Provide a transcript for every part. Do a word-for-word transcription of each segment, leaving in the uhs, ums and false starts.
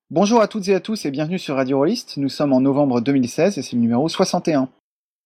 Bonjour à toutes et à tous et bienvenue sur Radio Rollist. Nous sommes en novembre deux mille seize et c'est le numéro soixante et un.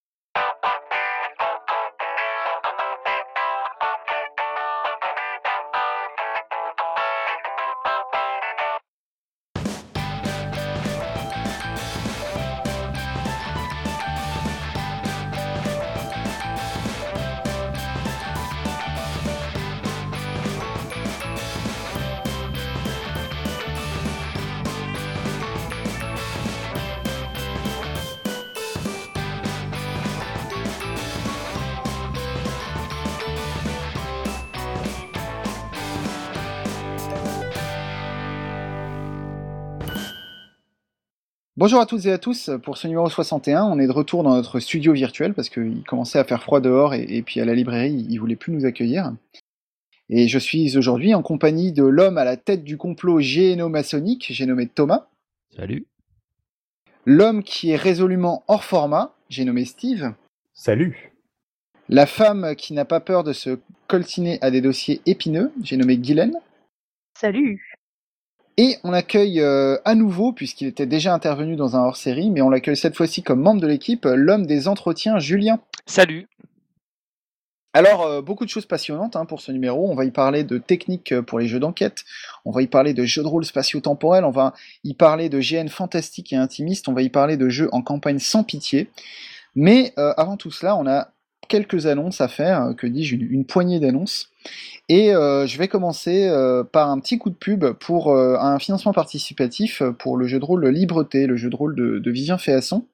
Bonjour à toutes et à tous, pour ce numéro soixante et un, on est de retour dans notre studio virtuel parce qu'il commençait à faire froid dehors et, et puis à la librairie, ils voulaient plus nous accueillir. Et je suis aujourd'hui en compagnie de l'homme à la tête du complot génomaçonnique, j'ai nommé Thomas. Salut. L'homme qui est résolument hors format, j'ai nommé Steve. Salut. La femme qui n'a pas peur de se coltiner à des dossiers épineux, j'ai nommé Guylaine. Salut. Et on accueille euh, à nouveau, puisqu'il était déjà intervenu dans un hors-série, mais on l'accueille cette fois-ci comme membre de l'équipe, l'homme des entretiens, Julien. Salut. Alors, euh, beaucoup de choses passionnantes hein, pour ce numéro. On va y parler de techniques pour les jeux d'enquête, on va y parler de jeux de rôle spatio-temporels, on va y parler de G N fantastique et intimiste, on va y parler de jeux en campagne sans pitié. Mais euh, avant tout cela, on a quelques annonces à faire, que dis-je, une, une poignée d'annonces. Et euh, je vais commencer euh, par un petit coup de pub pour euh, un financement participatif pour le jeu de rôle Libreté, le jeu de rôle de, de Vivien Féasson.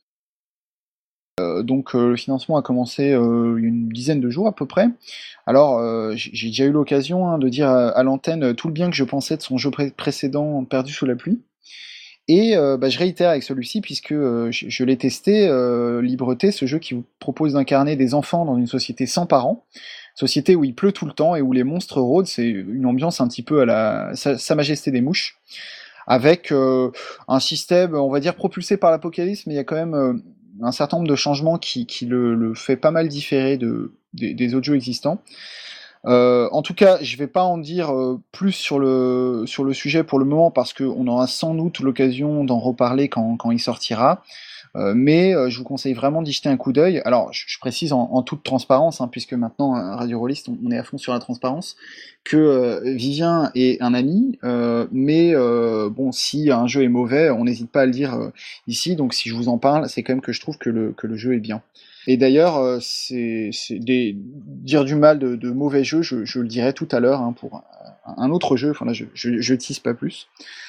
Euh, donc euh, le financement a commencé euh, il y a une dizaine de jours à peu près. Alors euh, j'ai déjà eu l'occasion hein, de dire à, à l'antenne tout le bien que je pensais de son jeu pré- précédent Perdu sous la pluie. Et euh, bah, je réitère avec celui-ci, puisque euh, je, je l'ai testé, euh, Libreté, ce jeu qui vous propose d'incarner des enfants dans une société sans parents, société où il pleut tout le temps et où les monstres rôdent, c'est une ambiance un petit peu à la Sa, Sa Majesté des Mouches, avec euh, un système, on va dire, propulsé par l'apocalypse, mais il y a quand même euh, un certain nombre de changements qui, qui le, le fait pas mal différer de, des, des autres jeux existants. Euh, en tout cas, je vais pas en dire euh, plus sur le, sur le sujet pour le moment parce qu'on aura sans doute l'occasion d'en reparler quand, quand il sortira. Euh, mais euh, je vous conseille vraiment d'y jeter un coup d'œil. Alors, je, je précise en, en toute transparence, hein, puisque maintenant, à Radio Rollist, on, on est à fond sur la transparence, que euh, Vivien est un ami, euh, mais euh, bon, si un jeu est mauvais, on n'hésite pas à le dire euh, ici, donc si je vous en parle, c'est quand même que je trouve que le, que le jeu est bien. Et d'ailleurs, euh, c'est, c'est des, dire du mal de, de mauvais jeux, je, je le dirai tout à l'heure, hein, pour un, un autre jeu, enfin là, je, je, je tease pas plus.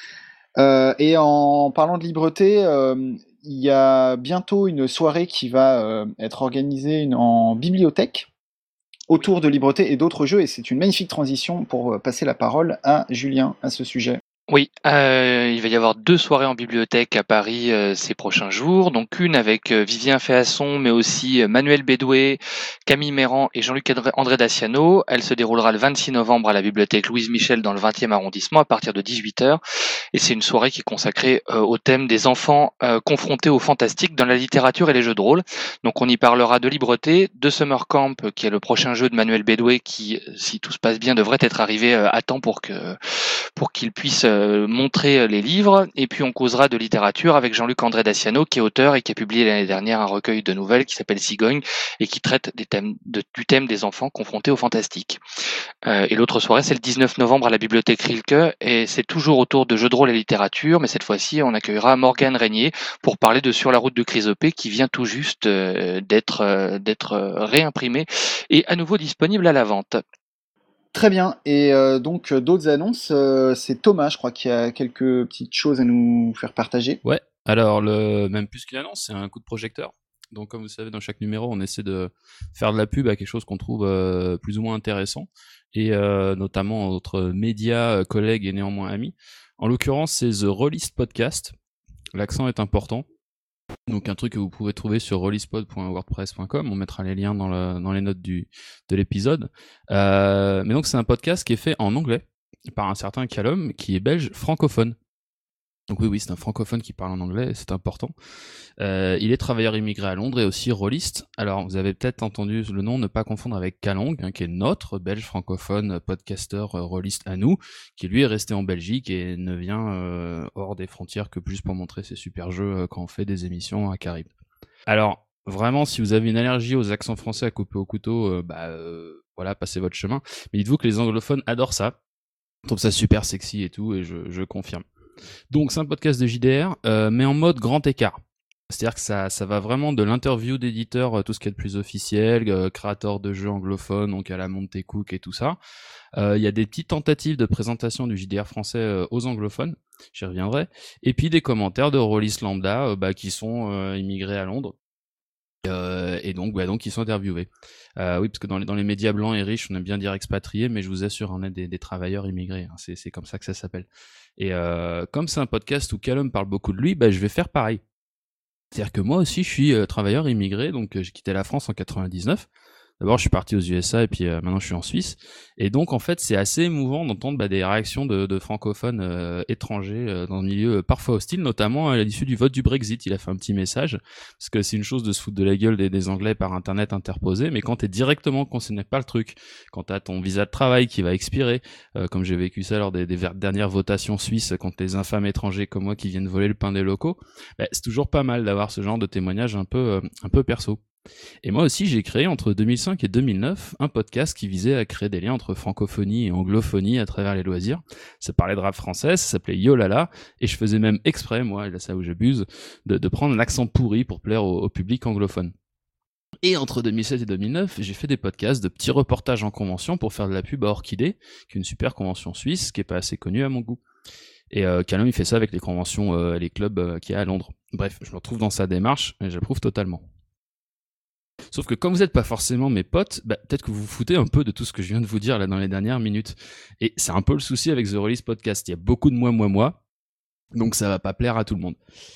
Euh, et en parlant de Libreté, euh, il y a bientôt une soirée qui va euh, être organisée en bibliothèque autour de Libreté et d'autres jeux, et c'est une magnifique transition pour passer la parole à Julien à ce sujet. Oui, euh, il va y avoir deux soirées en bibliothèque à Paris euh, ces prochains jours. Donc une avec euh, Vivien Féasson, mais aussi euh, Manuel Bédoué, Camille Méran et Jean-Luc André, André Daciano. Elle se déroulera le vingt-six novembre à la bibliothèque Louise Michel dans le vingtième arrondissement à partir de dix-huit heures. Et c'est une soirée qui est consacrée euh, au thème des enfants euh, confrontés au fantastique dans la littérature et les jeux de rôle. Donc on y parlera de Libreté, de Summer Camp, qui est le prochain jeu de Manuel Bédoué qui, si tout se passe bien, devrait être arrivé euh, à temps pour que pour qu'il puisse euh, montrer les livres. Et puis on causera de littérature avec Jean-Luc André Daciano, qui est auteur et qui a publié l'année dernière un recueil de nouvelles qui s'appelle Cigogne et qui traite des thèmes de, du thème des enfants confrontés au fantastique. Euh, et l'autre soirée, c'est le dix-neuf novembre à la bibliothèque Rilke, et c'est toujours autour de jeux de rôle et littérature, mais cette fois-ci, on accueillera Morgane Régnier pour parler de Sur la route de Chrysopée, qui vient tout juste euh, d'être, euh, d'être réimprimé et à nouveau disponible à la vente. Très bien, et euh, donc d'autres annonces, euh, c'est Thomas, je crois, qui a quelques petites choses à nous faire partager. Ouais, alors le même plus qu'une annonce, c'est un coup de projecteur. Donc comme vous savez, dans chaque numéro, on essaie de faire de la pub à quelque chose qu'on trouve euh, plus ou moins intéressant, et euh, notamment notre média, collègue et néanmoins ami. En l'occurrence, c'est The Rollist Podcast. L'accent est important. Donc un truc que vous pouvez trouver sur rollistpod point wordpress point com, on mettra les liens dans, le, dans les notes du, de l'épisode. Euh, mais donc c'est un podcast qui est fait en anglais par un certain Callum qui est belge francophone. Donc oui, oui, c'est un francophone qui parle en anglais, et c'est important. Euh, il est travailleur immigré à Londres et aussi rôliste. Alors, vous avez peut-être entendu le nom, ne pas confondre avec Calong, hein, qui est notre belge francophone podcasteur euh, rôliste à nous, qui lui est resté en Belgique et ne vient euh, hors hors des frontières que juste pour montrer ces super jeux euh, quand on fait des émissions à Carib. Alors, vraiment, si vous avez une allergie aux accents français à couper au couteau, euh, bah euh, voilà, passez votre chemin. Mais dites-vous que les anglophones adorent ça. Ils trouvent ça super sexy et tout, et je, je confirme. Donc, c'est un podcast de J D R, euh, mais en mode grand écart. C'est-à-dire que ça, ça va vraiment de l'interview d'éditeur, euh, tout ce qui est de plus officiel, euh, créateur de jeux anglophones, donc à la Monte Cook et tout ça. Il euh, y a des petites tentatives de présentation du J D R français euh, aux anglophones, j'y reviendrai. Et puis des commentaires de rôlistes lambda euh, bah, qui sont euh, immigrés à Londres. Euh, et donc, bah, donc ils sont interviewés. Euh, oui, parce que dans les, dans les médias blancs et riches, on aime bien dire expatriés, mais je vous assure, on est des, des travailleurs immigrés. Hein, c'est, c'est comme ça que ça s'appelle. Et euh, comme c'est un podcast où Callum parle beaucoup de lui, bah, je vais faire pareil. C'est-à-dire que moi aussi, je suis euh, travailleur immigré, donc euh, j'ai quitté la France en quatre-vingt-dix-neuf. D'abord, je suis parti aux U S A et puis euh, maintenant je suis en Suisse. Et donc, en fait, c'est assez émouvant d'entendre bah, des réactions de, de francophones euh, étrangers euh, dans un milieu euh, parfois hostile, notamment à l'issue du vote du Brexit. Il a fait un petit message, parce que c'est une chose de se foutre de la gueule des, des Anglais par Internet interposé, mais quand t'es directement concerné par le truc, quand t'as ton visa de travail qui va expirer, euh, comme j'ai vécu ça lors des, des dernières votations suisses, contre les infâmes étrangers comme moi qui viennent voler le pain des locaux, bah, c'est toujours pas mal d'avoir ce genre de témoignage un peu, euh, un peu perso. Et moi aussi, j'ai créé entre deux mille cinq et deux mille neuf un podcast qui visait à créer des liens entre francophonie et anglophonie à travers les loisirs. Ça parlait de rap français, ça s'appelait Yo Lala, et je faisais même exprès, moi, et là c'est où j'abuse, de, de prendre un accent pourri pour plaire au, au public anglophone. Et entre deux mille sept et deux mille neuf, j'ai fait des podcasts de petits reportages en convention pour faire de la pub à Orchidée, qui est une super convention suisse, qui est pas assez connue à mon goût. Et euh, Callum, il fait ça avec les conventions, euh, les clubs euh, qu'il y a à Londres. Bref, je me retrouve dans sa démarche, et j'approuve totalement. Sauf que comme vous n'êtes pas forcément mes potes, bah, peut-être que vous vous foutez un peu de tout ce que je viens de vous dire là dans les dernières minutes. Et c'est un peu le souci avec The Release Podcast. Il y a beaucoup de moi, moi, moi. Donc ça va pas plaire à tout le monde.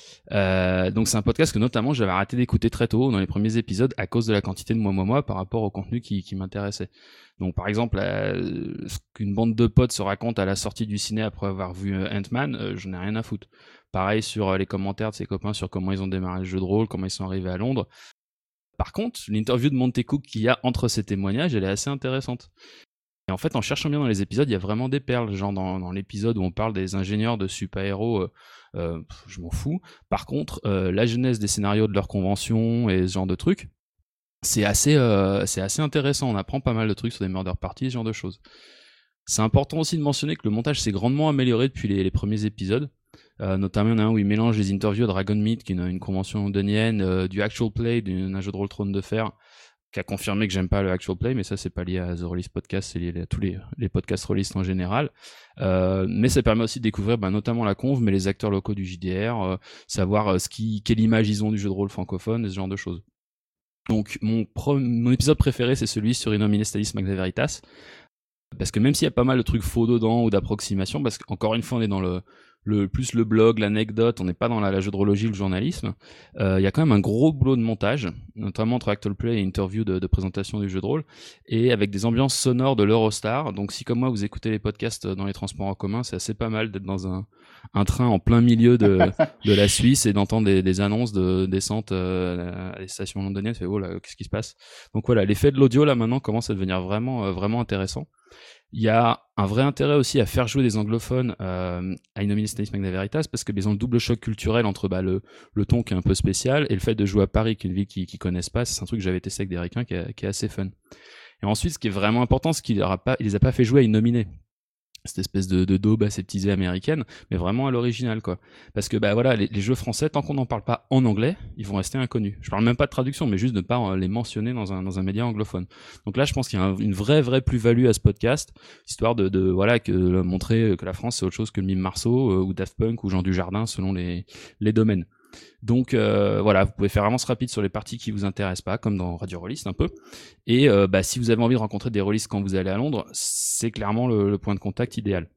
Euh, donc c'est un podcast que notamment j'avais arrêté d'écouter très tôt dans les premiers épisodes à cause de la quantité de moi, moi, moi par rapport au contenu qui, qui m'intéressait. Donc par exemple, euh, ce qu'une bande de potes se raconte à la sortie du ciné après avoir vu euh, Ant-Man, euh, je n'ai rien à foutre. Pareil sur euh, les commentaires de ses copains sur comment ils ont démarré le jeu de rôle, comment ils sont arrivés à Londres. Par contre, l'interview de Monte Cook qu'il y a entre ces témoignages, elle est assez intéressante. Et en fait, en cherchant bien dans les épisodes, il y a vraiment des perles. Genre dans, dans l'épisode où on parle des ingénieurs de super-héros, euh, euh, je m'en fous. Par contre, euh, la genèse des scénarios de leur convention et ce genre de trucs, c'est assez, euh, c'est assez intéressant. On apprend pas mal de trucs sur des murder parties, ce genre de choses. C'est important aussi de mentionner que le montage s'est grandement amélioré depuis les, les premiers épisodes. Euh, notamment, il y en a un où il mélange les interviews de Dragon Meat, qui est une, une convention londonienne, euh, du Actual Play, d'un jeu de rôle Trône de Fer, qui a confirmé que j'aime pas le Actual Play, mais ça, c'est pas lié à The Release Podcast, c'est lié à tous les, les podcasts releastes en général. Euh, mais ça permet aussi de découvrir bah, notamment la conve, mais les acteurs locaux du J D R, euh, savoir euh, ce qui, quelle image ils ont du jeu de rôle francophone, et ce genre de choses. Donc, mon, pro, mon épisode préféré, c'est celui sur Innomine Stalis Magna Veritas, parce que même s'il y a pas mal de trucs faux dedans ou d'approximations, parce qu'encore une fois, on est dans le Le, plus le blog, l'anecdote, on n'est pas dans la, la jeu-de-rôlogie ou le journalisme. Il euh, y a quand même un gros boulot de montage, notamment entre Actual Play et interview de, de présentation du jeu de rôle, et avec des ambiances sonores de l'Eurostar. Donc si comme moi vous écoutez les podcasts dans les transports en commun, c'est assez pas mal d'être dans un, un train en plein milieu de, de la Suisse et d'entendre des, des annonces de descente euh, à des stations londoniennes. Fait, oh là, qu'est-ce qui se passe? Donc voilà, l'effet de l'audio là maintenant commence à devenir vraiment, euh, vraiment intéressant. Il y a un vrai intérêt aussi à faire jouer des anglophones euh, à Innomine Stalis Magna Veritas, parce que ils ont le double choc culturel entre bah, le, le ton qui est un peu spécial et le fait de jouer à Paris, qui est une ville qu'ils, qu'ils connaissent pas. C'est un truc que j'avais testé avec des Ricains qui, qui est assez fun. Et ensuite, ce qui est vraiment important, c'est qu'il ne les a pas fait jouer à Innominé, cette espèce de, de daube aseptisée américaine, mais vraiment à l'original, quoi. Parce que bah voilà, les, les jeux français, tant qu'on n'en parle pas en anglais, ils vont rester inconnus. Je parle même pas de traduction, mais juste de ne pas les mentionner dans un dans un média anglophone. Donc là, je pense qu'il y a un, une vraie vraie plus-value à ce podcast, histoire de, de voilà que de montrer que la France c'est autre chose que le mime Marceau euh, ou Daft Punk ou Jean Dujardin selon les les domaines. Donc euh, voilà, vous pouvez faire avance rapide sur les parties qui vous intéressent pas, comme dans Radio Rollist un peu. Et euh, bah, si vous avez envie de rencontrer des rollistes quand vous allez à Londres, c'est clairement le, le point de contact idéal.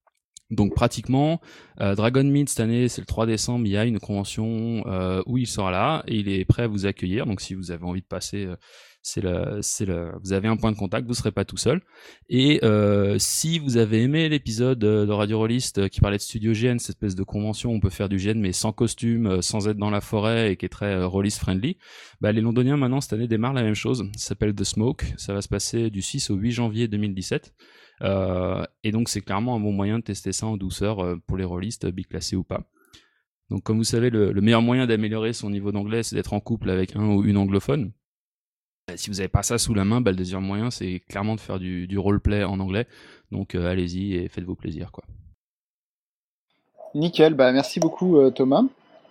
Donc pratiquement, euh, Dragon Meat cette année, c'est le trois décembre, il y a une convention euh, où il sera là et il est prêt à vous accueillir. Donc si vous avez envie de passer, euh, c'est le, c'est le, vous avez un point de contact, vous serez pas tout seul. Et euh, si vous avez aimé l'épisode de Radio Rollist qui parlait de Studio G N, cette espèce de convention où on peut faire du G N mais sans costume, sans être dans la forêt et qui est très euh, rollist friendly, bah, les Londoniens maintenant cette année démarrent la même chose. Ça s'appelle The Smoke. Ça va se passer du six au huit janvier deux mille dix-sept. Euh, et donc, c'est clairement un bon moyen de tester ça en douceur euh, pour les rôlistes, biclassés ou pas. Donc, comme vous savez, le, le meilleur moyen d'améliorer son niveau d'anglais, c'est d'être en couple avec un ou une anglophone. Et si vous n'avez pas ça sous la main, bah, le deuxième moyen, c'est clairement de faire du, du roleplay en anglais. Donc, euh, allez-y et faites-vous plaisir, quoi. Nickel, bah merci beaucoup euh, Thomas.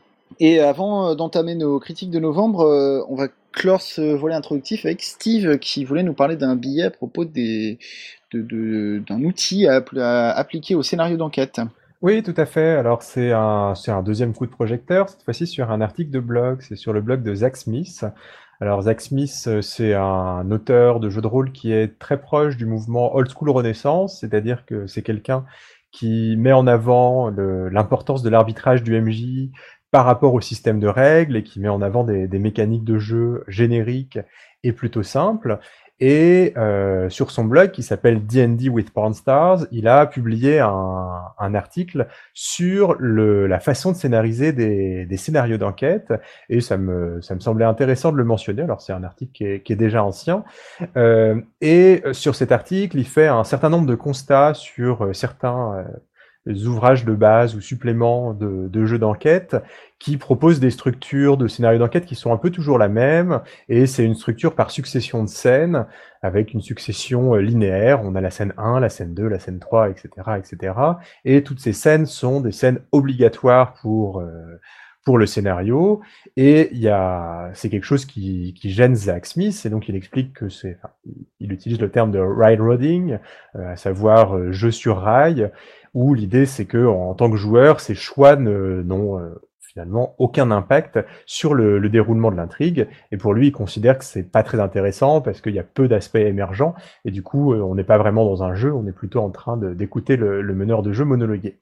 Et avant euh, d'entamer nos critiques de novembre, euh, on va clore ce volet introductif avec Steve euh, qui voulait nous parler d'un billet à propos des, de, de- d'un outil à, appl- à appliquer au scénario d'enquête. Oui, tout à fait. Alors, c'est un, c'est un deuxième coup de projecteur, cette fois-ci sur un article de blog. C'est sur le blog de Zach Smith. Alors, Zach Smith, euh, c'est un auteur de jeux de rôle qui est très proche du mouvement Old School Renaissance, c'est-à-dire que c'est quelqu'un qui met en avant le- l'importance de l'arbitrage du M J par rapport au système de règles et qui met en avant des, des mécaniques de jeu génériques et plutôt simples. Et euh, sur son blog qui s'appelle D and D with Porn Stars, il a publié un, un article sur le, la façon de scénariser des, des scénarios d'enquête. Et ça me, ça me semblait intéressant de le mentionner. Alors c'est un article qui est, qui est déjà ancien. Euh, et sur cet article, il fait un certain nombre de constats sur euh, certains euh, ouvrages de base ou suppléments de, de jeux d'enquête qui proposent des structures de scénarios d'enquête qui sont un peu toujours la même, et c'est une structure par succession de scènes, avec une succession euh, linéaire. On a la scène un, la scène deux, la scène trois, et cetera, et cetera. Et toutes ces scènes sont des scènes obligatoires pour euh, pour le scénario, et il y a, c'est quelque chose qui, qui gêne Zach Smith, et donc il explique que c'est, enfin, il utilise le terme de railroading, euh, à savoir euh, jeu sur rail, où l'idée c'est que en tant que joueur, ces choix ne, n'ont euh, finalement aucun impact sur le, le déroulement de l'intrigue, et pour lui, il considère que c'est pas très intéressant parce qu'il y a peu d'aspects émergents, et du coup, euh, on n'est pas vraiment dans un jeu, on est plutôt en train de, d'écouter le, le meneur de jeu monologuer.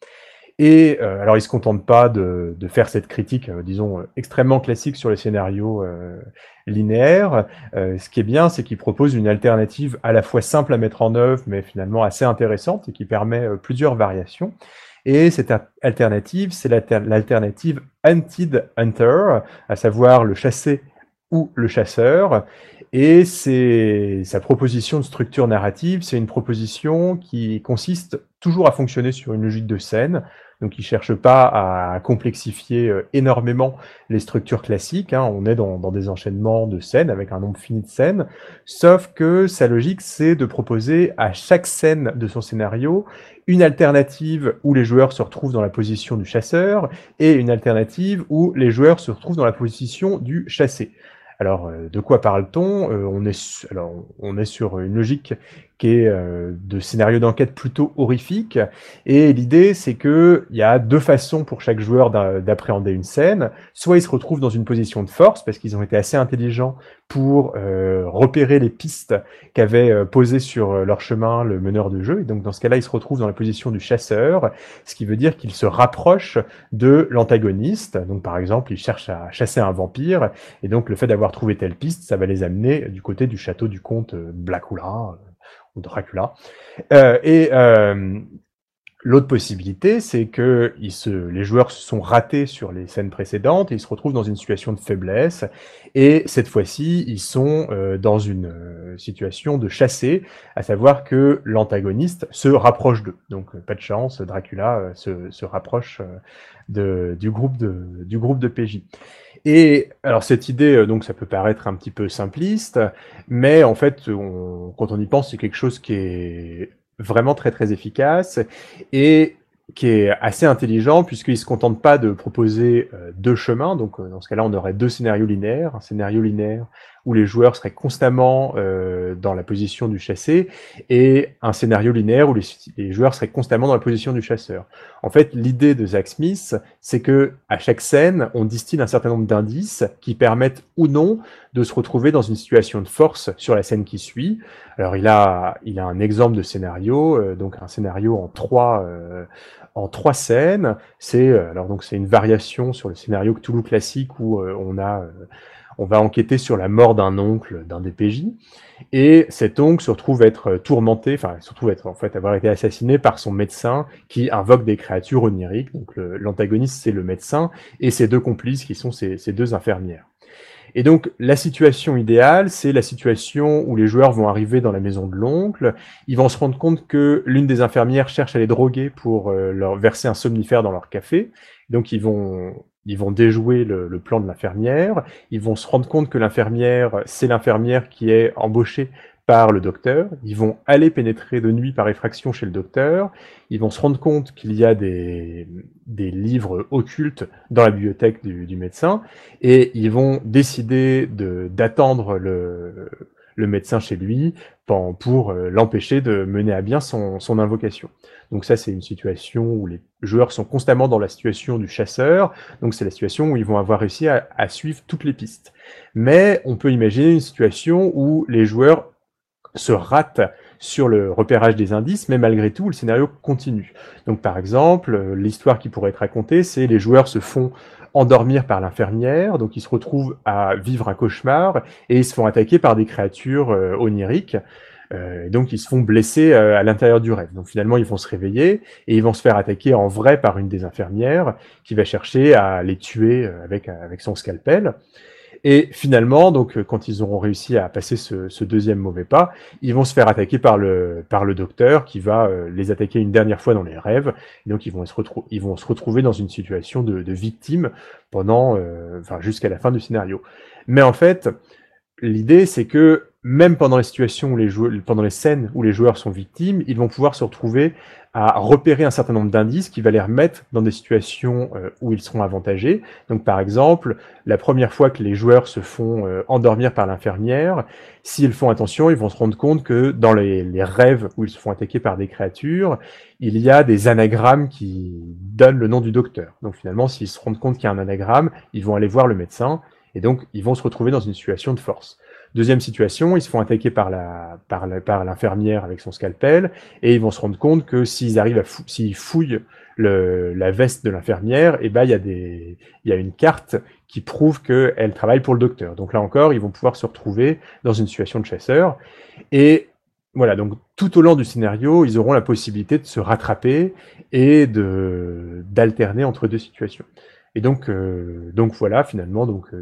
Et euh, alors, il se contente pas de, de faire cette critique, euh, disons, euh, extrêmement classique sur les scénarios euh, linéaires. Euh, ce qui est bien, c'est qu'il propose une alternative à la fois simple à mettre en œuvre, mais finalement assez intéressante et qui permet euh, plusieurs variations. Et cette alternative, c'est l'alter- l'alternative Hunted Hunter, à savoir le chassé ou le chasseur. Et c'est sa proposition de structure narrative, c'est une proposition qui consiste toujours à fonctionner sur une logique de scène. Donc, il cherche pas à complexifier euh, énormément les structures classiques, hein. On est dans, dans des enchaînements de scènes avec un nombre fini de scènes. Sauf que sa logique, c'est de proposer à chaque scène de son scénario une alternative où les joueurs se retrouvent dans la position du chasseur et une alternative où les joueurs se retrouvent dans la position du chassé. Alors, euh, de quoi parle-t-on? Euh, on est su- alors, on est sur une logique qui est euh, de scénario d'enquête plutôt horrifique. Et l'idée, c'est que il y a deux façons pour chaque joueur d'a- d'appréhender une scène. Soit ils se retrouvent dans une position de force parce qu'ils ont été assez intelligents pour euh, repérer les pistes qu'avait euh, posées sur euh, leur chemin le meneur de jeu. Et donc, dans ce cas-là, ils se retrouvent dans la position du chasseur, ce qui veut dire qu'ils se rapprochent de l'antagoniste. Donc, par exemple, ils cherchent à chasser un vampire. Et donc, le fait d'avoir trouvé telle piste, ça va les amener du côté du château du comte euh, Blackula euh, ou Dracula. Euh, et euh, l'autre possibilité, c'est que ils se, les joueurs se sont ratés sur les scènes précédentes et ils se retrouvent dans une situation de faiblesse. Et cette fois-ci, ils sont euh, dans une euh, situation de chassé, à savoir que l'antagoniste se rapproche d'eux. Donc, euh, pas de chance, Dracula euh, se, se rapproche euh, de, du groupe de, du groupe de P J. Et alors cette idée, euh, donc ça peut paraître un petit peu simpliste, mais en fait, on, quand on y pense, c'est quelque chose qui est vraiment très très efficace et qui est assez intelligent puisqu'il se contente pas de proposer euh, deux chemins. Donc euh, dans ce cas-là, on aurait deux scénarios linéaires, un scénario linéaire où les joueurs seraient constamment euh, dans la position du chassé et un scénario linéaire où les, les joueurs seraient constamment dans la position du chasseur. En fait, l'idée de Zach Smith, c'est que à chaque scène, on distille un certain nombre d'indices qui permettent ou non de se retrouver dans une situation de force sur la scène qui suit. Alors, il a, il a un exemple de scénario, euh, donc un scénario en trois, euh, en trois scènes. C'est, euh, alors donc c'est une variation sur le scénario Cthulhu classique où euh, on a, euh, on va enquêter sur la mort d'un oncle d'un des P J. Et cet oncle se retrouve être tourmenté, enfin, se retrouve être, en fait, avoir été assassiné par son médecin qui invoque des créatures oniriques. Donc, le, l'antagoniste, c'est le médecin et ses deux complices qui sont ses, ses deux infirmières. Et donc, la situation idéale, c'est la situation où les joueurs vont arriver dans la maison de l'oncle, ils vont se rendre compte que l'une des infirmières cherche à les droguer pour euh, leur verser un somnifère dans leur café. Donc, ils vont, ils vont déjouer le, le plan de l'infirmière, ils vont se rendre compte que l'infirmière, c'est l'infirmière qui est embauchée par le docteur, ils vont aller pénétrer de nuit par effraction chez le docteur, ils vont se rendre compte qu'il y a des, des livres occultes dans la bibliothèque du, du médecin, et ils vont décider de, d'attendre le, le médecin chez lui pour, pour euh, l'empêcher de mener à bien son, son invocation. Donc ça, c'est une situation où les joueurs sont constamment dans la situation du chasseur, donc c'est la situation où ils vont avoir réussi à, à suivre toutes les pistes. Mais on peut imaginer une situation où les joueurs se rate sur le repérage des indices, mais malgré tout, le scénario continue. Donc, par exemple, l'histoire qui pourrait être racontée, c'est les joueurs se font endormir par l'infirmière, donc ils se retrouvent à vivre un cauchemar, et ils se font attaquer par des créatures euh, oniriques, euh, et donc ils se font blesser euh, à l'intérieur du rêve. Donc finalement, ils vont se réveiller, et ils vont se faire attaquer en vrai par une des infirmières, qui va chercher à les tuer avec, avec son scalpel. Et finalement, donc, quand ils auront réussi à passer ce, ce deuxième mauvais pas, ils vont se faire attaquer par le, par le docteur qui va euh, les attaquer une dernière fois dans les rêves. Et donc, ils vont se, retrou- ils vont se retrouver dans une situation de, de victime pendant, euh, enfin, jusqu'à la fin du scénario. Mais en fait, l'idée, c'est que même pendant les situations où les joueurs, pendant les scènes où les joueurs sont victimes, ils vont pouvoir se retrouver à repérer un certain nombre d'indices qui va les remettre dans des situations euh, où ils seront avantagés. Donc, par exemple, la première fois que les joueurs se font euh, endormir par l'infirmière, s'ils font attention, ils vont se rendre compte que dans les, les rêves où ils se font attaquer par des créatures, il y a des anagrammes qui donnent le nom du docteur. Donc, finalement, s'ils se rendent compte qu'il y a un anagramme, ils vont aller voir le médecin et donc ils vont se retrouver dans une situation de force. Deuxième situation, ils se font attaquer par la, par la, par l'infirmière avec son scalpel, et ils vont se rendre compte que s'ils arrivent à fou, s'ils fouillent le, la veste de l'infirmière, et eh ben il y a des, il y a une carte qui prouve qu'elle travaille pour le docteur. Donc là encore, ils vont pouvoir se retrouver dans une situation de chasseur. Et voilà, donc tout au long du scénario, ils auront la possibilité de se rattraper et de d'alterner entre deux situations. Et donc, euh, donc voilà, finalement, donc euh,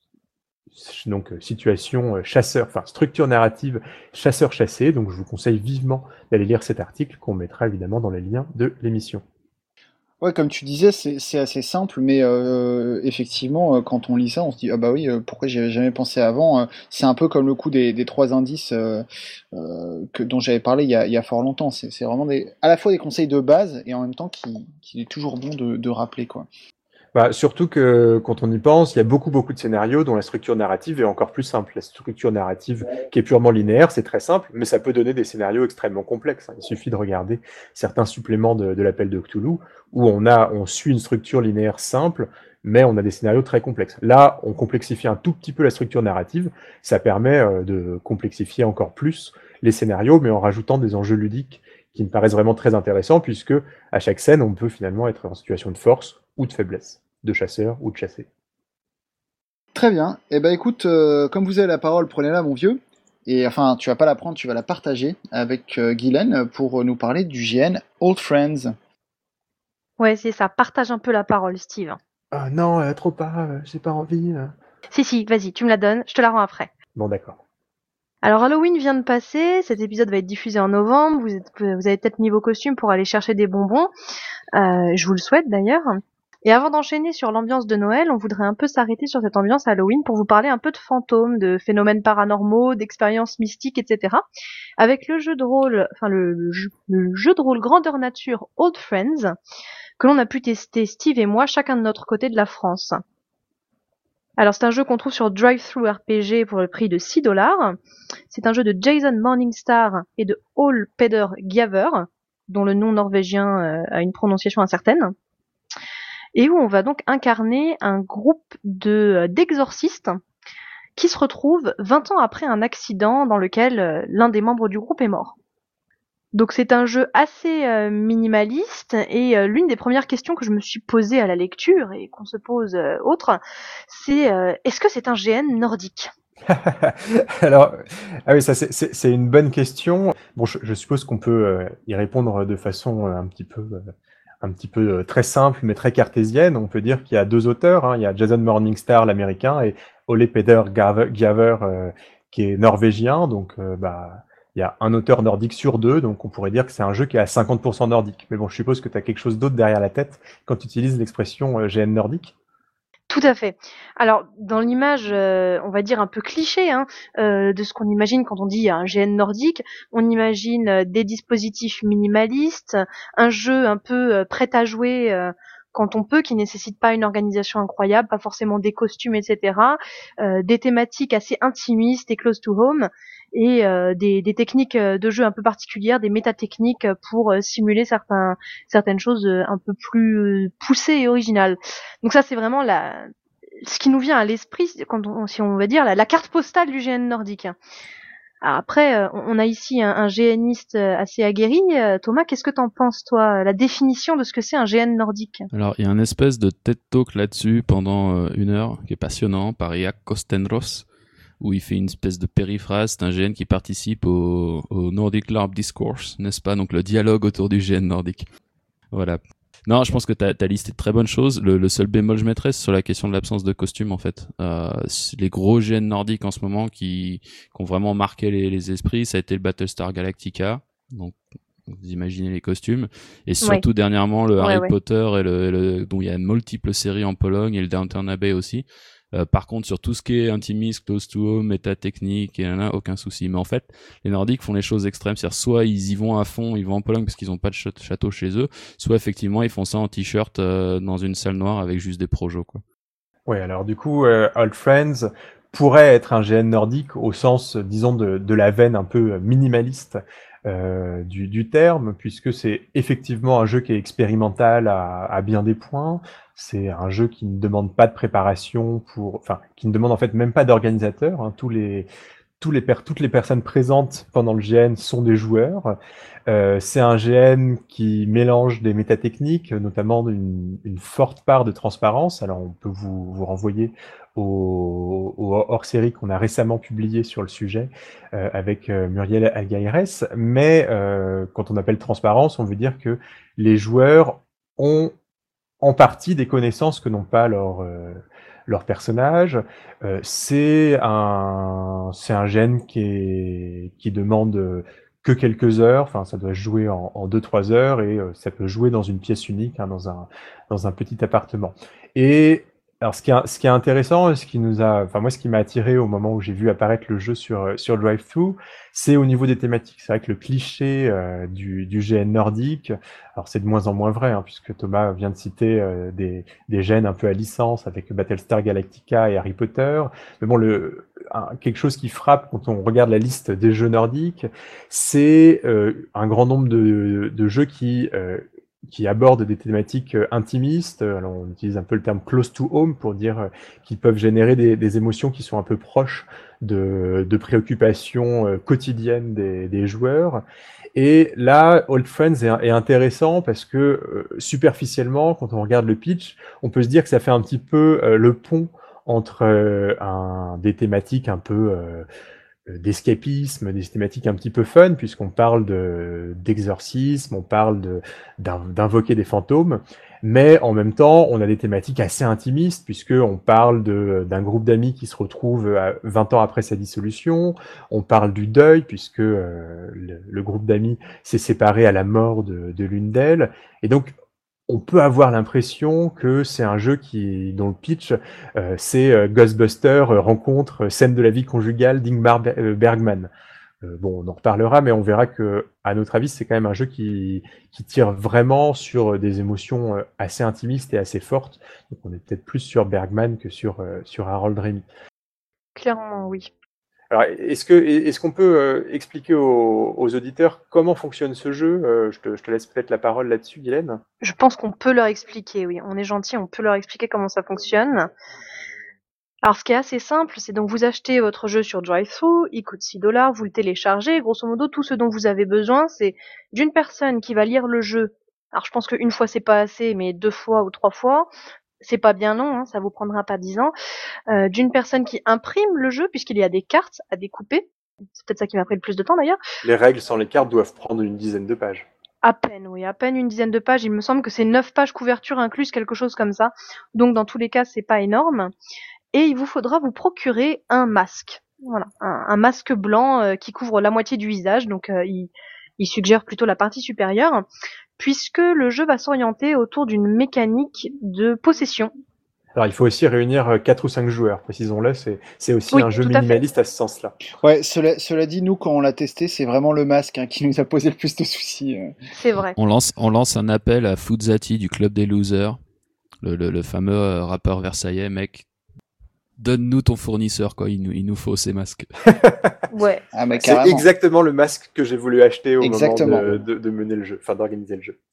donc situation chasseur, enfin structure narrative chasseur-chassé. Donc je vous conseille vivement d'aller lire cet article qu'on mettra évidemment dans les liens de l'émission. Ouais, comme tu disais, c'est c'est assez simple, mais euh, effectivement, euh, quand on lit ça, on se dit ah bah oui, euh, pourquoi j'y avais jamais pensé avant. euh, C'est un peu comme le coup des, des trois indices euh, euh, que dont j'avais parlé il y a, il y a fort longtemps. C'est c'est vraiment des, à la fois des conseils de base et en même temps qui qui est toujours bon de, de rappeler quoi. Bah, surtout que quand on y pense, il y a beaucoup beaucoup de scénarios dont la structure narrative est encore plus simple. La structure narrative qui est purement linéaire, c'est très simple, mais ça peut donner des scénarios extrêmement complexes. Il suffit de regarder certains suppléments de, de l'appel de Cthulhu où on a, on suit une structure linéaire simple, mais on a des scénarios très complexes. Là, on complexifie un tout petit peu la structure narrative. Ça permet euh, de complexifier encore plus les scénarios, mais en rajoutant des enjeux ludiques qui me paraissent vraiment très intéressants, puisque à chaque scène, on peut finalement être en situation de force ou de faiblesse, de chasseur ou de chassé. Très bien. Eh ben écoute, euh, comme vous avez la parole, prenez-la mon vieux. Et enfin, tu vas pas la prendre, tu vas la partager avec euh, Guylaine pour nous parler du G N Old Friends. Ouais, c'est ça. Partage un peu la parole, Steve. Ah non, euh, trop pas, euh, j'ai pas envie. euh. Si, si, vas-y, tu me la donnes, je te la rends après. Bon, d'accord. Alors Halloween vient de passer, cet épisode va être diffusé en novembre, vous, êtes, vous avez peut-être mis vos costumes pour aller chercher des bonbons, euh, je vous le souhaite d'ailleurs. Et avant d'enchaîner sur l'ambiance de Noël, on voudrait un peu s'arrêter sur cette ambiance Halloween pour vous parler un peu de fantômes, de phénomènes paranormaux, d'expériences mystiques, et cetera. Avec le jeu de rôle, enfin le, le, jeu, le jeu de rôle grandeur nature Old Friends, que l'on a pu tester Steve et moi, chacun de notre côté de la France. Alors c'est un jeu qu'on trouve sur DriveThru R P G pour le prix de six dollars. C'est un jeu de Jason Morningstar et de Ole Peder Giaver, dont le nom norvégien euh, a une prononciation incertaine. Et où on va donc incarner un groupe de euh, d'exorcistes qui se retrouvent vingt ans après un accident dans lequel euh, l'un des membres du groupe est mort. Donc c'est un jeu assez euh, minimaliste et euh, l'une des premières questions que je me suis posée à la lecture et qu'on se pose euh, autre, c'est euh, est-ce que c'est un G N nordique ? Alors, ah oui, ça c'est, c'est, c'est une bonne question. Bon, je, je suppose qu'on peut euh, y répondre de façon euh, un petit peu euh, un petit peu euh, très simple, mais très cartésienne. On peut dire qu'il y a deux auteurs, hein. Il y a Jason Morningstar, l'américain, et Ole Peder Gaver, Gaver, euh, qui est norvégien. Donc, euh, bah, il y a un auteur nordique sur deux, donc on pourrait dire que c'est un jeu qui est à cinquante pour cent nordique. Mais bon, je suppose que tu as quelque chose d'autre derrière la tête quand tu utilises l'expression euh, G N nordique. Tout à fait. Alors, dans l'image, euh, on va dire un peu cliché, hein, euh, de ce qu'on imagine quand on dit un G N nordique, on imagine euh, des dispositifs minimalistes, un jeu un peu euh, prêt à jouer euh, quand on peut, qui nécessite pas une organisation incroyable, pas forcément des costumes, et cetera, euh, des thématiques assez intimistes et close to home, et euh, des, des techniques de jeu un peu particulières, des métatechniques pour euh, simuler certains, certaines choses euh, un peu plus euh, poussées et originales. Donc ça, c'est vraiment la, ce qui nous vient à l'esprit, quand on, si on va dire la, la carte postale du G N nordique. Alors après, euh, on a ici un, un GNiste assez aguerri. Euh, Thomas, qu'est-ce que t'en penses, toi, la définition de ce que c'est un G N nordique? Alors, il y a un espèce de TED Talk là-dessus pendant euh, une heure qui est passionnant par Jaak Kostenros, où il fait une espèce de périphrase. C'est un G N qui participe au, au Nordic LARP Discourse, n'est-ce pas? Donc le dialogue autour du G N nordique. Voilà. Non, je pense que t'as, t'as listé de très bonnes choses. Le, le seul bémol je mettrais, c'est sur la question de l'absence de costume, en fait. Euh, les gros G N nordiques en ce moment qui, qui ont vraiment marqué les, les esprits, ça a été le Battlestar Galactica. Donc, vous imaginez les costumes. Et surtout, ouais. dernièrement, le ouais, Harry ouais. Potter, et le, et le, dont il y a multiples séries en Pologne, et le Downton Abbey aussi. Euh, par contre, sur tout ce qui est intimiste, close to home, métatechnique, et là, aucun souci. Mais en fait, les Nordiques font les choses extrêmes. C'est-à-dire, soit ils y vont à fond, ils vont en Pologne parce qu'ils n'ont pas de ch- château chez eux, soit effectivement, ils font ça en t-shirt euh, dans une salle noire avec juste des projos, quoi. Ouais, alors du coup, euh, Old Friends pourrait être un G N nordique au sens, disons, de, de la veine un peu minimaliste euh, du, du terme, puisque c'est effectivement un jeu qui est expérimental à, à bien des points. C'est un jeu qui ne demande pas de préparation pour, enfin, qui ne demande en fait même pas d'organisateur. Hein. Tous les, tous les per- toutes les personnes présentes pendant le G N sont des joueurs. Euh, c'est un G N qui mélange des métatechniques, notamment une, une forte part de transparence. Alors, on peut vous, vous renvoyer au, au hors-série qu'on a récemment publié sur le sujet euh, avec euh, Muriel Algaires. Mais euh, quand on appelle transparence, on veut dire que les joueurs ont en partie des connaissances que n'ont pas leurs euh, leur personnage. Euh, c'est un c'est un gène qui est qui demande que quelques heures. Enfin, ça doit jouer en, en deux trois heures et euh, ça peut jouer dans une pièce unique, hein, dans un dans un petit appartement. Et alors, ce qui est, ce qui est intéressant, ce qui nous a, enfin moi, ce qui m'a attiré au moment où j'ai vu apparaître le jeu sur sur Drive-Thru, c'est au niveau des thématiques. C'est vrai que le cliché euh, du, du G N nordique, alors c'est de moins en moins vrai, hein, puisque Thomas vient de citer euh, des des gènes un peu à licence avec Battlestar Galactica et Harry Potter. Mais bon, le un, quelque chose qui frappe quand on regarde la liste des jeux nordiques, c'est euh, un grand nombre de, de jeux qui euh, qui abordent des thématiques euh, intimistes. Alors, on utilise un peu le terme close to home pour dire euh, qu'ils peuvent générer des, des émotions qui sont un peu proches de, de préoccupations euh, quotidiennes des, des joueurs. Et là, Old Friends est, est intéressant parce que euh, superficiellement, quand on regarde le pitch, on peut se dire que ça fait un petit peu euh, le pont entre euh, un, des thématiques un peu euh, d'escapisme, des thématiques un petit peu fun, puisqu'on parle de, d'exorcisme, on parle de, d'invoquer des fantômes, mais en même temps, on a des thématiques assez intimistes, puisqu'on parle de, d'un groupe d'amis qui se retrouve vingt ans après sa dissolution, on parle du deuil, puisque euh, le, le groupe d'amis s'est séparé à la mort de, de l'une d'elles, et donc on peut avoir l'impression que c'est un jeu qui, dont le pitch, euh, c'est euh, Ghostbusters euh, rencontre euh, scène de la vie conjugale d'Ingmar Bergman. Euh, bon, on en reparlera, mais on verra que, à notre avis, c'est quand même un jeu qui, qui tire vraiment sur des émotions euh, assez intimistes et assez fortes. Donc, on est peut-être plus sur Bergman que sur euh, sur Harold Remy. Clairement, oui. Alors, est-ce que est-ce qu'on peut euh, expliquer aux, aux auditeurs comment fonctionne ce jeu? euh, je, te, je te laisse peut-être la parole là-dessus, Guylaine. Je pense qu'on peut leur expliquer, oui. On est gentil, on peut leur expliquer comment ça fonctionne. Alors, ce qui est assez simple, c'est donc vous achetez votre jeu sur Drive-Thru, il coûte six dollars, vous le téléchargez. Grosso modo, tout ce dont vous avez besoin, c'est d'une personne qui va lire le jeu. Alors, je pense qu'une fois, c'est pas assez, mais deux fois ou trois fois. C'est pas bien long, hein, ça vous prendra pas dix ans. Euh, d'une personne qui imprime le jeu, puisqu'il y a des cartes à découper. C'est peut-être ça qui m'a pris le plus de temps, d'ailleurs. Les règles sans les cartes doivent prendre une dizaine de pages. À peine, oui, à peine une dizaine de pages. Il me semble que c'est neuf pages couverture incluse, quelque chose comme ça. Donc dans tous les cas, c'est pas énorme. Et il vous faudra vous procurer un masque. Voilà, un, un masque blanc euh, qui couvre la moitié du visage. Donc euh, il, il suggère plutôt la partie supérieure, puisque le jeu va s'orienter autour d'une mécanique de possession. Alors, il faut aussi réunir quatre ou cinq joueurs, précisons-le, c'est, c'est aussi Oui, un jeu tout à minimaliste à, ce sens-là. Ouais, cela, cela dit, nous, quand on l'a testé, c'est vraiment le masque hein, qui nous a posé le plus de soucis. euh. C'est vrai. On lance, on lance un appel à Fuzzati du Club des Losers, le, le, le fameux euh, rappeur versaillais, mec. Donne-nous ton fournisseur, quoi. Il nous, il nous faut ces masques. Ouais. Ah, mais C'est carrément. exactement le masque que j'ai voulu acheter au Exactement. moment de, de, de mener le jeu, enfin d'organiser le jeu.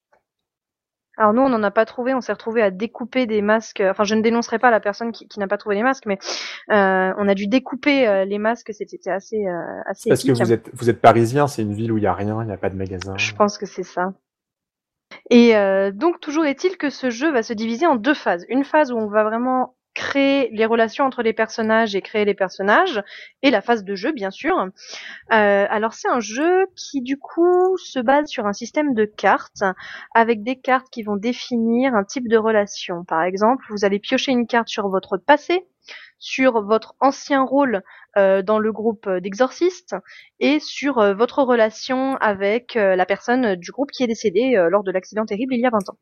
Alors nous, on n'en a pas trouvé, on s'est retrouvé à découper des masques. Enfin, je ne dénoncerai pas la personne qui, qui n'a pas trouvé les masques, mais euh, on a dû découper euh, les masques. C'était assez, euh, assez Parce épique. que vous êtes, vous êtes parisien, c'est une ville où il n'y a rien, il n'y a pas de magasin. Je pense que c'est ça. Et euh, donc, toujours est-il que ce jeu va se diviser en deux phases. Une phase où on va vraiment créer les relations entre les personnages et créer les personnages, et la phase de jeu, bien sûr. Euh, alors, c'est un jeu qui, du coup, se base sur un système de cartes, avec des cartes qui vont définir un type de relation. Par exemple, vous allez piocher une carte sur votre passé, sur votre ancien rôle euh, dans le groupe d'exorcistes et sur euh, votre relation avec euh, la personne du groupe qui est décédée euh, lors de l'accident terrible il y a vingt ans.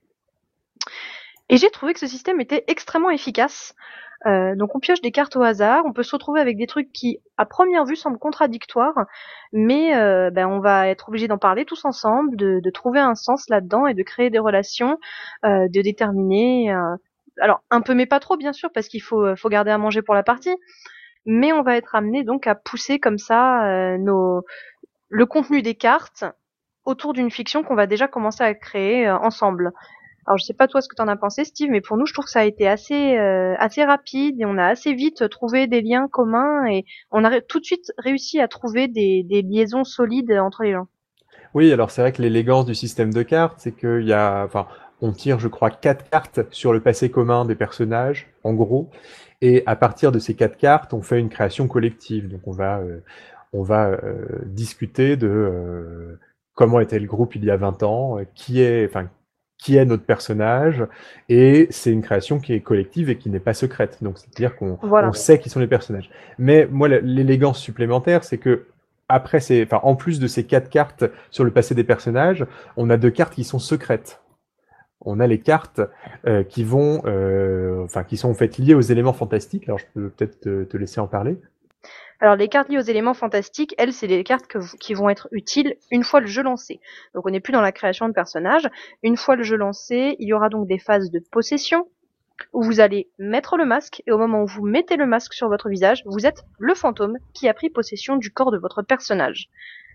Et j'ai trouvé que ce système était extrêmement efficace. Euh, donc on pioche des cartes au hasard, on peut se retrouver avec des trucs qui à première vue semblent contradictoires, mais euh, ben, on va être obligé d'en parler tous ensemble, de, de trouver un sens là-dedans et de créer des relations, euh, de déterminer... Euh, alors un peu mais pas trop bien sûr parce qu'il faut, faut garder à manger pour la partie, mais on va être amené donc à pousser comme ça euh, nos... le contenu des cartes autour d'une fiction qu'on va déjà commencer à créer euh, ensemble. Alors je sais pas toi ce que t'en as pensé Steve, mais pour nous je trouve que ça a été assez euh, assez rapide et on a assez vite trouvé des liens communs et on a tout de suite réussi à trouver des, des liaisons solides entre les gens. Oui, alors c'est vrai que l'élégance du système de cartes, c'est qu'il y a, enfin, on tire, je crois, quatre cartes sur le passé commun des personnages, en gros, et à partir de ces quatre cartes, on fait une création collective. Donc on va, euh, on va euh, discuter de euh, comment était le groupe il y a vingt ans, euh, qui est, enfin, qui est notre personnage, et c'est une création qui est collective et qui n'est pas secrète. Donc c'est-à-dire qu'on Voilà. on sait qui sont les personnages. Mais moi, l'élégance supplémentaire, c'est que après ces, enfin, en plus de ces quatre cartes sur le passé des personnages, on a deux cartes qui sont secrètes. On a les cartes euh, qui vont, euh, enfin, qui sont en fait liées aux éléments fantastiques. Alors, je peux peut-être te, te laisser en parler. Alors les cartes liées aux éléments fantastiques, elles, c'est des cartes que, qui vont être utiles une fois le jeu lancé. Donc on n'est plus dans la création de personnages. Une fois le jeu lancé, il y aura donc des phases de possession, où vous allez mettre le masque, et au moment où vous mettez le masque sur votre visage, vous êtes le fantôme qui a pris possession du corps de votre personnage.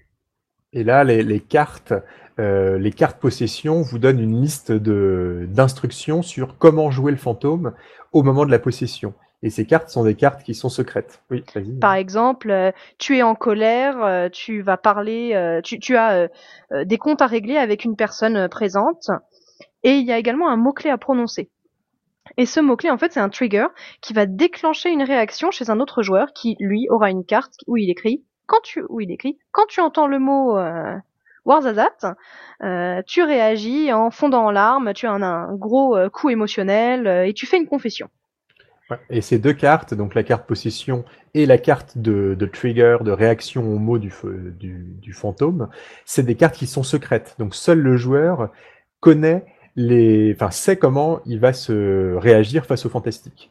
Et là, les, les cartes, euh, les cartes possession vous donnent une liste de d'instructions sur comment jouer le fantôme au moment de la possession. Et ces cartes sont des cartes qui sont secrètes. Oui, vas-y. Par exemple, euh, tu es en colère, euh, tu vas parler, euh, tu, tu as euh, euh, des comptes à régler avec une personne euh, présente, et il y a également un mot-clé à prononcer. Et ce mot-clé, en fait, c'est un trigger qui va déclencher une réaction chez un autre joueur qui, lui, aura une carte où il écrit quand tu, où il écrit quand tu entends le mot euh, Warzazat, euh, tu réagis en fondant en larmes, tu as un, un gros euh, coup émotionnel euh, et tu fais une confession. Ouais. Et ces deux cartes, donc la carte possession et la carte de, de trigger, de réaction au mot du, du, du fantôme, c'est des cartes qui sont secrètes. Donc seul le joueur connaît les, enfin, sait comment il va se réagir face au fantastique.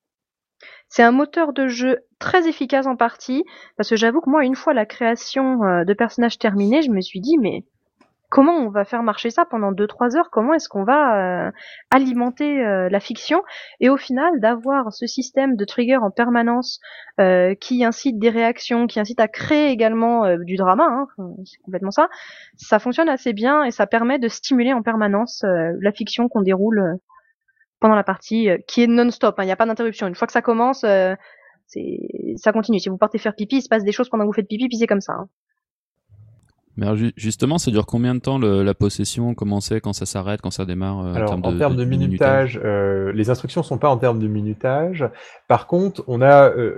C'est un moteur de jeu très efficace en partie, parce que j'avoue que moi, une fois la création euh, de personnages terminée, je me suis dit, mais comment on va faire marcher ça pendant deux trois heures? Comment est-ce qu'on va euh, alimenter euh, la fiction? Et au final, d'avoir ce système de trigger en permanence euh, qui incite des réactions, qui incite à créer également euh, du drama, hein, c'est complètement ça, ça fonctionne assez bien et ça permet de stimuler en permanence euh, la fiction qu'on déroule euh, pendant la partie, euh, qui est non-stop, il hein, n'y a pas d'interruption. Une fois que ça commence, euh, c'est... ça continue. Si vous partez faire pipi, il se passe des choses pendant que vous faites pipi, puis c'est comme ça. Hein. Mais alors, ju- justement, ça dure combien de temps le, la possession? Comment c'est, quand ça s'arrête, quand ça démarre euh, Alors, en termes en de, termes de, de, de minutage, euh, les instructions sont pas en termes de minutage. Par contre, on a, euh,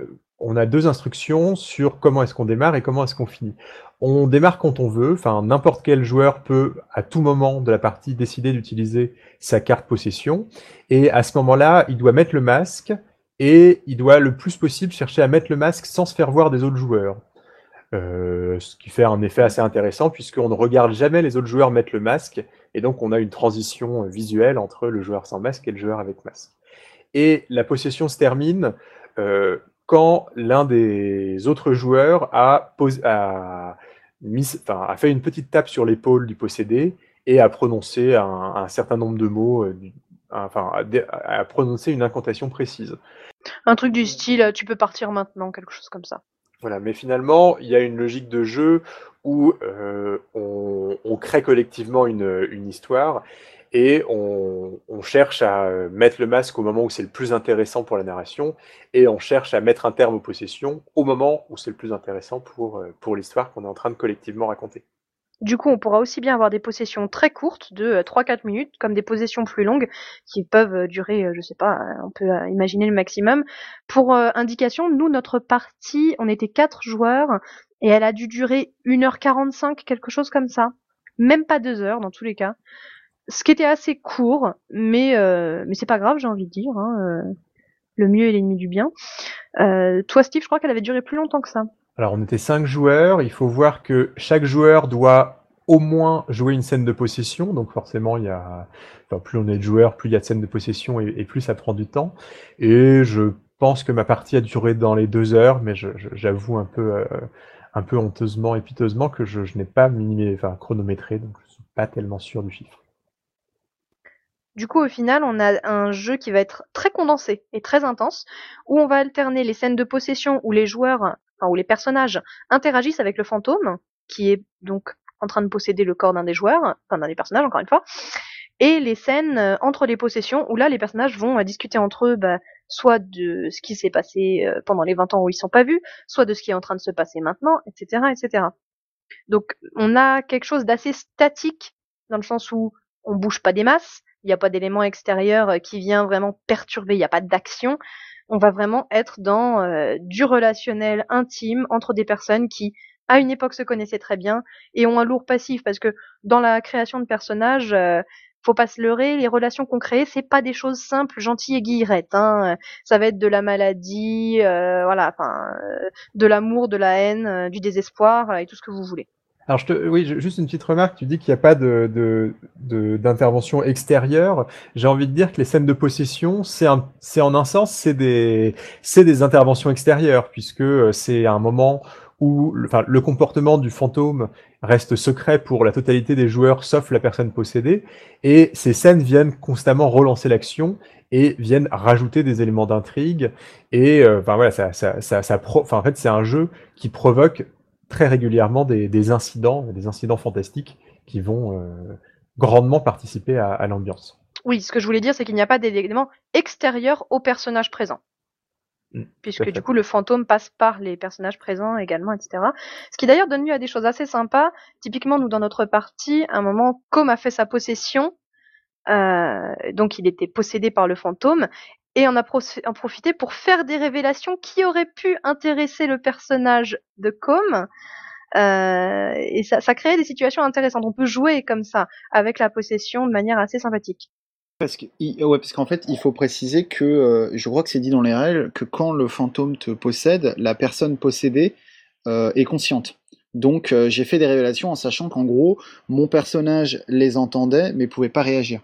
on a deux instructions sur comment est-ce qu'on démarre et comment est-ce qu'on finit. On démarre quand on veut, enfin n'importe quel joueur peut à tout moment de la partie décider d'utiliser sa carte possession, et à ce moment-là, il doit mettre le masque, et il doit le plus possible chercher à mettre le masque sans se faire voir des autres joueurs. Euh, ce qui fait un effet assez intéressant, puisqu'on ne regarde jamais les autres joueurs mettre le masque, et donc on a une transition visuelle entre le joueur sans masque et le joueur avec masque. Et la possession se termine euh, quand l'un des autres joueurs a, pos- a, mis, enfin, a fait une petite tape sur l'épaule du possédé et a prononcé un, un certain nombre de mots, euh, enfin, a, a prononcé une incantation précise. Un truc du style « tu peux partir maintenant », quelque chose comme ça. Voilà, mais finalement, il y a une logique de jeu où euh, on, on crée collectivement une, une histoire, et on, on cherche à mettre le masque au moment où c'est le plus intéressant pour la narration, et on cherche à mettre un terme aux possessions au moment où c'est le plus intéressant pour, pour l'histoire qu'on est en train de collectivement raconter. Du coup, on pourra aussi bien avoir des possessions très courtes, de trois quatre minutes, comme des possessions plus longues, qui peuvent durer, je sais pas, on peut imaginer le maximum. Pour euh, indication, nous, notre partie, on était quatre joueurs, et elle a dû durer une heure quarante-cinq, quelque chose comme ça. Même pas deux heures, dans tous les cas. Ce qui était assez court, mais euh, mais c'est pas grave, j'ai envie de dire. Hein, euh, le mieux est l'ennemi du bien. Euh, toi, Steve, je crois qu'elle avait duré plus longtemps que ça. Alors, on était cinq joueurs. Il faut voir que chaque joueur doit au moins jouer une scène de possession. Donc, forcément, il y a, enfin, plus on est de joueurs, plus il y a de scènes de possession et, et plus ça prend du temps. Et je pense que ma partie a duré dans les deux heures, mais je, je, j'avoue un peu, euh, un peu honteusement et piteusement que je, je n'ai pas minimé, enfin, chronométré, donc je suis pas tellement sûr du chiffre. Du coup, au final, on a un jeu qui va être très condensé et très intense, où on va alterner les scènes de possession où les joueurs, enfin où les personnages interagissent avec le fantôme, qui est donc en train de posséder le corps d'un des joueurs, enfin d'un des personnages encore une fois, et les scènes entre les possessions où là les personnages vont discuter entre eux, bah, soit de ce qui s'est passé pendant les vingt ans où ils sont pas vus, soit de ce qui est en train de se passer maintenant, et cetera, et cetera. Donc on a quelque chose d'assez statique dans le sens où on bouge pas des masses, il n'y a pas d'élément extérieur qui vient vraiment perturber, il n'y a pas d'action. On va vraiment être dans euh, du relationnel intime entre des personnes qui, à une époque, se connaissaient très bien et ont un lourd passif, parce que dans la création de personnages, euh, faut pas se leurrer, les relations qu'on crée, c'est pas des choses simples, gentilles et guillerettes. Hein. Ça va être de la maladie, euh, voilà, enfin, euh, de l'amour, de la haine, euh, du désespoir euh, et tout ce que vous voulez. Alors, je te, oui, juste une petite remarque. Tu dis qu'il n'y a pas de, de, de, d'intervention extérieure. J'ai envie de dire que les scènes de possession, c'est un, c'est en un sens, c'est des, c'est des interventions extérieures, puisque c'est un moment où, enfin, le comportement du fantôme reste secret pour la totalité des joueurs, sauf la personne possédée, et ces scènes viennent constamment relancer l'action et viennent rajouter des éléments d'intrigue. Et, euh, enfin voilà, ça, ça, ça, ça pro, enfin en fait, c'est un jeu qui provoque très régulièrement des, des incidents, des incidents fantastiques qui vont euh, grandement participer à, à l'ambiance. Oui, ce que je voulais dire, c'est qu'il n'y a pas d'éléments extérieurs aux personnages présents. Mmh, puisque du coup, le fantôme passe par les personnages présents également, et cetera. Ce qui d'ailleurs donne lieu à des choses assez sympas. Typiquement, nous, dans notre partie, à un moment, Com a fait sa possession. Euh, donc, il était possédé par le fantôme. Et on a pro- en profité pour faire des révélations qui auraient pu intéresser le personnage de Com. Euh, et ça, ça crée des situations intéressantes. On peut jouer comme ça, avec la possession, de manière assez sympathique. Parce que, ouais, parce qu'en fait, il faut préciser que, euh, je crois que c'est dit dans les règles, que quand le fantôme te possède, la personne possédée euh, est consciente. Donc, euh, j'ai fait des révélations en sachant qu'en gros, mon personnage les entendait, mais pouvait pas réagir.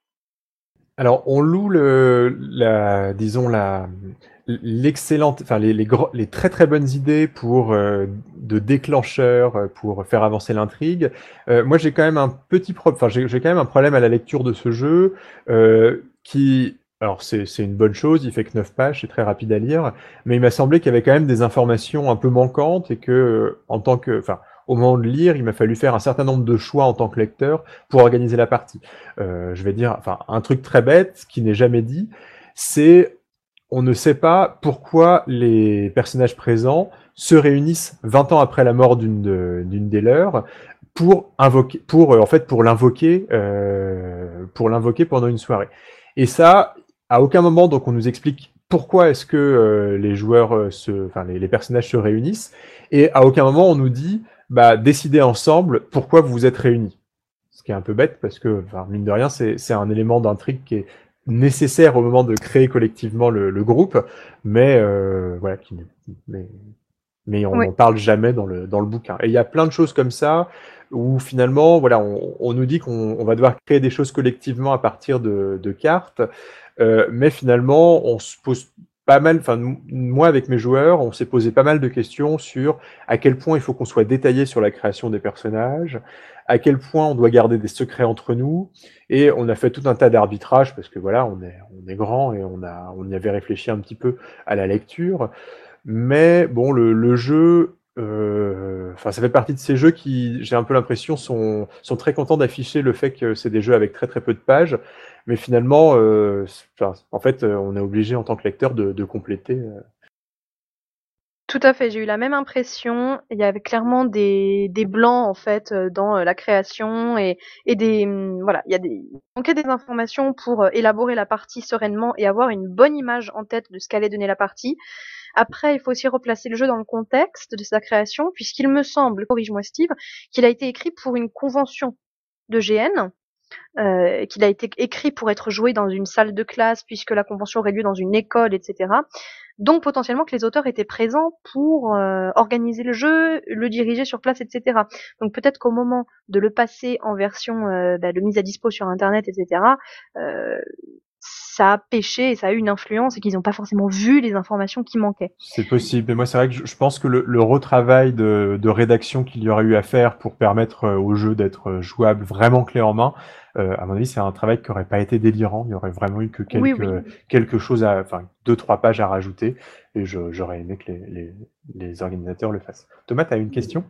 Alors, on loue le, la, disons la, l'excellente, enfin les, les, gros, les très très bonnes idées pour euh, de déclencheurs pour faire avancer l'intrigue. Euh, moi, j'ai quand même un petit problème, enfin j'ai, j'ai quand même un problème à la lecture de ce jeu euh, qui, alors c'est, c'est une bonne chose, il fait que neuf pages, c'est très rapide à lire, mais il m'a semblé qu'il y avait quand même des informations un peu manquantes et que en tant que, enfin au moment de lire, il m'a fallu faire un certain nombre de choix en tant que lecteur pour organiser la partie. Euh, je vais dire, enfin, un truc très bête qui n'est jamais dit, c'est on ne sait pas pourquoi les personnages présents se réunissent vingt ans après la mort d'une, de, d'une des leurs pour invoquer, pour en fait pour l'invoquer, euh, pour l'invoquer pendant une soirée. Et ça, à aucun moment donc on nous explique pourquoi est-ce que euh, les joueurs, euh, se, enfin les, les personnages se réunissent, et à aucun moment on nous dit, bah décidez ensemble pourquoi vous vous êtes réunis. Ce qui est un peu bête parce que, enfin, mine de rien, c'est, c'est un élément d'intrigue qui est nécessaire au moment de créer collectivement le, le groupe, mais euh, voilà, qui, mais, mais on Oui. n'en parle jamais dans le dans le bouquin. Et il y a plein de choses comme ça où finalement, voilà, on, on nous dit qu'on on va devoir créer des choses collectivement à partir de, de cartes, euh, mais finalement, on se pose pas mal. Enfin, moi avec mes joueurs, on s'est posé pas mal de questions sur à quel point il faut qu'on soit détaillé sur la création des personnages, à quel point on doit garder des secrets entre nous, et on a fait tout un tas d'arbitrages parce que voilà, on est on est grand et on a on y avait réfléchi un petit peu à la lecture. Mais bon, le, le jeu, euh, enfin, ça fait partie de ces jeux qui, j'ai un peu l'impression, sont, sont très contents d'afficher le fait que c'est des jeux avec très très peu de pages. Mais finalement, euh, enfin, en fait, euh, on est obligé en tant que lecteur de, de compléter. euh. Tout à fait, j'ai eu la même impression. Il y avait clairement des, des blancs en fait euh, dans euh, la création et, et des hum, voilà, il y a des il manquait des informations pour euh, élaborer la partie sereinement et avoir une bonne image en tête de ce qu'allait donner la partie. Après, il faut aussi replacer le jeu dans le contexte de sa création, puisqu'il me semble, corrige-moi Steve, qu'il a été écrit pour une convention de G N, euh, qu'il a été écrit pour être joué dans une salle de classe, puisque la convention aurait lieu dans une école, et cetera. Donc potentiellement que les auteurs étaient présents pour euh, organiser le jeu, le diriger sur place, et cetera. Donc peut-être qu'au moment de le passer en version euh, bah, de mise à dispo sur Internet, et cetera, euh, ça a pêché et ça a eu une influence et qu'ils n'ont pas forcément vu les informations qui manquaient. C'est possible. Mais moi, c'est vrai que je, je pense que le, le retravail de, de rédaction qu'il y aurait eu à faire pour permettre euh, au jeu d'être euh, jouable vraiment clé en main, euh, à mon avis, c'est un travail qui aurait pas été délirant. Il y aurait vraiment eu que Oui, quelques, oui. quelque chose à, enfin, deux, trois pages à rajouter. Et je, j'aurais aimé que les, les, les organisateurs le fassent. Thomas, tu as une question?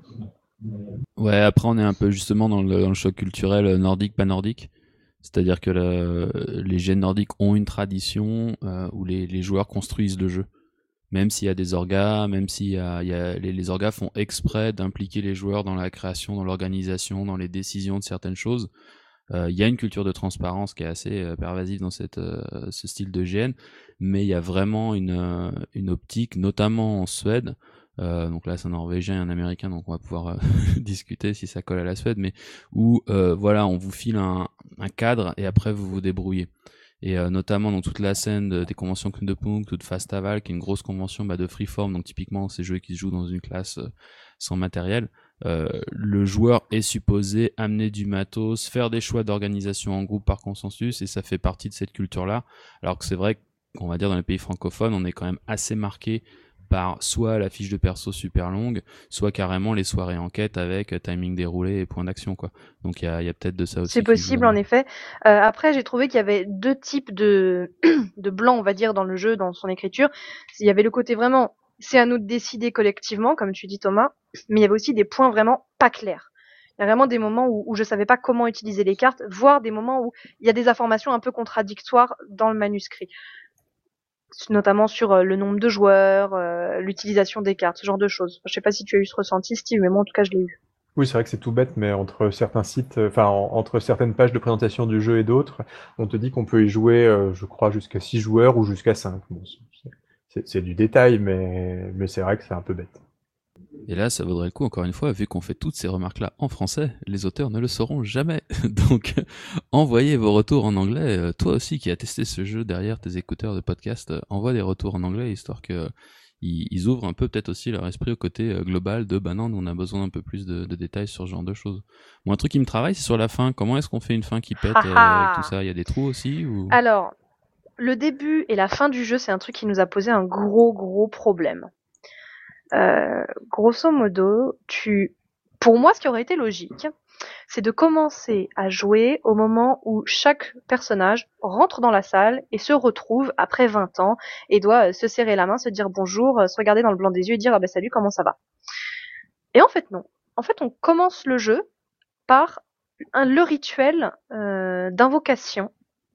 Ouais, après on est un peu justement dans le, dans le choc culturel nordique, pas nordique. C'est-à-dire que le, les G N nordiques ont une tradition euh, où les, les joueurs construisent le jeu. Même s'il y a des orgas, même s'il y a, il y a les, les orgas font exprès d'impliquer les joueurs dans la création, dans l'organisation, dans les décisions de certaines choses. Euh, il y a une culture de transparence qui est assez euh, pervasive dans cette, euh, ce style de G N, mais il y a vraiment une, euh, une optique, notamment en Suède. Euh, donc là, c'est un Norvégien et un Américain, donc on va pouvoir euh, discuter si ça colle à la Suède, mais où euh, voilà, on vous file un, un cadre et après vous vous débrouillez. Et euh, notamment dans toute la scène de, des conventions Knudepunkt ou de Fastaval, qui est une grosse convention bah, de freeform, donc typiquement ces jeux qui se jouent dans une classe euh, sans matériel. Euh, le joueur est supposé amener du matos, faire des choix d'organisation en groupe par consensus, et ça fait partie de cette culture-là. Alors que c'est vrai qu'on va dire dans les pays francophones, on est quand même assez marqué par soit la fiche de perso super longue, soit carrément les soirées enquête avec timing déroulé et point d'action, quoi. Donc il y a, y a peut-être de ça aussi. C'est possible en effet. Euh, après, j'ai trouvé qu'il y avait deux types de de blancs, on va dire, dans le jeu, dans son écriture. Il y avait le côté vraiment, c'est à nous de décider collectivement, comme tu dis Thomas, mais il y avait aussi des points vraiment pas clairs. Il y a vraiment des moments où, où je savais pas comment utiliser les cartes, voire des moments où il y a des informations un peu contradictoires dans le manuscrit, notamment sur euh, le nombre de joueurs, euh, l'utilisation des cartes, ce genre de choses. Je sais pas si tu as eu ce ressenti, Steve, mais moi en tout cas je l'ai eu. Oui, c'est vrai que c'est tout bête, mais entre certains sites, euh, enfin en- entre certaines pages de présentation du jeu et d'autres, on te dit qu'on peut y jouer, euh, je crois, jusqu'à six joueurs ou jusqu'à cinq. Bon, c'est- c'est c'est du détail, mais, mais c'est vrai que c'est un peu bête. Et là, ça vaudrait le coup, encore une fois, vu qu'on fait toutes ces remarques-là en français, les auteurs ne le sauront jamais. Donc, envoyez vos retours en anglais. Euh, Toi aussi qui as testé ce jeu derrière tes écouteurs de podcast, euh, envoie des retours en anglais, histoire que euh, ils, ils ouvrent un peu peut-être aussi leur esprit au côté euh, global de bah non, nous, on a besoin d'un peu plus de, de détails sur ce genre de choses. Bon, un truc qui me travaille, c'est sur la fin. Comment est-ce qu'on fait une fin qui pète euh, avec tout ça? Il y a des trous aussi ou... Alors, le début et la fin du jeu, c'est un truc qui nous a posé un gros gros problème. Euh, grosso modo, tu, pour moi, ce qui aurait été logique, c'est de commencer à jouer au moment où chaque personnage rentre dans la salle et se retrouve après vingt ans et doit se serrer la main, se dire bonjour, se regarder dans le blanc des yeux et dire ah ben salut, comment ça va? Et en fait non. En fait, on commence le jeu par un, le rituel euh, d'invocation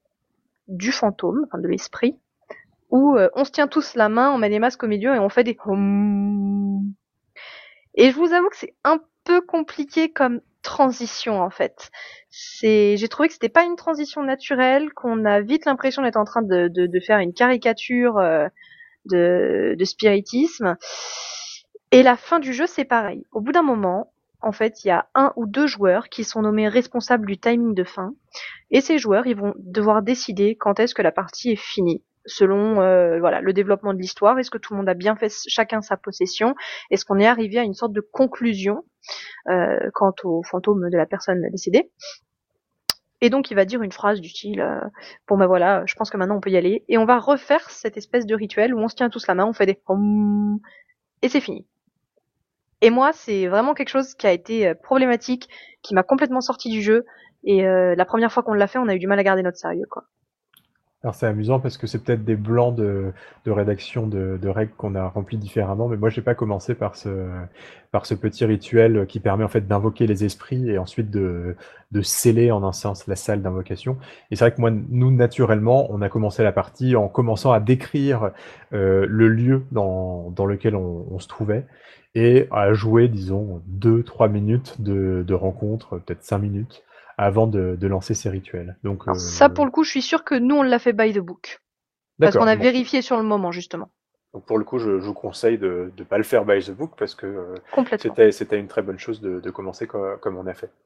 du fantôme, enfin de l'esprit, où euh, on se tient tous la main, on met les masques au milieu et on fait des hum. Et je vous avoue que c'est un peu compliqué comme transition en fait. C'est, j'ai trouvé que c'était pas une transition naturelle, qu'on a vite l'impression d'être en train de, de, de faire une caricature euh, de, de spiritisme. Et la fin du jeu, c'est pareil. Au bout d'un moment, en fait, il y a un ou deux joueurs qui sont nommés responsables du timing de fin. Et ces joueurs, ils vont devoir décider quand est-ce que la partie est finie. Selon euh, voilà le développement de l'histoire, est-ce que tout le monde a bien fait chacun sa possession, est-ce qu'on est arrivé à une sorte de conclusion euh, quant au fantôme de la personne décédée. Et donc il va dire une phrase du style euh, bon ben voilà, je pense que maintenant on peut y aller, et on va refaire cette espèce de rituel où on se tient tous la main, on fait des hum, et c'est fini. Et moi c'est vraiment quelque chose qui a été problématique, qui m'a complètement sorti du jeu, et euh, la première fois qu'on l'a fait, on a eu du mal à garder notre sérieux quoi. Alors c'est amusant parce que c'est peut-être des blancs de, de rédaction de, de règles qu'on a remplis différemment, mais moi j'ai pas commencé par ce, par ce petit rituel qui permet en fait d'invoquer les esprits et ensuite de, de sceller en un sens la salle d'invocation. Et c'est vrai que moi, nous naturellement, on a commencé la partie en commençant à décrire euh, le lieu dans, dans lequel on, on se trouvait et à jouer, disons, deux, trois minutes de, de rencontre, peut-être cinq minutes, avant de, de lancer ces rituels. Donc, Alors euh, ça, pour le coup, je suis sûre que nous, on l'a fait by the book. Parce d'accord. qu'on a Bon. vérifié sur le moment, justement. Donc pour le coup, je, je vous conseille de ne pas le faire by the book parce que euh, Complètement. c'était, c'était une très bonne chose de, de commencer comme, comme on a fait.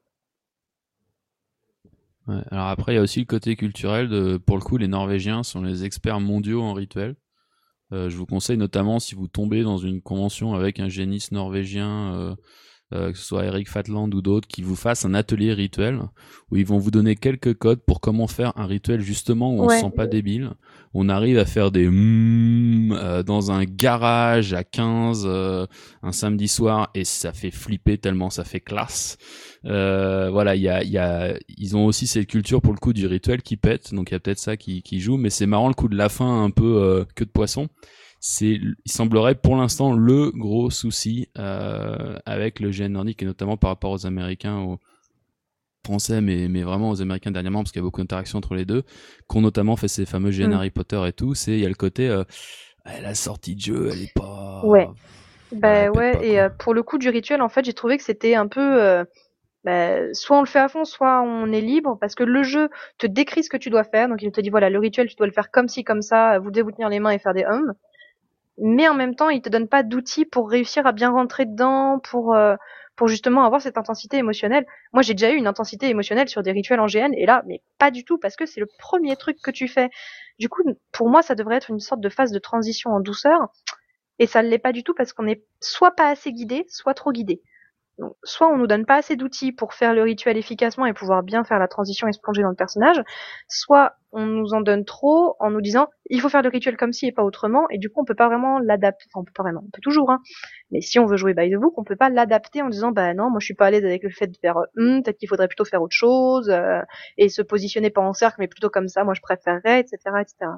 Ouais, alors après, il y a aussi le côté culturel. De, pour le coup, les Norvégiens sont les experts mondiaux en rituel. Euh, je vous conseille notamment, si vous tombez dans une convention avec un géniste norvégien, euh, euh, que ce soit Eric Fatland ou d'autres, qui vous fassent un atelier rituel, où ils vont vous donner quelques codes pour comment faire un rituel justement où on Ouais. se sent pas débile. On arrive à faire des mm, euh, dans un garage à quinze euh, un samedi soir, et ça fait flipper tellement ça fait classe. Euh, voilà, il y a, il y a, ils ont aussi cette culture pour le coup du rituel qui pète, donc il y a peut-être ça qui, qui joue, mais c'est marrant le coup de la fin un peu euh, queue de poisson. C'est, il semblerait pour l'instant le gros souci euh, avec le G N nordique, et notamment par rapport aux Américains, aux Français, mais, mais vraiment aux Américains dernièrement, parce qu'il y a beaucoup d'interactions entre les deux, qu'ont notamment fait ces fameux G N Mm. Harry Potter et tout. C'est, il y a le côté, euh, la sortie de jeu, elle est pas. Ouais. Ouais, Bah elle pète ouais, pas, et quoi. euh, pour le coup du rituel, en fait, j'ai trouvé que c'était un peu... euh, bah, soit on le fait à fond, soit on est libre, parce que le jeu te décrit ce que tu dois faire. Donc il te dit, voilà, le rituel, tu dois le faire comme ci, comme ça, vous devez vous tenir les mains et faire des hums. Mais en même temps, il te donne pas d'outils pour réussir à bien rentrer dedans, pour euh, pour justement avoir cette intensité émotionnelle. Moi, j'ai déjà eu une intensité émotionnelle sur des rituels en G N, et là, mais pas du tout, parce que c'est le premier truc que tu fais. Du coup, pour moi, ça devrait être une sorte de phase de transition en douceur, et ça ne l'est pas du tout parce qu'on est soit pas assez guidé, soit trop guidé. Donc, soit on nous donne pas assez d'outils pour faire le rituel efficacement et pouvoir bien faire la transition et se plonger dans le personnage, soit on nous en donne trop en nous disant il faut faire le rituel comme ci et pas autrement, et du coup on peut pas vraiment l'adapter, enfin on peut pas vraiment, on peut toujours, hein, mais si on veut jouer by the book, on peut pas l'adapter en disant bah non, moi je suis pas à l'aise avec le fait de faire hum, peut-être qu'il faudrait plutôt faire autre chose, euh, et se positionner pas en cercle mais plutôt comme ça, moi je préférerais, et cetera, et cetera.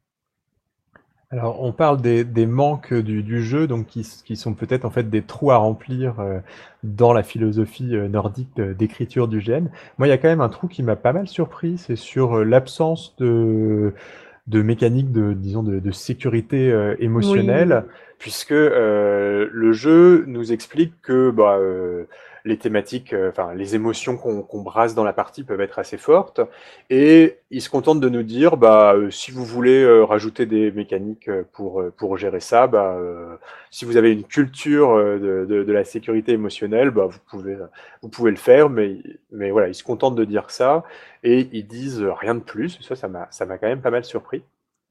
Alors, on parle des, des manques du, du jeu, donc qui, qui sont peut-être en fait des trous à remplir euh, dans la philosophie euh, nordique de- d'écriture du G N. Moi, il y a quand même un trou qui m'a pas mal surpris, c'est sur euh, l'absence de, de mécanique de, disons, de, de sécurité euh, émotionnelle, puisque euh, le jeu nous explique que bah, euh, les thématiques, euh, enfin les émotions qu'on qu'on brasse dans la partie peuvent être assez fortes, et il se contente de nous dire, bah, euh, si vous voulez euh, rajouter des mécaniques euh, pour, euh, pour gérer ça, bah, euh, si vous avez une culture euh, de, de, de la sécurité émotionnelle, bah, vous pouvez, vous pouvez le faire, mais, mais voilà, il se contente de dire ça, et ils disent rien de plus. Ça, ça m'a, ça m'a quand même pas mal surpris.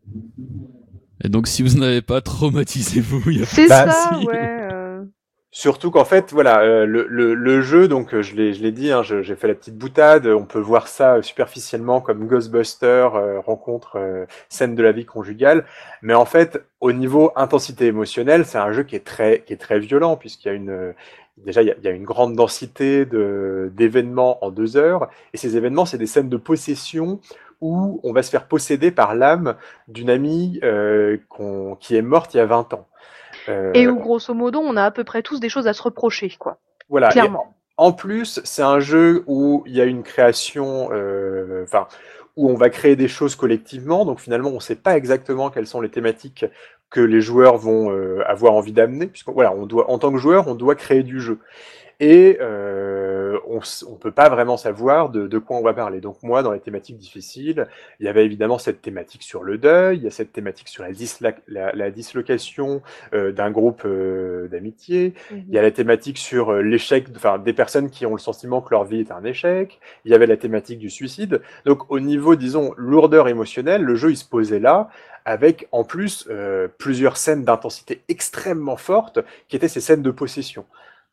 Et donc, si vous n'avez pas, traumatisez-vous. Il y a C'est pas de Bah, ça, souci. ouais. euh, Surtout qu'en fait, voilà, euh, le, le, le jeu, donc euh, je l'ai, je l'ai dit, hein, je- j'ai fait la petite boutade. On peut voir ça euh, superficiellement comme Ghostbusters, euh, rencontre, euh, scène de la vie conjugale, mais en fait, au niveau intensité émotionnelle, c'est un jeu qui est très, qui est très violent puisqu'il y a une, euh, déjà il y a, il y a une grande densité de d'événements en deux heures, et ces événements, c'est des scènes de possession où on va se faire posséder par l'âme d'une amie euh, qu'on, qui est morte il y a vingt ans. Euh, Et où grosso modo, on a à peu près tous des choses à se reprocher, quoi. Voilà. Et Clairement. en plus, c'est un jeu où il y a une création, euh, enfin, où on va créer des choses collectivement. Donc finalement, on ne sait pas exactement quelles sont les thématiques que les joueurs vont euh, avoir envie d'amener, puisque voilà, on doit, en tant que joueur, on doit créer du jeu. Et euh, on ne peut pas vraiment savoir de, de quoi on va parler. Donc moi, dans les thématiques difficiles, il y avait évidemment cette thématique sur le deuil, il y a cette thématique sur la, disla- la, la dislocation euh, d'un groupe euh, d'amitié, Mhm. il y a la thématique sur euh, l'échec, enfin des personnes qui ont le sentiment que leur vie est un échec, il y avait la thématique du suicide. Donc au niveau, disons, lourdeur émotionnelle, le jeu il se posait là, avec en plus euh, plusieurs scènes d'intensité extrêmement fortes, qui étaient ces scènes de possession.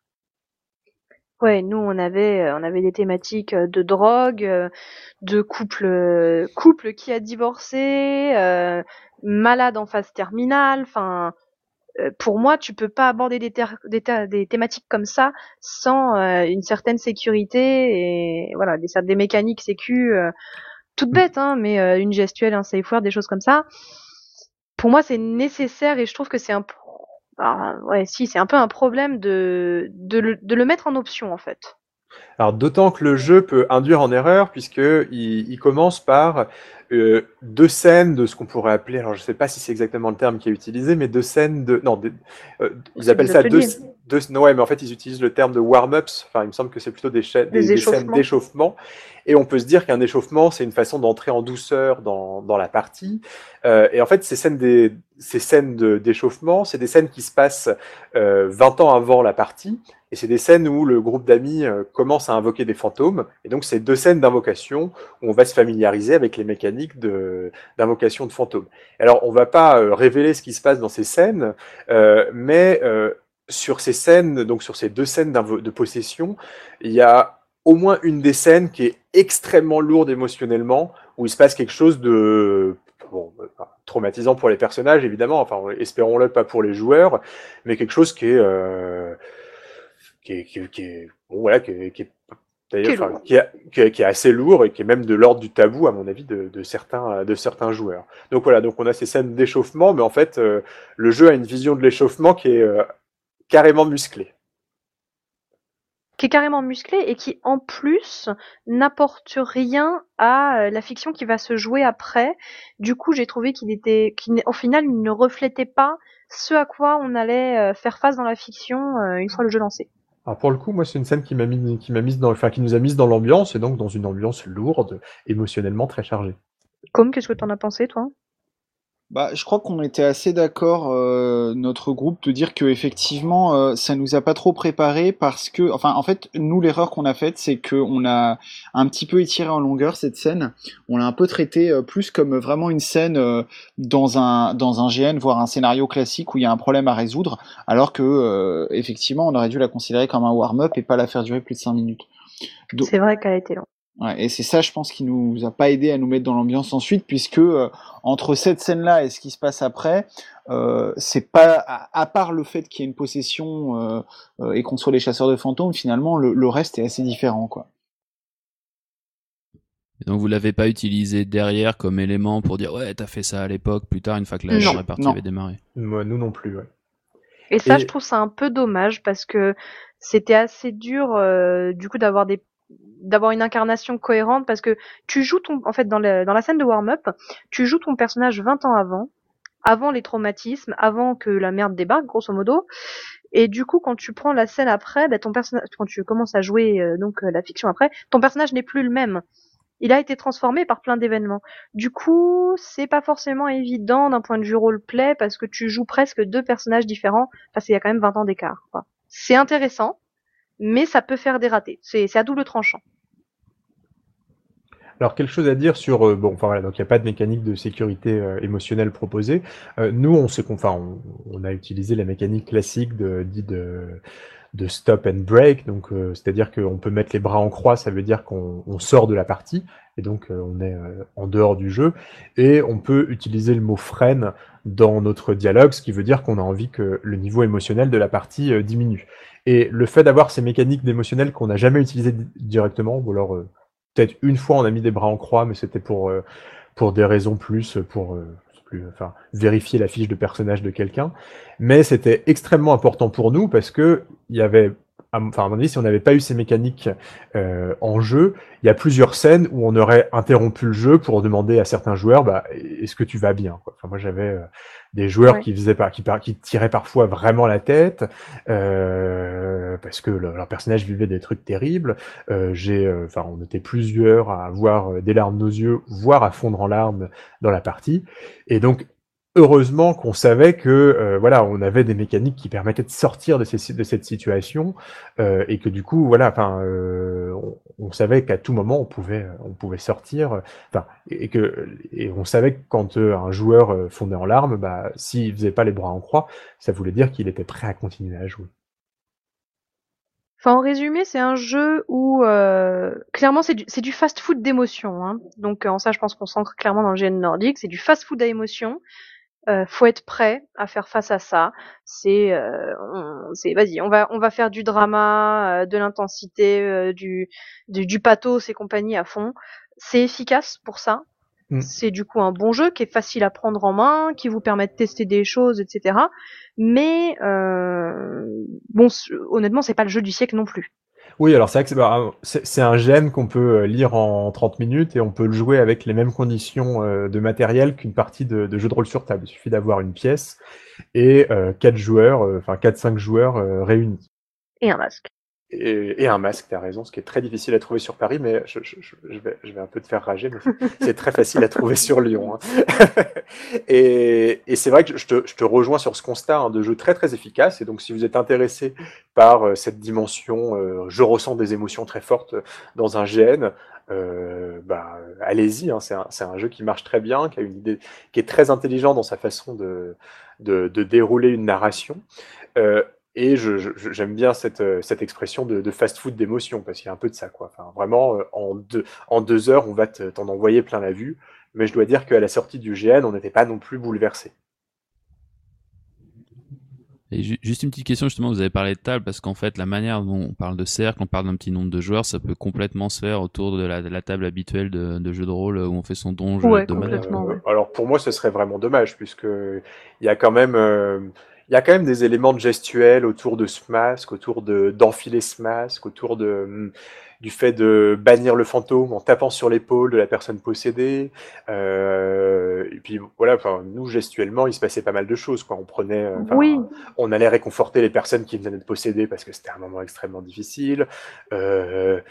Ouais, nous on avait euh, on avait des thématiques euh, de drogue, euh, de couple euh, couple qui a divorcé, euh, malade en phase terminale. Enfin, euh, pour moi, tu peux pas aborder des, ter- des, ter- des thématiques comme ça sans euh, une certaine sécurité et voilà des des mécaniques sécu euh, toutes bêtes, hein, mais euh, une gestuelle, un safe word, des choses comme ça. Pour moi, c'est nécessaire et je trouve que c'est un pro- ah, ouais, si, c'est un peu un problème de de le, de le mettre en option en fait. Alors d'autant que le jeu peut induire en erreur, puisqu'il il commence par euh, deux scènes de ce qu'on pourrait appeler, alors je ne sais pas si c'est exactement le terme qui est utilisé, mais deux scènes de... Non, de, euh, ils C'est appellent des ça deux... ateliers. deux non, ouais, mais en fait ils utilisent le terme de warm-ups, enfin il me semble que c'est plutôt des, cha- des, Des des scènes échauffements. d'échauffement, et on peut se dire qu'un échauffement c'est une façon d'entrer en douceur dans, dans la partie, euh, et en fait ces scènes des... Ces scènes de- d'échauffement, c'est des scènes qui se passent euh, vingt ans avant la partie, et c'est des scènes où le groupe d'amis euh, commence à invoquer des fantômes. Et donc, c'est deux scènes d'invocation où on va se familiariser avec les mécaniques de, d'invocation de fantômes. Alors, on va pas euh, révéler ce qui se passe dans ces scènes, euh, mais euh, sur ces scènes, donc sur ces deux scènes de possession, il y a au moins une des scènes qui est extrêmement lourde émotionnellement, où il se passe quelque chose de... Bon, traumatisant pour les personnages, évidemment, enfin, espérons-le pas pour les joueurs, mais quelque chose qui est... Euh, qui est, qui est, qui est bon, voilà, qui est, qui est d'ailleurs, Quel enfin, qui est, qui, est, qui est assez lourd et qui est même de l'ordre du tabou, à mon avis, de, de, certains, de certains joueurs. Donc voilà, donc on a ces scènes d'échauffement, mais en fait, euh, le jeu a une vision de l'échauffement qui est euh, carrément musclée. Qui est carrément musclé et qui, en plus, n'apporte rien à euh, la fiction qui va se jouer après. Du coup, j'ai trouvé qu'il était, qu'il, au final, il ne reflétait pas ce à quoi on allait euh, faire face dans la fiction euh, une fois le jeu lancé. Alors pour le coup, moi, c'est une scène qui m'a mis, qui m'a mise dans, enfin, qui nous a mise dans l'ambiance, et donc dans une ambiance lourde, émotionnellement très chargée. Comme, qu'est-ce que t'en as pensé, toi? Bah, je crois qu'on était assez d'accord, euh, notre groupe, de dire que effectivement, euh, ça nous a pas trop préparé parce que, enfin, en fait, nous l'erreur qu'on a faite, c'est que on a un petit peu étiré en longueur cette scène. On l'a un peu traité euh, plus comme vraiment une scène euh, dans un dans un G N, voire un scénario classique où il y a un problème à résoudre, alors que euh, effectivement, on aurait dû la considérer comme un warm-up et pas la faire durer plus de cinq minutes. Donc, C'est vrai qu'elle a été longue. Ouais, et c'est ça, je pense, qui nous a pas aidé à nous mettre dans l'ambiance ensuite, puisque euh, entre cette scène-là et ce qui se passe après, euh, c'est pas, à, à part le fait qu'il y ait une possession euh, euh, et qu'on soit les chasseurs de fantômes, finalement, le, le reste est assez différent, quoi. Et donc vous l'avez pas utilisé derrière comme élément pour dire ouais t'as fait ça à l'époque, plus tard une fois que la Non. vraie partie Non. avait démarré. Moi, nous non plus, ouais. Et ça, Et- je trouve ça un peu dommage parce que c'était assez dur, euh, du coup, d'avoir des d'avoir une incarnation cohérente parce que tu joues ton, en fait, dans, le, dans la scène de warm-up, tu joues ton personnage vingt ans avant, avant les traumatismes, avant que la merde débarque, grosso modo. Et du coup, quand tu prends la scène après, bah, ton personnage, quand tu commences à jouer euh, donc euh, la fiction après, ton personnage n'est plus le même. Il a été transformé par plein d'événements. Du coup, c'est pas forcément évident d'un point de vue roleplay parce que tu joues presque deux personnages différents parce qu'il y a quand même vingt ans d'écart, quoi. C'est intéressant, mais ça peut faire des ratés. C'est, c'est à double tranchant. Alors quelque chose à dire sur euh, bon, enfin voilà, donc il n'y a pas de mécanique de sécurité euh, émotionnelle proposée. Euh, nous, on sait qu'on, enfin, on, on a utilisé la mécanique classique de dit de, de stop and break, donc euh, c'est-à-dire qu'on peut mettre les bras en croix, ça veut dire qu'on on sort de la partie et donc euh, on est euh, en dehors du jeu, et on peut utiliser le mot freine dans notre dialogue, ce qui veut dire qu'on a envie que le niveau émotionnel de la partie euh, diminue. Et le fait d'avoir ces mécaniques d'émotionnel qu'on n'a jamais utilisées di- directement, ou alors euh, peut-être une fois on a mis des bras en croix, mais c'était pour, euh, pour des raisons plus, pour euh, plus, enfin, vérifier la fiche de personnage de quelqu'un. Mais c'était extrêmement important pour nous parce que il y avait, enfin, à mon avis, si on n'avait pas eu ces mécaniques euh, en jeu, il y a plusieurs scènes où on aurait interrompu le jeu pour demander à certains joueurs, bah, est-ce que tu vas bien, quoi. Enfin, moi, j'avais, euh, des joueurs Ouais. qui faisaient pas, qui, par- qui tiraient parfois vraiment la tête euh, parce que le- leur personnage vivait des trucs terribles. Euh, j'ai, euh, enfin, on était plusieurs à avoir euh, des larmes aux yeux, voire à fondre en larmes dans la partie. Et donc, heureusement qu'on savait que, euh, voilà, on avait des mécaniques qui permettaient de sortir de, ces, de cette situation euh, et que du coup, voilà, enfin, euh, on, on savait qu'à tout moment on pouvait, on pouvait sortir. Enfin, et que et on savait que quand euh, un joueur euh, fondait en larmes, bah, s'il faisait pas les bras en croix, ça voulait dire qu'il était prêt à continuer à jouer. Enfin, en résumé, c'est un jeu où euh, clairement c'est du, c'est du fast-food d'émotion. Hein. Donc euh, en ça, je pense qu'on s'ancre clairement dans le G N nordique. C'est du fast-food à émotion. Euh, faut être prêt à faire face à ça. C'est, euh, on- c'est, vas-y, on va, on va faire du drama, euh, de l'intensité, euh, du, du, du pathos et compagnie à fond. C'est efficace pour ça. Mm. C'est du coup un bon jeu qui est facile à prendre en main, qui vous permet de tester des choses, et cetera. Mais euh, bon, c- honnêtement, c'est pas le jeu du siècle non plus. Oui, alors c'est vrai que c'est bah, c'est- c'est un gène qu'on peut euh, lire en trente minutes et on peut le jouer avec les mêmes conditions euh, de matériel qu'une partie de, de jeu de rôle sur table. Il suffit d'avoir une pièce et euh, quatre joueurs, euh, enfin quatre cinq joueurs euh, réunis. Et un masque. Et, et un masque, t'as raison, ce qui est très difficile à trouver sur Paris, mais je, je, je, je vais, je vais un peu te faire rager, mais c'est- c'est très facile à trouver sur Lyon. Hein. et et c'est vrai que je te, je te rejoins sur ce constat hein, de jeu très très efficace. Et donc, si vous êtes intéressé par euh, cette dimension, euh, je ressens des émotions très fortes dans un G N, euh, bah, allez-y. Hein, c'est un, c'est un jeu qui marche très bien, qui a une idée, qui est très intelligent dans sa façon de, de, de dérouler une narration. Euh, et je, je, j'aime bien cette, euh, cette expression de, de fast-food d'émotion, parce qu'il y a un peu de ça, quoi. Enfin, vraiment, euh, en, deux, en deux heures, on va te, t'en envoyer plein la vue. Mais je dois dire qu'à la sortie du G N, on n'était pas non plus bouleversé. Et ju- juste une petite question, justement, vous avez parlé de table, parce qu'en fait, la manière dont on parle de cercle, on parle d'un petit nombre de joueurs, ça peut complètement se faire autour de la, de la table habituelle de, de jeu de rôle où on fait son donjon Ouais, de manette. complètement. Euh, Ouais. alors pour moi, ce serait vraiment dommage, puisque il y a quand même, euh, il y a quand même des éléments de gestuels autour de ce masque, autour de d'enfiler ce masque, autour de hum, du fait de bannir le fantôme en tapant sur l'épaule de la personne possédée. Euh, et puis voilà, enfin nous gestuellement, il se passait pas mal de choses, quoi. On prenait, euh, enfin, Oui, on allait réconforter les personnes qui venaient d'être possédées parce que c'était un moment extrêmement difficile. Euh,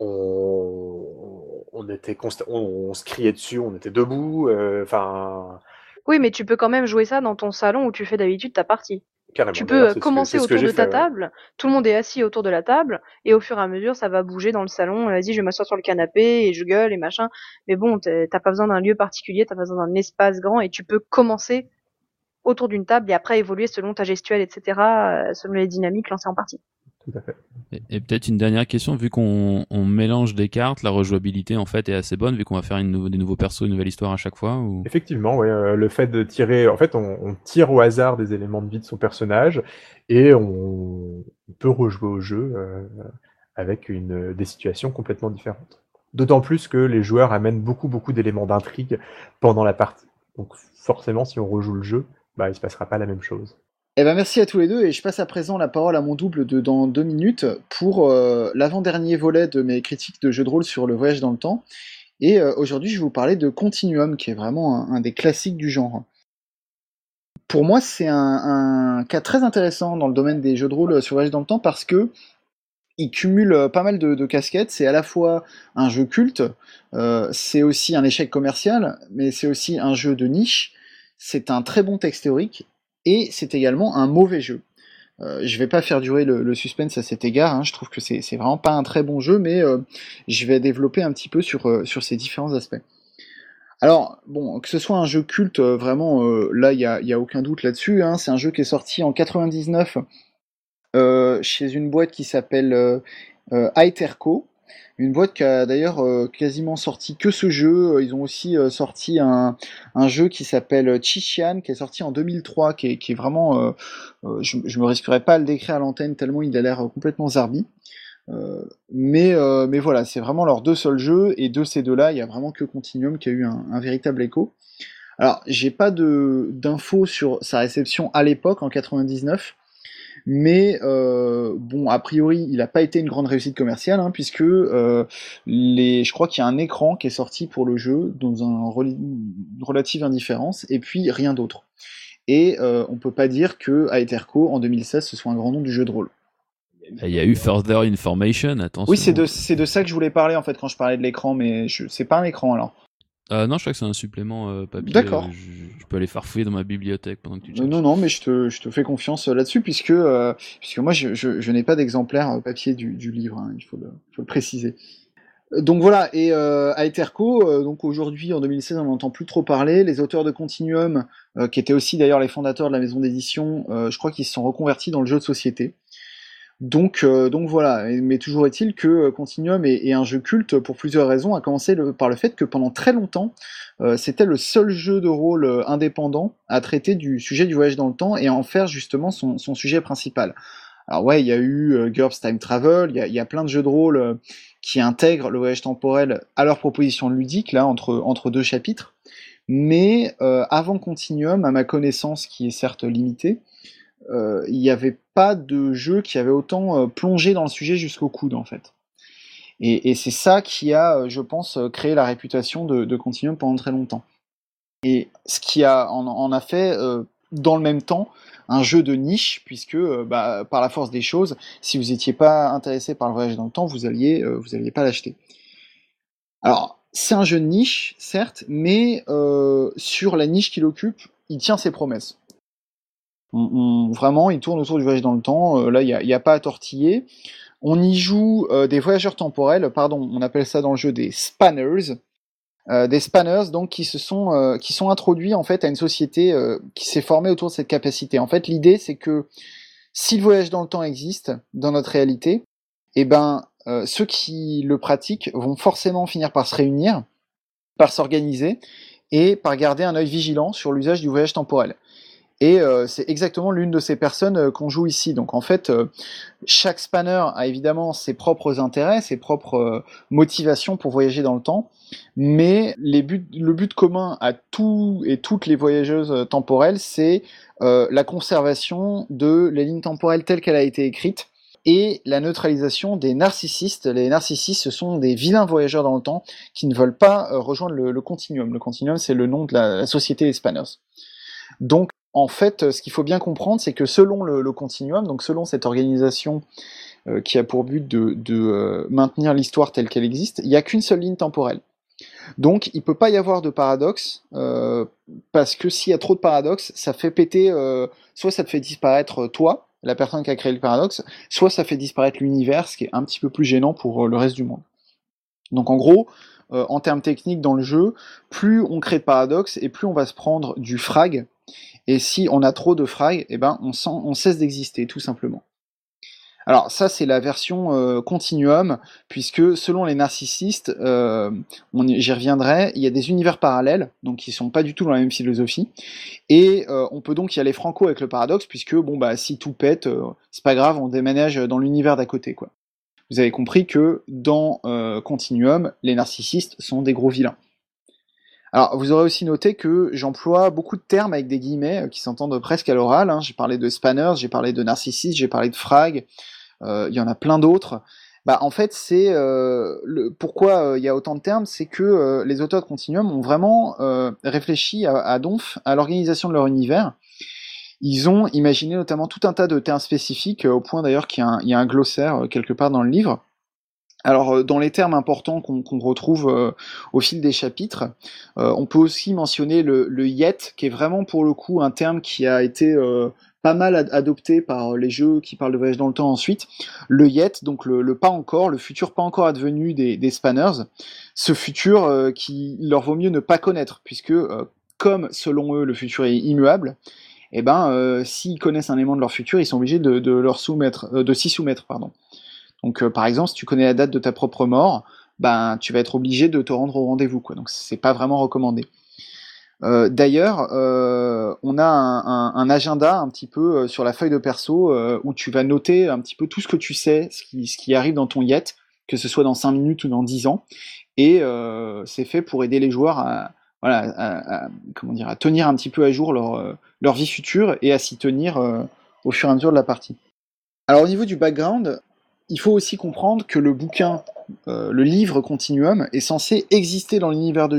on, on était consta- on, on se criait dessus, on était debout, enfin oui, mais tu peux quand même jouer ça dans ton salon où tu fais d'habitude ta partie. carrément. Tu D'ailleurs, peux euh, c'est ce que commencer c'est ce que autour j'ai de ta fait. Ouais. table, tout le monde est assis autour de la table, et au fur et à mesure, ça va bouger dans le salon. Vas-y, je vais m'asseoir sur le canapé et je gueule et machin. Mais bon, t'es- t'as pas besoin d'un lieu particulier, t'as pas besoin d'un espace grand, et tu peux commencer autour d'une table et après évoluer selon ta gestuelle, et cetera, euh, selon les dynamiques lancées en partie. Tout à fait. Et, et peut-être une dernière question, vu qu'on on mélange des cartes, la rejouabilité en fait est assez bonne, vu qu'on va faire une nou- des nouveaux persos, une nouvelle histoire à chaque fois. Ou... Effectivement, ouais, euh, le fait de tirer, en fait, on, on tire au hasard des éléments de vie de son personnage et on, on peut rejouer au jeu euh, avec une, des situations complètement différentes. D'autant plus que les joueurs amènent beaucoup, beaucoup d'éléments d'intrigue pendant la partie. Donc forcément, si on rejoue le jeu, bah, il se passera pas la même chose. Eh ben merci à tous les deux et je passe à présent la parole à mon double de dans deux minutes pour euh, l'avant-dernier volet de mes critiques de jeux de rôle sur le voyage dans le temps. Et euh, aujourd'hui je vais vous parler de Continuum qui est vraiment un, un des classiques du genre. Pour moi c'est un, un cas très intéressant dans le domaine des jeux de rôle sur le voyage dans le temps parce que il cumule euh, pas mal de, de casquettes, c'est à la fois un jeu culte, euh, c'est aussi un échec commercial, mais c'est aussi un jeu de niche, c'est un très bon texte théorique, et c'est également un mauvais jeu. Euh, je vais pas faire durer le, le suspense à cet égard, hein, je trouve que c'est c'est vraiment pas un très bon jeu, mais euh, je vais développer un petit peu sur, euh, sur ces différents aspects. Alors, bon, que ce soit un jeu culte, euh, vraiment, euh, là, il y a, y a aucun doute là-dessus, hein, c'est un jeu qui est sorti en quatre-vingt-dix-neuf euh, chez une boîte qui s'appelle euh, euh, Aeterco, une boîte qui a d'ailleurs euh, quasiment sorti que ce jeu. Ils ont aussi euh, sorti un, un jeu qui s'appelle Chichian, qui est sorti en deux mille trois, qui est, qui est vraiment... euh, euh, je, je me risquerais pas à le décrire à l'antenne tellement il a l'air complètement zarbi. Euh, mais, euh, mais voilà, c'est vraiment leurs deux seuls jeux, et de ces deux-là, il y a vraiment que Continuum qui a eu un, un véritable écho. Alors, j'ai pas de d'infos sur sa réception à l'époque, en quatre-vingt-dix-neuf, mais euh, bon, a priori, il n'a pas été une grande réussite commerciale, hein, puisque euh, les, je crois qu'il y a un écran qui est sorti pour le jeu dans un rel- une relative indifférence, et puis rien d'autre. et euh, on peut pas dire que Aeterco en deux mille seize ce soit un grand nom du jeu de rôle. Il y a eu Further Information, attention. Oui, c'est de, c'est de ça que je voulais parler en fait quand je parlais de l'écran, mais je, c'est pas un écran alors. Euh, non, je crois que c'est un supplément euh, papier. D'accord. Euh, je, je peux aller farfouiller dans ma bibliothèque pendant que tu Euh, cherches. non, non, mais je te, je te fais confiance euh, là-dessus, puisque, euh, puisque moi je, je, je n'ai pas d'exemplaire euh, papier du, du livre, hein, il faut le, faut le préciser. Euh, Donc voilà, et euh, Aeterco, euh, donc aujourd'hui en deux mille seize on n'entend plus trop parler, les auteurs de Continuum, euh, qui étaient aussi d'ailleurs les fondateurs de la maison d'édition, euh, je crois qu'ils se sont reconvertis dans le jeu de société. Donc, euh, donc voilà, Et- mais toujours est-il que euh, Continuum est, est un jeu culte pour plusieurs raisons, à commencer le- par le fait que pendant très longtemps, euh, c'était le seul jeu de rôle euh, indépendant à traiter du sujet du voyage dans le temps et à en faire justement son, son sujet principal. Alors ouais, il y a eu euh, GURPS Time Travel, il y a, il y a plein de jeux de rôle euh, qui intègrent le voyage temporel à leur proposition ludique, là, entre, entre deux chapitres, mais euh, avant Continuum, à ma connaissance, qui est certes limitée, euh, il n'y avait pas de jeu qui avait autant euh, plongé dans le sujet jusqu'au coude, en fait. Et, et c'est ça qui a, euh, je pense, euh, créé la réputation de, de Continuum pendant très longtemps. Et ce qui a, en, en a fait, euh, dans le même temps, un jeu de niche, puisque, euh, bah, par la force des choses, si vous n'étiez pas intéressé par le voyage dans le temps, vous alliez, euh, vous alliez pas l'acheter. Alors, c'est un jeu de niche, certes, mais euh, sur la niche qu'il occupe, il tient ses promesses. On, on- vraiment, il tourne autour du voyage dans le temps. Euh, là, il n'y a, il y a pas à tortiller. On y joue euh, des voyageurs temporels, pardon, on appelle ça dans le jeu des spanners. Euh, des spanners donc qui se sont euh, qui sont introduits en fait à une société euh, qui s'est formée autour de cette capacité. En fait, l'idée c'est que si le voyage dans le temps existe dans notre réalité, eh ben euh, ceux qui le pratiquent vont forcément finir par se réunir, par s'organiser et par garder un œil vigilant sur l'usage du voyage temporel. Et euh, c'est exactement l'une de ces personnes euh, qu'on joue ici. Donc en fait, euh, chaque spanner a évidemment ses propres intérêts, ses propres euh, motivations pour voyager dans le temps, mais les buts, le but commun à tous et toutes les voyageuses euh, temporelles, c'est euh, la conservation de la ligne temporelle telle qu'elle a été écrite et la neutralisation des narcissistes. Les narcissistes, ce sont des vilains voyageurs dans le temps qui ne veulent pas euh, rejoindre le, le continuum. Le continuum, c'est le nom de la, la société des spanners. Donc, en fait, ce qu'il faut bien comprendre, c'est que selon le, le continuum, donc selon cette organisation euh, qui a pour but de, de euh, maintenir l'histoire telle qu'elle existe, il n'y a qu'une seule ligne temporelle. Donc, il ne peut pas y avoir de paradoxe, euh, parce que s'il y a trop de paradoxes, ça fait péter, euh, soit ça te fait disparaître toi, la personne qui a créé le paradoxe, soit ça fait disparaître l'univers, ce qui est un petit peu plus gênant pour euh, le reste du monde. Donc en gros, euh, en termes techniques dans le jeu, plus on crée de paradoxes et plus on va se prendre du frag. Et si on a trop de frag, eh ben on, sent, on cesse d'exister, tout simplement. Alors ça, c'est la version euh, continuum, puisque selon les narcissistes, euh, on y- j'y reviendrai, il y a des univers parallèles, donc qui sont pas du tout dans la même philosophie, et euh, on peut donc y aller franco avec le paradoxe, puisque bon bah si tout pète, euh, c'est pas grave, on déménage dans l'univers d'à côté, quoi. Vous avez compris que dans euh, Continuum, les narcissistes sont des gros vilains. Alors, vous aurez aussi noté que j'emploie beaucoup de termes avec des guillemets euh, qui s'entendent presque à l'oral, hein. J'ai parlé de spanners, j'ai parlé de narcissistes, j'ai parlé de frag, euh, il y en a plein d'autres. Bah, en fait, c'est euh, le, pourquoi euh, il y a autant de termes, c'est que euh, les auteurs de Continuum ont vraiment euh, réfléchi à, à Donf, à l'organisation de leur univers. Ils ont imaginé notamment tout un tas de termes spécifiques, euh, au point d'ailleurs qu'il y a un, il y a un glossaire euh, quelque part dans le livre. Alors, euh, dans les termes importants qu'on qu'on retrouve euh, au fil des chapitres, euh, on peut aussi mentionner le, le yet, qui est vraiment pour le coup un terme qui a été euh, pas mal ad- adopté par les jeux qui parlent de voyage dans le temps ensuite. Le yet, donc le, le pas encore, le futur pas encore advenu des, des spanners, ce futur euh, qui leur vaut mieux ne pas connaître, puisque euh, comme selon eux le futur est immuable, eh ben euh, s'ils connaissent un élément de leur futur, ils sont obligés de, de leur soumettre, euh, de s'y soumettre, pardon. Donc, euh, par exemple, si tu connais la date de ta propre mort, ben, tu vas être obligé de te rendre au rendez-vous, quoi. Donc, c'est pas vraiment recommandé. Euh, D'ailleurs, euh, on a un, un, un agenda un petit peu euh, sur la feuille de perso euh, où tu vas noter un petit peu tout ce que tu sais, ce qui, ce qui arrive dans ton yet, que ce soit dans cinq minutes ou dans dix ans. Et euh, c'est fait pour aider les joueurs à, voilà, à, à, comment dire, à tenir un petit peu à jour leur, euh, leur vie future et à s'y tenir euh, au fur et à mesure de la partie. Alors, au niveau du background, il faut aussi comprendre que le bouquin, euh, le livre Continuum, est censé exister dans l'univers de jeu.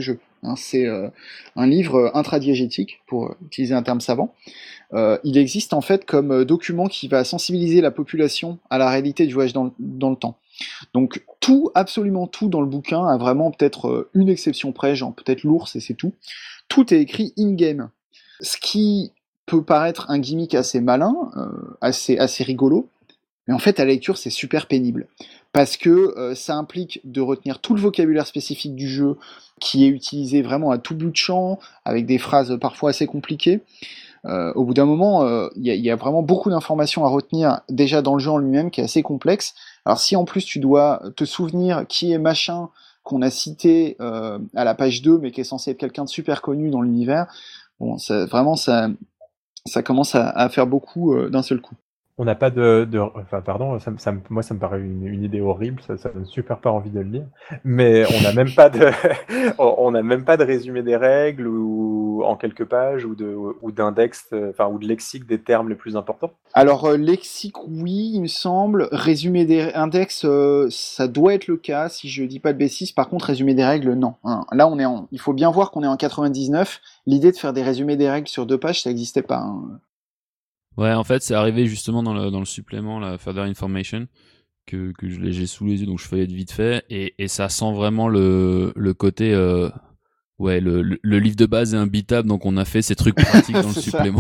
hein, c'est euh, un livre intradiégétique, pour utiliser un terme savant. Euh, il existe en fait comme document qui va sensibiliser la population à la réalité du voyage dans, dans le temps. Donc tout, absolument tout dans le bouquin, a vraiment peut-être une exception près, genre peut-être l'ours et c'est tout. Tout est écrit in-game. Ce qui peut paraître un gimmick assez malin, euh, assez, assez rigolo, mais en fait à la lecture c'est super pénible. Parce que euh, ça implique de retenir tout le vocabulaire spécifique du jeu, qui est utilisé vraiment à tout bout de champ, avec des phrases parfois assez compliquées. Euh, au bout d'un moment, il euh, y, y a vraiment beaucoup d'informations à retenir déjà dans le jeu en lui-même, qui est assez complexe. Alors si en plus tu dois te souvenir qui est machin qu'on a cité euh, à la page deux, mais qui est censé être quelqu'un de super connu dans l'univers, bon, ça, vraiment ça, ça commence à, à faire beaucoup euh, d'un seul coup. On n'a pas de, de, enfin pardon, ça, ça, moi ça me paraît une, une idée horrible, ça, ça me super pas envie de le lire. Mais on n'a même pas de, on n'a même pas de résumé des règles ou en quelques pages ou de, ou d'index, enfin ou de lexique des termes les plus importants. Alors euh, lexique, oui, il me semble. Résumé des index, euh, ça doit être le cas si je dis pas de bêtises. Par contre, résumé des règles, non. Hein. Là, on est en, il faut bien voir qu'on est en quatre-vingt-dix-neuf. L'idée de faire des résumés des règles sur deux pages, ça n'existait pas. Hein. Ouais, en fait, c'est arrivé justement dans le, dans le supplément, la Further Information, que, que je l'ai, j'ai sous les yeux, donc je feuillette vite fait, et, et ça sent vraiment le, le côté, euh, ouais, le, le, le livre de base est imbitable, donc on a fait ces trucs pratiques dans le supplément.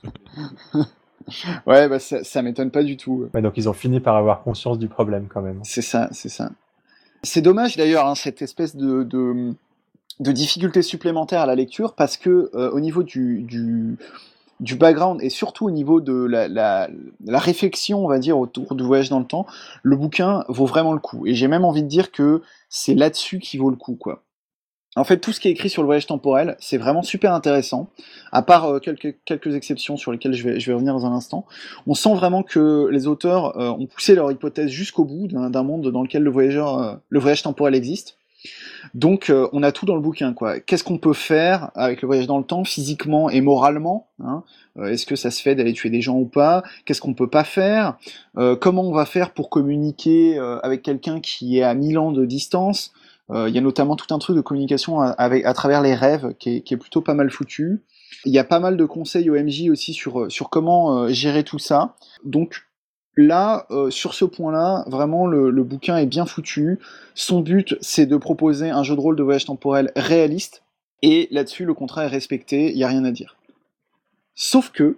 Ouais, bah ça, ça m'étonne pas du tout. Ouais, donc ils ont fini par avoir conscience du problème quand même. C'est ça, c'est ça. C'est dommage d'ailleurs, hein, cette espèce de, de, de difficulté supplémentaire à la lecture, parce que euh, au niveau du, du du background et surtout au niveau de la, la, la réflexion, on va dire, autour du voyage dans le temps, le bouquin vaut vraiment le coup. Et j'ai même envie de dire que c'est là-dessus qu'il vaut le coup, quoi. En fait, tout ce qui est écrit sur le voyage temporel, c'est vraiment super intéressant, à part euh, quelques, quelques exceptions sur lesquelles je vais, je vais revenir dans un instant. On sent vraiment que les auteurs euh, ont poussé leur hypothèse jusqu'au bout d'un, d'un monde dans lequel le, voyageur, euh, le voyage temporel existe. Donc euh, on a tout dans le bouquin, quoi. Qu'est-ce qu'on peut faire avec le voyage dans le temps, physiquement et moralement, hein, euh, est-ce que ça se fait d'aller tuer des gens ou pas? Qu'est-ce qu'on peut pas faire? euh, Comment on va faire pour communiquer euh, avec quelqu'un qui est à mille ans de distance? Il euh, y a notamment tout un truc de communication à, avec, à travers les rêves qui est, qui est plutôt pas mal foutu. Il y a pas mal de conseils O M J aussi sur, sur comment euh, gérer tout ça. Donc là, euh, sur ce point-là, vraiment, le, le bouquin est bien foutu. Son but, c'est de proposer un jeu de rôle de voyage temporel réaliste, et là-dessus, le contrat est respecté, il n'y a rien à dire. Sauf que,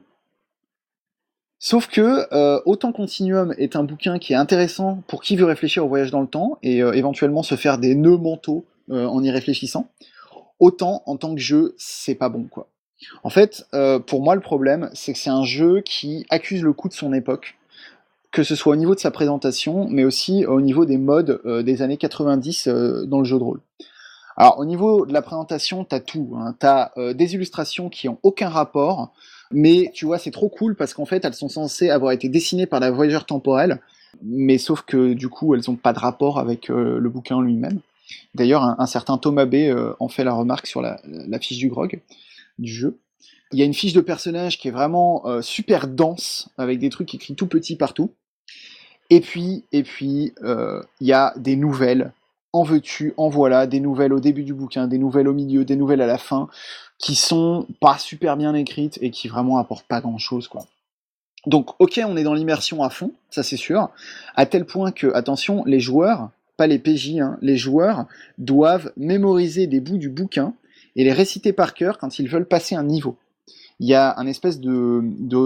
sauf que, euh, autant Continuum est un bouquin qui est intéressant pour qui veut réfléchir au voyage dans le temps, et euh, éventuellement se faire des nœuds mentaux euh, en y réfléchissant, autant, en tant que jeu, c'est pas bon, quoi. En fait, euh, pour moi, le problème, c'est que c'est un jeu qui accuse le coup de son époque, que ce soit au niveau de sa présentation, mais aussi au niveau des modes euh, des années quatre-vingt-dix euh, dans le jeu de rôle. Alors, au niveau de la présentation, t'as tout. Hein. T'as euh, des illustrations qui ont aucun rapport, mais tu vois, c'est trop cool parce qu'en fait, elles sont censées avoir été dessinées par la voyageur temporelle, mais sauf que du coup, elles n'ont pas de rapport avec euh, le bouquin lui-même. D'ailleurs, un, un certain Thomas B euh, en fait la remarque sur la, la fiche du grog du jeu. Il y a une fiche de personnage qui est vraiment euh, super dense, avec des trucs écrits tout petits partout. Et puis, et puis, il euh, y a des nouvelles, en veux-tu, en voilà, des nouvelles au début du bouquin, des nouvelles au milieu, des nouvelles à la fin, qui sont pas super bien écrites et qui vraiment apportent pas grand-chose, quoi. Donc, ok, on est dans l'immersion à fond, ça c'est sûr, à tel point que, attention, les joueurs, pas les P J, hein, les joueurs doivent mémoriser des bouts du bouquin et les réciter par cœur quand ils veulent passer un niveau. Il y a un espèce de,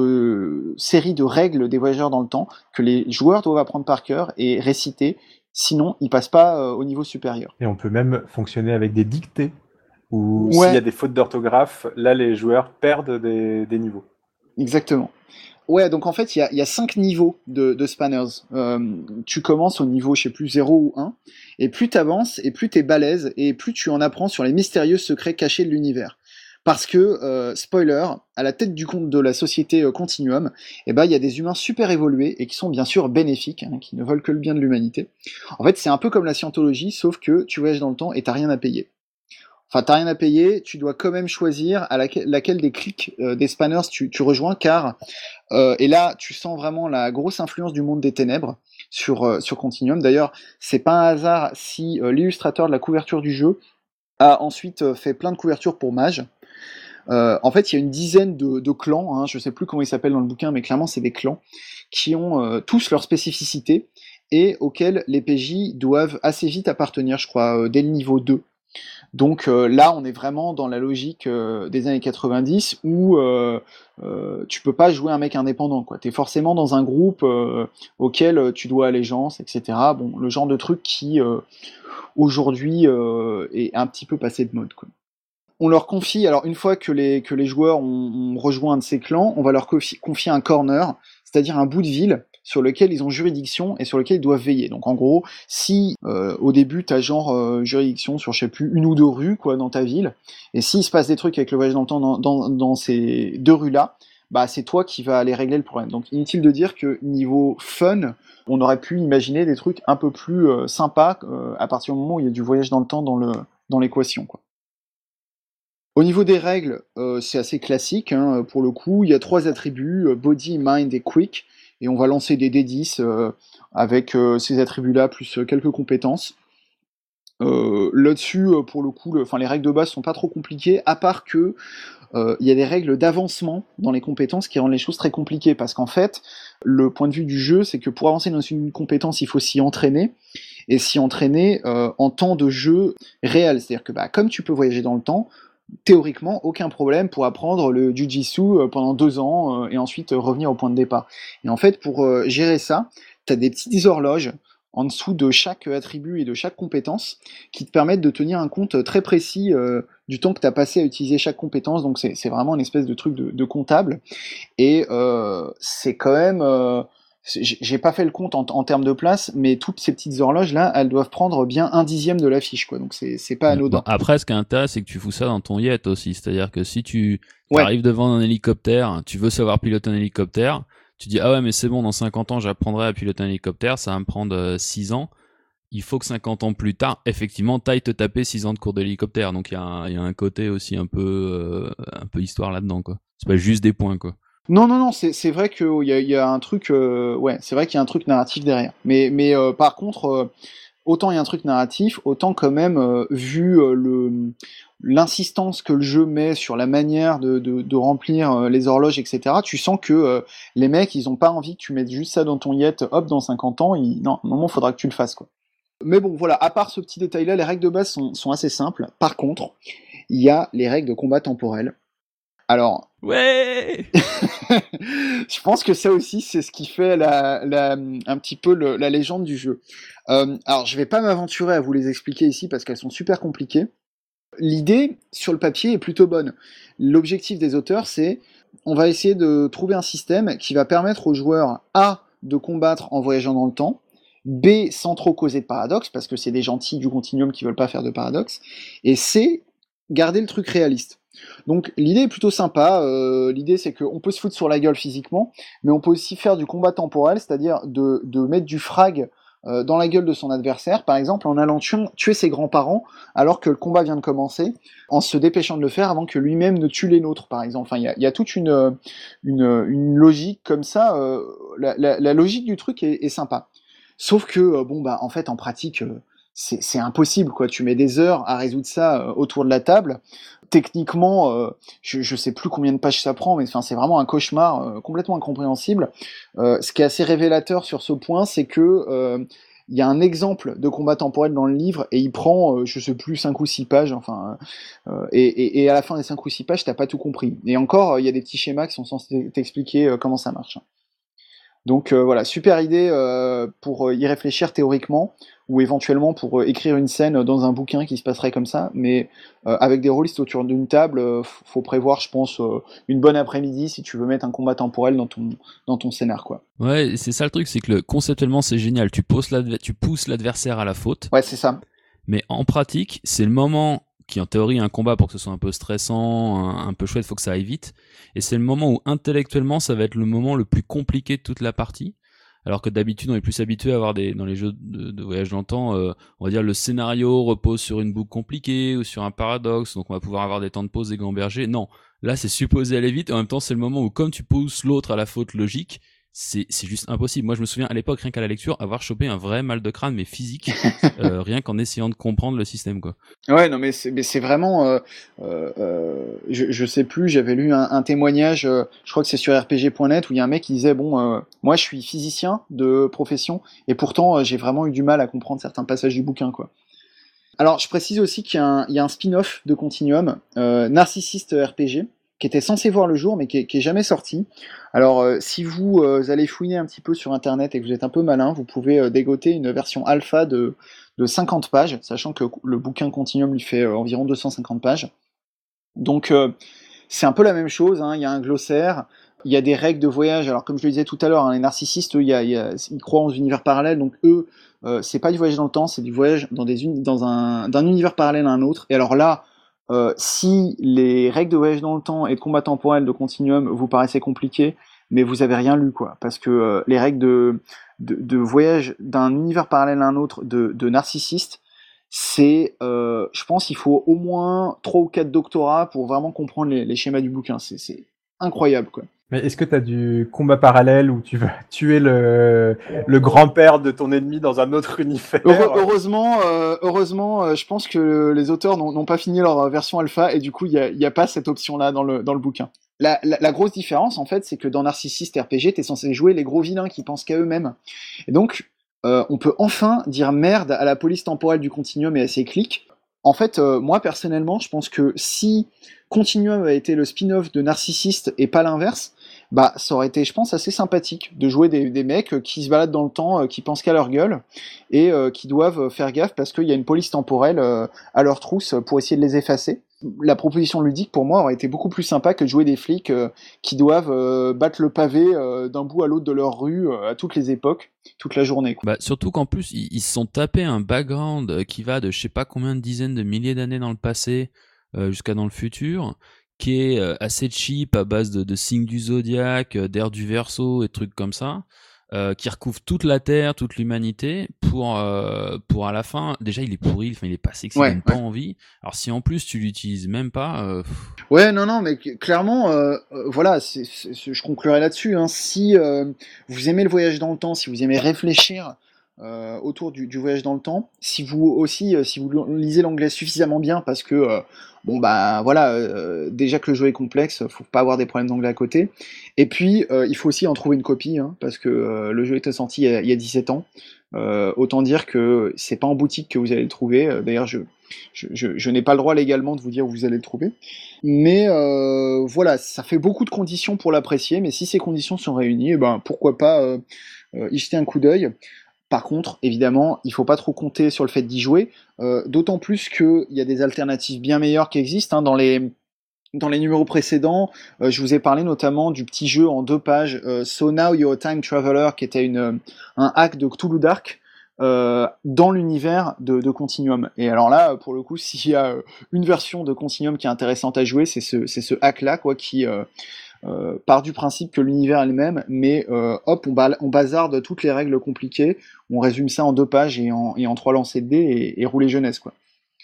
de série de règles des voyageurs dans le temps que les joueurs doivent apprendre par cœur et réciter, sinon ils passent pas euh, au niveau supérieur. Et on peut même fonctionner avec des dictées, où Ouais. s'il y a des fautes d'orthographe, là les joueurs perdent des, des niveaux. Exactement. Ouais, donc en fait, il y a, y a cinq niveaux de, de spanners. Euh, tu commences au niveau, je sais plus, zéro ou un, et plus t'avances, et plus t'es balèze, et plus tu en apprends sur les mystérieux secrets cachés de l'univers. Parce que, euh, spoiler, à la tête du compte de la société euh, Continuum, eh ben, il y a des humains super évolués et qui sont bien sûr bénéfiques, hein, qui ne veulent que le bien de l'humanité. En fait, c'est un peu comme la scientologie, sauf que tu voyages dans le temps et t'as rien à payer. Enfin, t'as rien à payer, tu dois quand même choisir à laquelle, laquelle des clics euh, des spanners tu, tu rejoins, car, euh, et là, tu sens vraiment la grosse influence du monde des ténèbres sur, euh, sur Continuum. D'ailleurs, c'est pas un hasard si euh, l'illustrateur de la couverture du jeu a ensuite euh, fait plein de couvertures pour Mage. Euh, en fait, il y a une dizaine de, de clans, hein, je sais plus comment ils s'appellent dans le bouquin, mais clairement c'est des clans, qui ont euh, tous leur spécificité, et auxquels les P J doivent assez vite appartenir, je crois, euh, dès le niveau deux. Donc euh, là, on est vraiment dans la logique euh, des années quatre-vingt-dix, où euh, euh, tu peux pas jouer un mec indépendant, quoi. T'es forcément dans un groupe euh, auquel tu dois allégeance, et cetera. Bon, le genre de truc qui, euh, aujourd'hui, euh, est un petit peu passé de mode, quoi. On leur confie, alors une fois que les, que les joueurs ont, ont rejoint un de ces clans, on va leur confier, confier un corner, c'est-à-dire un bout de ville sur lequel ils ont juridiction et sur lequel ils doivent veiller. Donc en gros, si euh, au début t'as genre euh, juridiction sur je sais plus une ou deux rues quoi dans ta ville, et s'il se passe des trucs avec le voyage dans le temps dans, dans, dans ces deux rues-là, bah c'est toi qui vas aller régler le problème. Donc inutile de dire que niveau fun, on aurait pu imaginer des trucs un peu plus euh, sympas euh, à partir du moment où il y a du voyage dans le temps dans le dans l'équation, quoi. Au niveau des règles, euh, c'est assez classique, hein, pour le coup. Il y a trois attributs, euh, Body, Mind et Quick, et on va lancer des D dix euh, avec euh, ces attributs-là, plus euh, quelques compétences. Euh, là-dessus, euh, pour le coup, le, les règles de base sont pas trop compliquées, à part que euh, il y a des règles d'avancement dans les compétences qui rendent les choses très compliquées, parce qu'en fait, le point de vue du jeu, c'est que pour avancer dans une compétence, il faut s'y entraîner, et s'y entraîner euh, en temps de jeu réel. C'est-à-dire que bah, comme tu peux voyager dans le temps, théoriquement, aucun problème pour apprendre le Jujitsu pendant deux ans euh, et ensuite euh, revenir au point de départ. Et en fait, pour euh, gérer ça, tu as des petites horloges en dessous de chaque attribut et de chaque compétence qui te permettent de tenir un compte très précis euh, du temps que tu as passé à utiliser chaque compétence. Donc c'est, c'est vraiment une espèce de truc de, de comptable. Et euh, c'est quand même... Euh, j'ai pas fait le compte en, en termes de place, mais toutes ces petites horloges là, elles doivent prendre bien un dixième de la fiche, quoi. Donc c'est c'est pas anodin. Bon, après, ce qui est intéressant, c'est que tu fous ça dans ton yet aussi, c'est-à-dire que si tu ouais. arrives devant un hélicoptère, tu veux savoir piloter un hélicoptère, tu dis ah ouais mais c'est bon, dans cinquante ans j'apprendrai à piloter un hélicoptère, ça va me prendre euh, six ans. Il faut que cinquante ans plus tard, effectivement, t'ailles te taper six ans de cours d'hélicoptère. Donc il y a un, il y a un côté aussi un peu euh, un peu histoire là-dedans, quoi. C'est pas juste des points, quoi. Non, non, non, c'est, c'est vrai qu'il y a, y a un truc, euh, ouais, c'est vrai qu'il y a un truc narratif derrière. Mais, mais euh, par contre, euh, autant il y a un truc narratif, autant quand même, euh, vu euh, le, l'insistance que le jeu met sur la manière de, de, de remplir euh, les horloges, et cetera, tu sens que euh, les mecs, ils ont pas envie que tu mettes juste ça dans ton yet, hop, dans cinquante ans, ils... non, non, il faudra que tu le fasses, quoi. Mais bon, voilà, à part ce petit détail-là, les règles de base sont, sont assez simples. Par contre, il y a les règles de combat temporel. Alors, ouais, je pense que ça aussi c'est ce qui fait la, la, un petit peu le, la légende du jeu. Euh, alors, je vais pas m'aventurer à vous les expliquer ici parce qu'elles sont super compliquées. L'idée sur le papier est plutôt bonne. L'objectif des auteurs, c'est on va essayer de trouver un système qui va permettre aux joueurs A de combattre en voyageant dans le temps, B sans trop causer de paradoxe parce que c'est des gentils du continuum qui veulent pas faire de paradoxe, et C garder le truc réaliste. Donc l'idée est plutôt sympa, euh, l'idée c'est qu'on peut se foutre sur la gueule physiquement, mais on peut aussi faire du combat temporel, c'est-à-dire de, de mettre du frag euh, dans la gueule de son adversaire, par exemple en allant tuer, tuer ses grands-parents alors que le combat vient de commencer, en se dépêchant de le faire avant que lui-même ne tue les nôtres, par exemple. Enfin, il y a, y a toute une, une, une logique comme ça, euh, la, la, la logique du truc est, est sympa. Sauf que, euh, bon bah en fait en pratique... Euh, C'est, c'est impossible, quoi. Tu mets des heures à résoudre ça euh, autour de la table. Techniquement, euh, je, je sais plus combien de pages ça prend, mais enfin, c'est vraiment un cauchemar euh, complètement incompréhensible. Euh, ce qui est assez révélateur sur ce point, c'est que euh, il y a un exemple de combat temporel dans le livre et il prend, euh, je sais plus, cinq ou six pages. Enfin, euh, et, et, et à la fin des cinq ou six pages, t'as pas tout compris. Et encore, il y a des petits schémas qui sont censés t'expliquer euh, comment ça marche. Donc euh, voilà, super idée euh, pour y réfléchir théoriquement, ou éventuellement pour euh, écrire une scène dans un bouquin qui se passerait comme ça, mais euh, avec des rôlistes autour d'une table, euh, faut prévoir, je pense, euh, une bonne après-midi si tu veux mettre un combat temporel dans ton, dans ton scénar, quoi. Ouais, c'est ça le truc, c'est que le, conceptuellement c'est génial, tu, poses l'adver- tu pousses l'adversaire à la faute. Ouais, c'est ça. Mais en pratique, c'est le moment qui en théorie est un combat pour que ce soit un peu stressant, un, un peu chouette, faut que ça aille vite. Et c'est le moment où intellectuellement ça va être le moment le plus compliqué de toute la partie. Alors que d'habitude on est plus habitué à avoir des dans les jeux de, de voyage dans le temps, euh, on va dire le scénario repose sur une boucle compliquée ou sur un paradoxe, donc on va pouvoir avoir des temps de pause, des gambergers. Non, là c'est supposé aller vite. Et en même temps c'est le moment où comme tu pousses l'autre à la faute logique, c'est c'est juste impossible. Moi, je me souviens à l'époque, rien qu'à la lecture, avoir chopé un vrai mal de crâne, mais physique, euh, rien qu'en essayant de comprendre le système, quoi. Ouais, non, mais c'est, mais c'est vraiment. Euh, euh, euh, je, je sais plus, j'avais lu un, un témoignage, euh, je crois que c'est sur R P G point net, où il y a un mec qui disait bon, euh, moi je suis physicien de profession, et pourtant euh, j'ai vraiment eu du mal à comprendre certains passages du bouquin, quoi. Alors, je précise aussi qu'il y a un, il y a un spin-off de Continuum, euh, Narcissiste R P G, qui était censé voir le jour, mais qui est, qui est jamais sorti. Alors, euh, si vous euh, allez fouiner un petit peu sur Internet et que vous êtes un peu malin, vous pouvez euh, dégoter une version alpha de, de cinquante pages, sachant que le bouquin Continuum lui fait euh, environ deux cent cinquante pages. Donc, euh, c'est un peu la même chose, hein. Il y a un glossaire, il y a des règles de voyage. Alors, comme je le disais tout à l'heure, hein, les narcissistes, eux, il y a, il y a, ils croient en univers parallèles, donc eux, euh, c'est pas du voyage dans le temps, c'est du voyage dans des uni- dans un, d'un univers parallèle à un autre. Et alors là, euh, si les règles de voyage dans le temps et de combat temporel de Continuum vous paraissaient compliquées, mais vous avez rien lu, quoi, parce que euh, les règles de, de, de voyage d'un univers parallèle à un autre de, de narcissistes, c'est, euh, je pense, il faut au moins trois ou quatre doctorats pour vraiment comprendre les, les schémas du bouquin. C'est, c'est incroyable, quoi. Mais est-ce que tu as du combat parallèle où tu vas tuer le, le grand-père de ton ennemi dans un autre univers? Heure- Heureusement, euh, heureusement, euh, je pense que les auteurs n'ont n'ont pas fini leur version alpha et du coup, il n'y a, il y a pas cette option-là dans le, dans le bouquin. La, la, la grosse différence, en fait, c'est que dans Narcissiste R P G, t'es censé jouer les gros vilains qui pensent qu'à eux-mêmes. Et donc, euh, on peut enfin dire merde à la police temporelle du Continuum et à ses clics. En fait, euh, moi, personnellement, je pense que si Continuum avait été le spin-off de Narcissiste et pas l'inverse, bah, ça aurait été, je pense, assez sympathique de jouer des, des mecs qui se baladent dans le temps, euh, qui pensent qu'à leur gueule, et euh, qui doivent faire gaffe parce qu'il y a une police temporelle euh, à leur trousse pour essayer de les effacer. La proposition ludique, pour moi, aurait été beaucoup plus sympa que de jouer des flics euh, qui doivent euh, battre le pavé euh, d'un bout à l'autre de leur rue, euh, à toutes les époques, toute la journée, quoi. Bah, surtout qu'en plus, ils, ils se sont tapés un background euh, qui va de je sais pas combien de dizaines de milliers d'années dans le passé euh, jusqu'à dans le futur, qui est euh, assez cheap à base de, de signes du zodiaque, euh, d'ère du Verseau et trucs comme ça, euh, qui recouvre toute la Terre, toute l'humanité, pour euh, pour à la fin, déjà il est pourri, enfin il est pas sexy, Ouais, il donne pas ouais. envie. Alors si en plus tu l'utilises même pas, euh, pff, Ouais, non, non, mais cl- clairement, euh, euh, voilà, c'est, c'est- c'est- je conclurai là-dessus, hein. Si euh, vous aimez le voyage dans le temps, si vous aimez réfléchir euh, autour du, du voyage dans le temps, si vous aussi, euh, si vous lisez l'anglais suffisamment bien, parce que euh, bon bah voilà, euh, déjà que le jeu est complexe, faut pas avoir des problèmes d'anglais à côté. Et puis euh, il faut aussi en trouver une copie, hein, parce que euh, le jeu était sorti il y a, il y a dix-sept ans. Euh, autant dire que c'est pas en boutique que vous allez le trouver. Euh, D'ailleurs, je, je, je, je n'ai pas le droit légalement de vous dire où vous allez le trouver. Mais euh, voilà, ça fait beaucoup de conditions pour l'apprécier, mais si ces conditions sont réunies, eh ben, pourquoi pas euh, euh, y jeter un coup d'œil. Par contre, évidemment, il faut pas trop compter sur le fait d'y jouer, euh, d'autant plus qu'il y a des alternatives bien meilleures qui existent, hein, dans les... Dans les numéros précédents, euh, je vous ai parlé notamment du petit jeu en deux pages, euh, So Now You're a Time Traveler, qui était une, un hack de Cthulhu Dark, euh, dans l'univers de, de Continuum. Et alors là, pour le coup, s'il y a euh, une version de Continuum qui est intéressante à jouer, c'est ce, c'est ce hack-là, quoi, qui euh, euh, part du principe que l'univers est le même, mais euh, hop, on, ba- on bazarde toutes les règles compliquées, on résume ça en deux pages et en, et en trois lancers de dés et, et rouler jeunesse, quoi.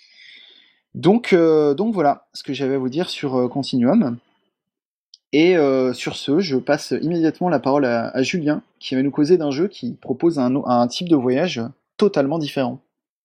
Donc, euh, donc voilà ce que j'avais à vous dire sur euh, Continuum. Et euh, sur ce, je passe immédiatement la parole à, à Julien, qui va nous causer d'un jeu qui propose un, o- un type de voyage totalement différent.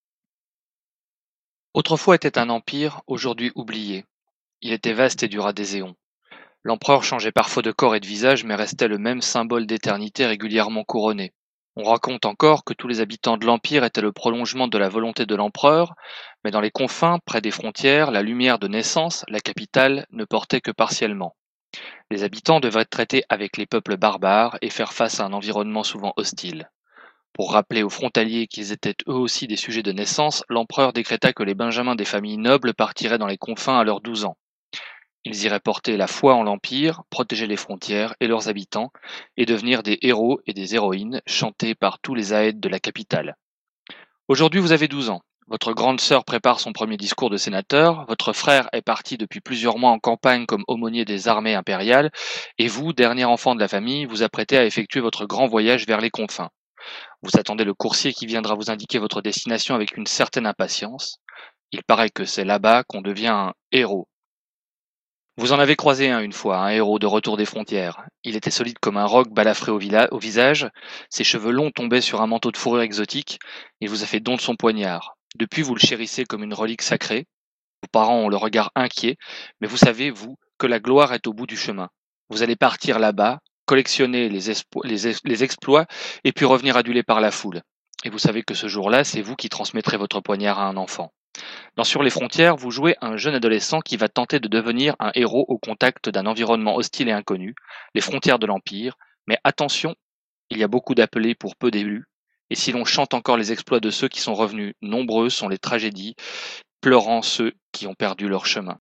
Autrefois était un empire, aujourd'hui oublié. Il était vaste et dura des éons. L'empereur changeait parfois de corps et de visage, mais restait le même symbole d'éternité régulièrement couronné. On raconte encore que tous les habitants de l'empire étaient le prolongement de la volonté de l'empereur, mais dans les confins, près des frontières, la lumière de naissance, la capitale, ne portait que partiellement. Les habitants devaient traiter avec les peuples barbares et faire face à un environnement souvent hostile. Pour rappeler aux frontaliers qu'ils étaient eux aussi des sujets de naissance, l'empereur décréta que les benjamins des familles nobles partiraient dans les confins à leurs douze ans. Ils iraient porter la foi en l'Empire, protéger les frontières et leurs habitants, et devenir des héros et des héroïnes chantés par tous les aèdes de la capitale. Aujourd'hui, vous avez douze ans. Votre grande sœur prépare son premier discours de sénateur, votre frère est parti depuis plusieurs mois en campagne comme aumônier des armées impériales, et vous, dernier enfant de la famille, vous apprêtez à effectuer votre grand voyage vers les confins. Vous attendez le coursier qui viendra vous indiquer votre destination avec une certaine impatience. Il paraît que c'est là-bas qu'on devient un héros. Vous en avez croisé un une fois, un héros de retour des frontières. Il était solide comme un roc balafré au, vila- au visage, ses cheveux longs tombaient sur un manteau de fourrure exotique, il vous a fait don de son poignard. Depuis, vous le chérissez comme une relique sacrée, vos parents ont le regard inquiet, mais vous savez, vous, que la gloire est au bout du chemin. Vous allez partir là-bas, collectionner les, espo- les, es- les exploits, et puis revenir adulé par la foule. Et vous savez que ce jour-là, c'est vous qui transmettrez votre poignard à un enfant. Dans Sur les frontières, vous jouez un jeune adolescent qui va tenter de devenir un héros au contact d'un environnement hostile et inconnu, les frontières de l'Empire. Mais attention, il y a beaucoup d'appelés pour peu d'élus. Et si l'on chante encore les exploits de ceux qui sont revenus, nombreux sont les tragédies, pleurant ceux qui ont perdu leur chemin.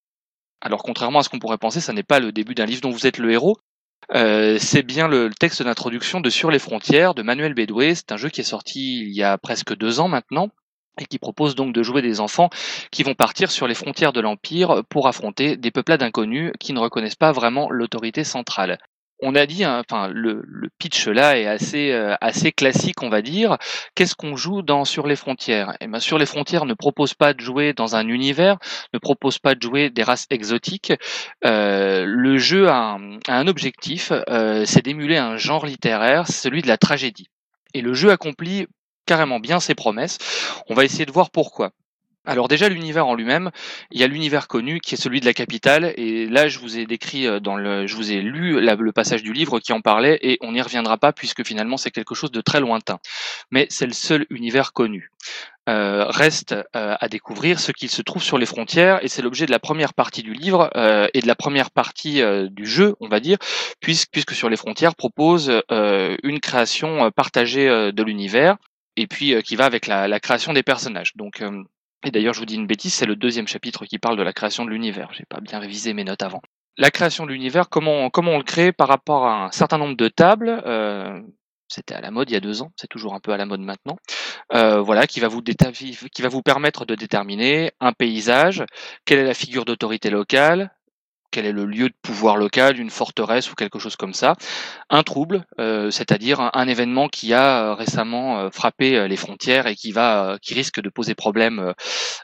Alors contrairement à ce qu'on pourrait penser, ça n'est pas le début d'un livre dont vous êtes le héros. Euh, c'est bien le texte d'introduction de Sur les frontières de Manuel Bédoué. C'est un jeu qui est sorti il y a presque deux ans maintenant et qui propose donc de jouer des enfants qui vont partir sur les frontières de l'Empire pour affronter des peuplades inconnues qui ne reconnaissent pas vraiment l'autorité centrale. On a dit, hein, enfin, le, le pitch là est assez, euh, assez classique, on va dire. Qu'est-ce qu'on joue dans Sur les frontières? Eh ben, Sur les frontières ne propose pas de jouer dans un univers, ne propose pas de jouer des races exotiques. Euh, le jeu a un, a un objectif, euh, c'est d'émuler un genre littéraire, celui de la tragédie. Et le jeu accomplit carrément bien ses promesses. On va essayer de voir pourquoi. Alors déjà l'univers en lui-même, il y a l'univers connu qui est celui de la capitale et là je vous ai décrit dans le, je vous ai lu la- le passage du livre qui en parlait et on n'y reviendra pas puisque finalement c'est quelque chose de très lointain. Mais c'est le seul univers connu. Euh, reste euh, à découvrir ce qu'il se trouve sur les frontières et c'est l'objet de la première partie du livre euh, et de la première partie euh, du jeu, on va dire, puisque, puisque sur les frontières propose euh, une création euh, partagée euh, de l'univers et puis euh, qui va avec la, la création des personnages. Donc euh, et d'ailleurs, je vous dis une bêtise, c'est le deuxième chapitre qui parle de la création de l'univers. J'ai pas bien révisé mes notes avant. La création de l'univers, comment, comment on le crée par rapport à un certain nombre de tables. Euh, c'était à la mode il y a deux ans, c'est toujours un peu à la mode maintenant. Euh, voilà, qui va vous déta- qui va vous permettre de déterminer un paysage, quelle est la figure d'autorité locale, quel est le lieu de pouvoir local, une forteresse ou quelque chose comme ça, un trouble, euh, c'est-à-dire un, un événement qui a euh, récemment euh, frappé euh, les frontières et qui va, euh, qui risque de poser problème euh,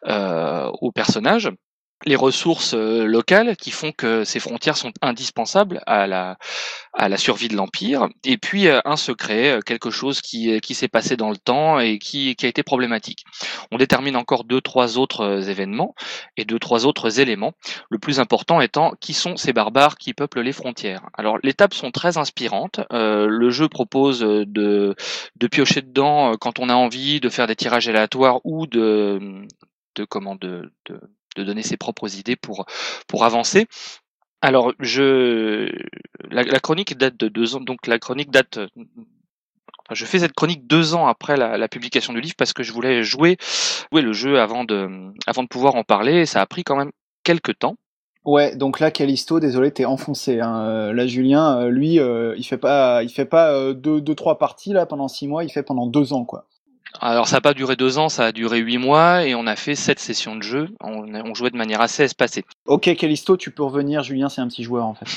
euh, aux personnages. Les ressources euh, locales qui font que ces frontières sont indispensables à la, à la survie de l'Empire, et puis euh, un secret, euh, quelque chose qui, qui s'est passé dans le temps et qui, qui a été problématique. On détermine encore deux, trois autres euh, événements et deux, trois autres éléments, le plus important étant qui sont ces barbares qui peuplent les frontières. Alors les tables sont très inspirantes, euh, le jeu propose de, de piocher dedans euh, quand on a envie, de faire des tirages aléatoires ou de, de, comment, de, de de donner ses propres idées pour, pour avancer. Alors, je, la, la chronique date de deux ans, donc la chronique date, enfin, je fais cette chronique deux ans après la, la publication du livre parce que je voulais jouer, jouer le jeu avant de, avant de pouvoir en parler et ça a pris quand même quelques temps. Ouais, donc là, Callisto, désolé, t'es enfoncé. Hein. Euh, Là, Julien, euh, lui, euh, il fait pas, il fait pas euh, deux, deux, trois parties là pendant six mois, il fait pendant deux ans, quoi. Alors, ça n'a pas duré deux ans, ça a duré huit mois et on a fait sept sessions de jeu. On, on jouait de manière assez espacée. Ok, Callisto, tu peux revenir. Julien, c'est un petit joueur en fait.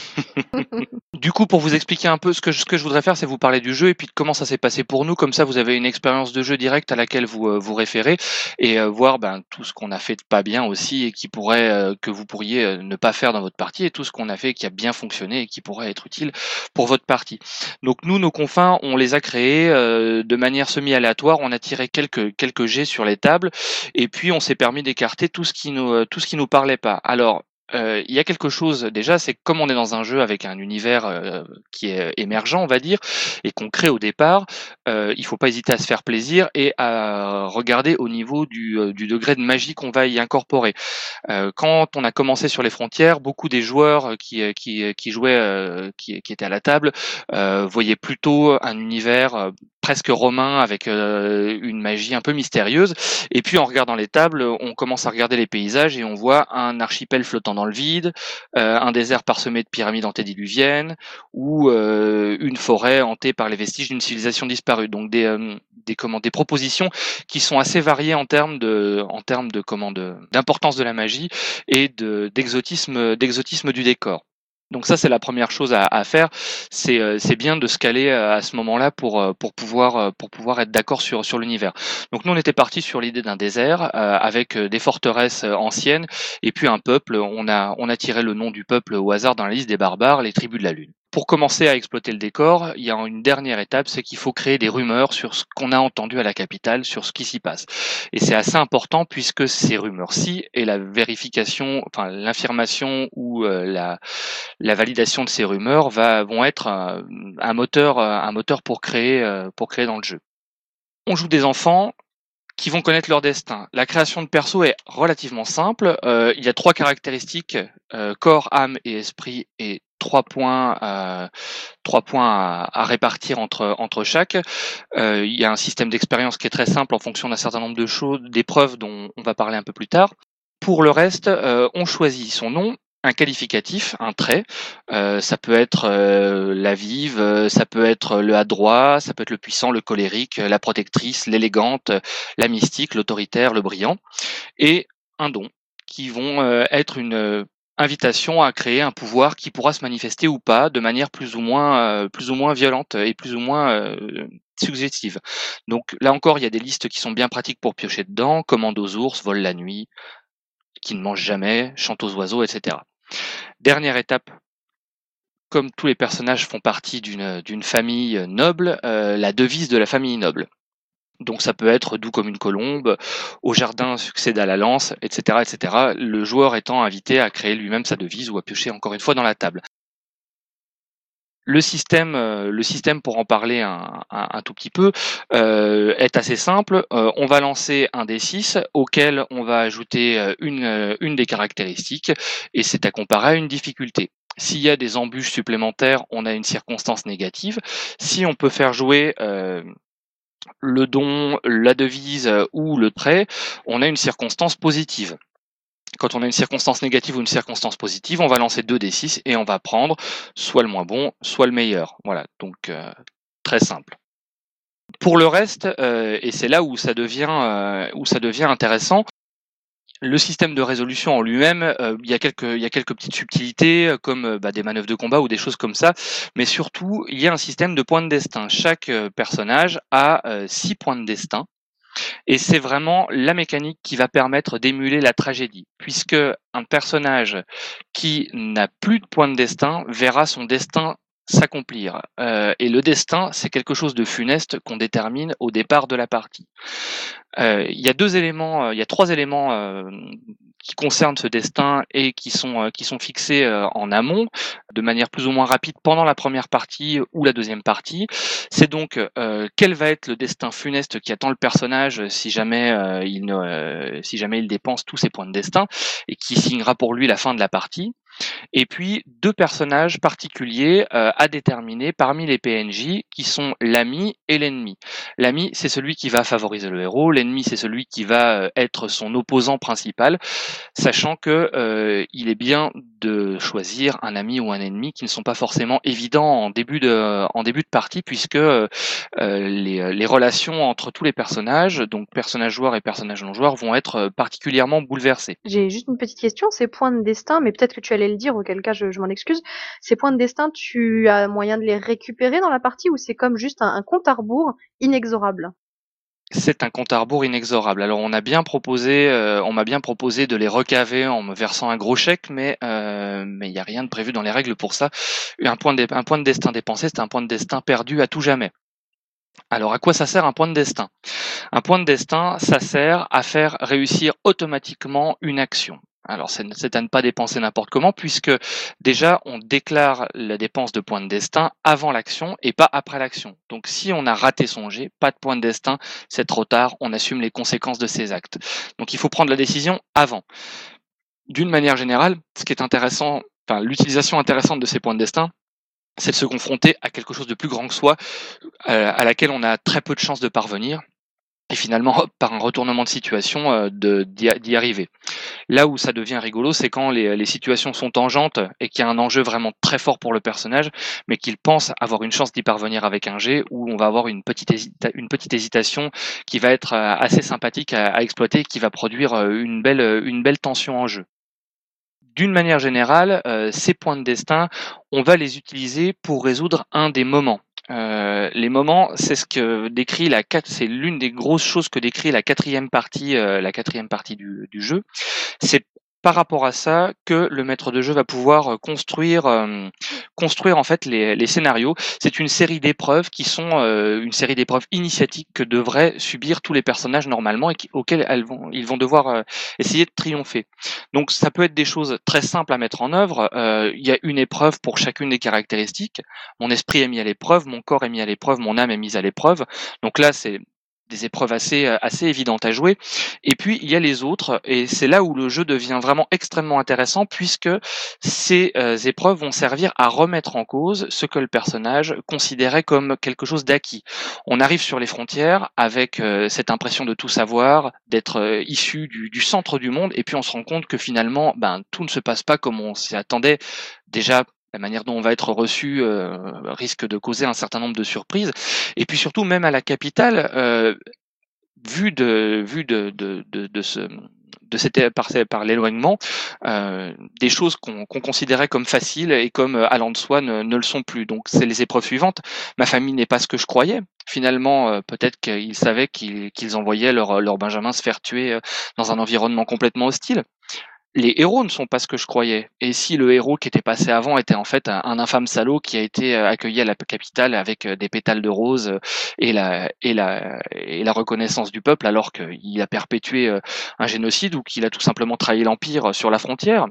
Du coup, pour vous expliquer un peu ce que, je, ce que je voudrais faire, c'est vous parler du jeu et puis de comment ça s'est passé pour nous. Comme ça, vous avez une expérience de jeu directe à laquelle vous euh, vous référez et euh, voir ben, tout ce qu'on a fait de pas bien aussi et qui pourrait euh, que vous pourriez euh, ne pas faire dans votre partie et tout ce qu'on a fait qui a bien fonctionné et qui pourrait être utile pour votre partie. Donc nous, nos confins, on les a créés euh, de manière semi-aléatoire. On a tiré quelques quelques jets sur les tables et puis on s'est permis d'écarter tout ce qui nous euh, tout ce qui nous parlait pas. Alors euh, il y a quelque chose déjà, c'est que comme on est dans un jeu avec un univers euh, qui est émergent, on va dire, et qu'on crée au départ, euh, il faut pas hésiter à se faire plaisir et à regarder au niveau du, euh, du degré de magie qu'on va y incorporer. Euh, quand on a commencé sur les frontières, beaucoup des joueurs qui, qui, qui jouaient, euh, qui, qui étaient à la table, euh, voyaient plutôt un univers euh, presque romain avec euh, une magie un peu mystérieuse. Et puis en regardant les tables, on commence à regarder les paysages et on voit un archipel flottant dans le vide, euh, un désert parsemé de pyramides antédiluviennes ou euh, une forêt hantée par les vestiges d'une civilisation disparue. Donc des, euh, des, comment, des propositions qui sont assez variées en termes de, en termes de, comment, de, d'importance de la magie et de, d'exotisme, d'exotisme du décor. Donc ça, c'est la première chose à, à faire. C'est euh, c'est bien de se caler euh, à ce moment-là pour euh, pour pouvoir euh, pour pouvoir être d'accord sur sur l'univers. Donc nous, on était parti sur l'idée d'un désert euh, avec euh, des forteresses euh, anciennes et puis un peuple. On a on a tiré le nom du peuple au hasard dans la liste des barbares, les tribus de la Lune. Pour commencer à exploiter le décor, il y a une dernière étape, c'est qu'il faut créer des rumeurs sur ce qu'on a entendu à la capitale, sur ce qui s'y passe. Et c'est assez important puisque ces rumeurs-ci et la vérification, enfin l'information ou euh, la, la validation de ces rumeurs va, vont être un, un moteur, un moteur pour créer, euh, pour créer dans le jeu. On joue des enfants qui vont connaître leur destin. La création de perso est relativement simple. Euh, il y a trois caractéristiques, euh, corps, âme et esprit, et trois points, euh, trois points à, à répartir entre entre chaque. Euh, il y a un système d'expérience qui est très simple en fonction d'un certain nombre de choses, d'épreuves dont on va parler un peu plus tard. Pour le reste, euh, on choisit son nom, un qualificatif, un trait. Euh, ça peut être euh, la vive, euh, ça peut être le adroit, ça peut être le puissant, le colérique, la protectrice, l'élégante, la mystique, l'autoritaire, le brillant, et un don qui vont euh, être une euh, invitation à créer un pouvoir qui pourra se manifester ou pas de manière plus ou moins euh, plus ou moins violente et plus ou moins euh, suggestive. Donc là encore, il y a des listes qui sont bien pratiques pour piocher dedans. Commande aux ours, vole la nuit, qui ne mange jamais, chante aux oiseaux, et cetera. Dernière étape, comme tous les personnages font partie d'une d'une famille noble, euh, la devise de la famille noble. Donc ça peut être doux comme une colombe, au jardin succède à la lance, et cetera, et cetera. Le joueur étant invité à créer lui-même sa devise ou à piocher encore une fois dans la table. Le système, euh, le système pour en parler un, un, un tout petit peu, euh, est assez simple. Euh, on va lancer un D six auquel on va ajouter une, une des caractéristiques et c'est à comparer à une difficulté. S'il y a des embûches supplémentaires, on a une circonstance négative. Si on peut faire jouer euh, le don, la devise ou le trait, on a une circonstance positive. Quand on a une circonstance négative ou une circonstance positive, on va lancer deux D six et on va prendre soit le moins bon, soit le meilleur. Voilà, donc euh, très simple. Pour le reste, euh, et c'est là où ça devient euh, où ça devient intéressant, le système de résolution en lui-même, euh, il y a quelques il y a quelques petites subtilités euh, comme euh, bah, des manœuvres de combat ou des choses comme ça, mais surtout il y a un système de points de destin. Chaque euh, personnage a euh, six points de destin. Et c'est vraiment la mécanique qui va permettre d'émuler la tragédie, puisque un personnage qui n'a plus de point de destin verra son destin s'accomplir. Euh, et le destin, c'est quelque chose de funeste qu'on détermine au départ de la partie. Euh, il y a deux éléments, euh, il y a trois éléments euh, qui concernent ce destin et qui sont euh, qui sont fixés euh, en amont, de manière plus ou moins rapide pendant la première partie ou la deuxième partie. C'est donc euh, quel va être le destin funeste qui attend le personnage si jamais euh, il ne, euh, si jamais il dépense tous ses points de destin et qui signera pour lui la fin de la partie. Et puis deux personnages particuliers euh, à déterminer parmi les P N J qui sont l'ami et l'ennemi. L'ami, c'est celui qui va favoriser le héros, l'ennemi, c'est celui qui va euh, être son opposant principal, sachant que euh, il est bien de choisir un ami ou un ennemi qui ne sont pas forcément évidents en début de en début de partie, puisque euh, les, les relations entre tous les personnages, donc personnages joueurs et personnages non joueurs, vont être particulièrement bouleversées. J'ai juste une petite question, ces points de destin, mais peut-être que tu allais le dire, auquel cas je, je m'en excuse. Ces points de destin, tu as moyen de les récupérer dans la partie ou c'est comme juste un, un compte à rebours inexorable? C'est un compte à rebours inexorable. Alors on a bien proposé, euh, on m'a bien proposé de les recaver en me versant un gros chèque, mais euh, mais il n'y a rien de prévu dans les règles pour ça. Un point de, un point de destin dépensé, c'est un point de destin perdu à tout jamais. Alors à quoi ça sert un point de destin? Un point de destin, ça sert à faire réussir automatiquement une action. Alors c'est à ne pas dépenser n'importe comment, puisque déjà on déclare la dépense de points de destin avant l'action et pas après l'action. Donc si on a raté son jet, pas de point de destin, c'est trop tard, on assume les conséquences de ses actes. Donc il faut prendre la décision avant. D'une manière générale, ce qui est intéressant, enfin l'utilisation intéressante de ces points de destin, c'est de se confronter à quelque chose de plus grand que soi, à laquelle on a très peu de chances de parvenir, et finalement, hop, par un retournement de situation, euh, de, d'y arriver. Là où ça devient rigolo, c'est quand les, les situations sont tangentes et qu'il y a un enjeu vraiment très fort pour le personnage, mais qu'il pense avoir une chance d'y parvenir avec un jet, où on va avoir une petite, hésita- une petite hésitation qui va être assez sympathique à, à exploiter, qui va produire une belle, une belle tension en jeu. d'une manière générale, euh, ces points de destin, on va les utiliser pour résoudre un des moments. Euh, les moments, c'est ce que décrit la quatre, c'est l'une des grosses choses que décrit la quatrième partie, euh, la quatrième partie du, du jeu. C'est par rapport à ça que le maître de jeu va pouvoir construire, euh, construire en fait les, les scénarios. C'est une série d'épreuves qui sont euh, une série d'épreuves initiatiques que devraient subir tous les personnages normalement et qui, auxquels elles vont, ils vont devoir euh, essayer de triompher. Donc ça peut être des choses très simples à mettre en œuvre. Euh, il y a une épreuve pour chacune des caractéristiques. Mon esprit est mis à l'épreuve, mon corps est mis à l'épreuve, mon âme est mise à l'épreuve. Donc là, c'est des épreuves assez assez évidentes à jouer. Et puis il y a les autres, et c'est là où le jeu devient vraiment extrêmement intéressant, puisque ces euh, épreuves vont servir à remettre en cause ce que le personnage considérait comme quelque chose d'acquis. On arrive sur les frontières avec euh, cette impression de tout savoir, d'être euh, issu du, du centre du monde, et puis on se rend compte que finalement, ben tout ne se passe pas comme on s'y attendait. Déjà, la manière dont on va être reçu euh, risque de causer un certain nombre de surprises. Et puis surtout, même à la capitale, euh, vu de vu de de de, de ce de cette par, par l'éloignement, euh, des choses qu'on qu'on considérait comme faciles et comme allant de soi ne, ne le sont plus. Donc c'est les épreuves suivantes. Ma famille n'est pas ce que je croyais. Finalement, euh, peut-être qu'ils savaient qu'ils qu'ils envoyaient leur leur Benjamin se faire tuer euh, dans un environnement complètement hostile. Les héros ne sont pas ce que je croyais. Et si le héros qui était passé avant était en fait un, un infâme salaud qui a été euh, accueilli à la capitale avec euh, des pétales de rose euh, et la et la et la reconnaissance du peuple, alors qu'il a perpétué euh, un génocide ou qu'il a tout simplement trahi l'empire sur la frontière,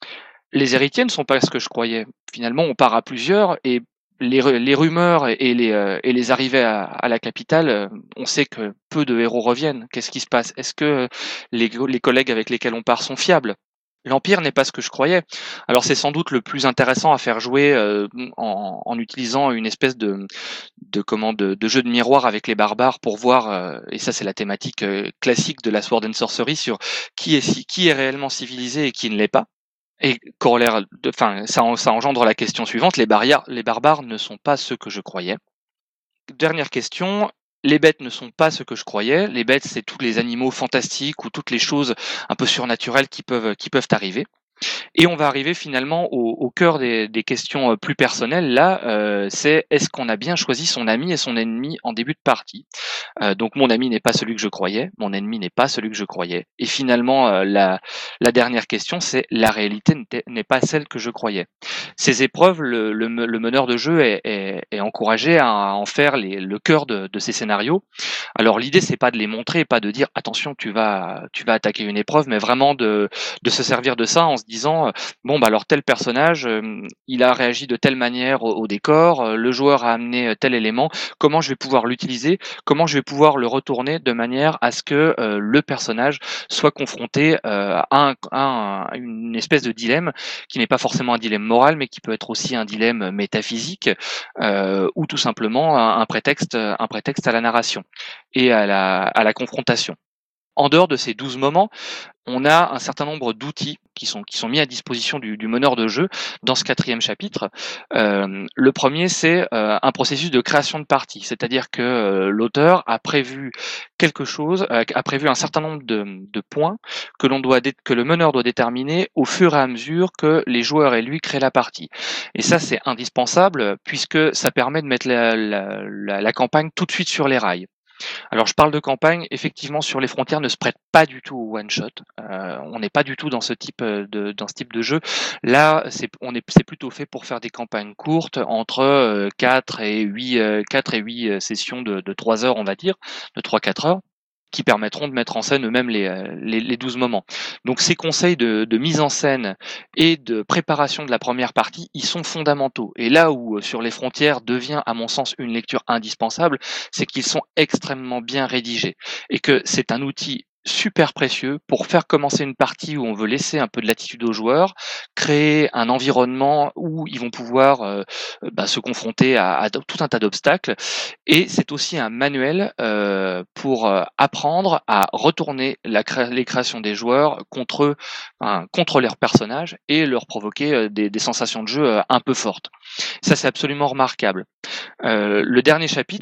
les héritiers ne sont pas ce que je croyais. Finalement, on part à plusieurs et les, les rumeurs et les, euh, et les arrivées à, à la capitale, euh, on sait que peu de héros reviennent. Qu'est-ce qui se passe? Est-ce que les, les collègues avec lesquels on part sont fiables? L'Empire n'est pas ce que je croyais. Alors c'est sans doute le plus intéressant à faire jouer euh, en, en utilisant une espèce de, de, comment, de, de jeu de miroir avec les barbares pour voir, euh, et ça c'est la thématique euh, classique de la Sword and Sorcery, sur qui est, qui est réellement civilisé et qui ne l'est pas. Et corollaire, de, enfin ça, ça engendre la question suivante, les, barrières, les barbares ne sont pas ceux que je croyais. Dernière question. Les bêtes ne sont pas ce que je croyais. Les bêtes, c'est tous les animaux fantastiques ou toutes les choses un peu surnaturelles qui peuvent, qui peuvent arriver. Et on va arriver finalement au, au cœur des, des questions plus personnelles. Là, euh, c'est est-ce qu'on a bien choisi son ami et son ennemi en début de partie? euh, Donc mon ami n'est pas celui que je croyais, mon ennemi n'est pas celui que je croyais. Et finalement, euh, la, la dernière question, c'est la réalité n'est pas celle que je croyais. Ces épreuves, le, le, le meneur de jeu est, est, est encouragé à en faire les, le cœur de, de ces scénarios. Alors l'idée, c'est pas de les montrer, pas de dire attention, tu vas, tu vas attaquer une épreuve, mais vraiment de, de se servir de ça en se disant bon bah alors tel personnage euh, il a réagi de telle manière au, au décor, euh, le joueur a amené tel élément, comment je vais pouvoir l'utiliser, comment je vais pouvoir le retourner de manière à ce que euh, le personnage soit confronté euh, à, un, à un, une espèce de dilemme qui n'est pas forcément un dilemme moral mais qui peut être aussi un dilemme métaphysique euh, ou tout simplement un, un prétexte un prétexte à la narration et à la, à la confrontation. En dehors de ces douze moments, on a un certain nombre d'outils qui sont, qui sont mis à disposition du, du meneur de jeu dans ce quatrième chapitre. Euh, le premier, c'est euh, un processus de création de partie, c'est-à-dire que euh, l'auteur a prévu quelque chose, euh, a prévu un certain nombre de, de points que l'on doit, que le meneur doit déterminer au fur et à mesure que les joueurs et lui créent la partie. Et ça, c'est indispensable puisque ça permet de mettre la, la, la, la campagne tout de suite sur les rails. Alors je parle de campagne, effectivement sur les frontières ne se prête pas du tout au one shot. Euh, on n'est pas du tout dans ce type de dans ce type de jeu. Là, c'est on est c'est plutôt fait pour faire des campagnes courtes entre euh, quatre et huit euh, quatre et huit euh, sessions de de trois heures, on va dire, de trois quatre heures, qui permettront de mettre en scène eux-mêmes les, les, les douze moments. Donc ces conseils de, de mise en scène et de préparation de la première partie, ils sont fondamentaux. Et là où Sur les frontières devient, à mon sens, une lecture indispensable, c'est qu'ils sont extrêmement bien rédigés et que c'est un outil super précieux pour faire commencer une partie où on veut laisser un peu de latitude aux joueurs, créer un environnement où ils vont pouvoir euh, bah, se confronter à, à tout un tas d'obstacles. Et c'est aussi un manuel euh, pour euh, apprendre à retourner la cré les créations des joueurs contre eux, hein, contre leurs personnages et leur provoquer euh, des, des sensations de jeu euh, un peu fortes. Ça, c'est absolument remarquable. Euh, le dernier chapitre,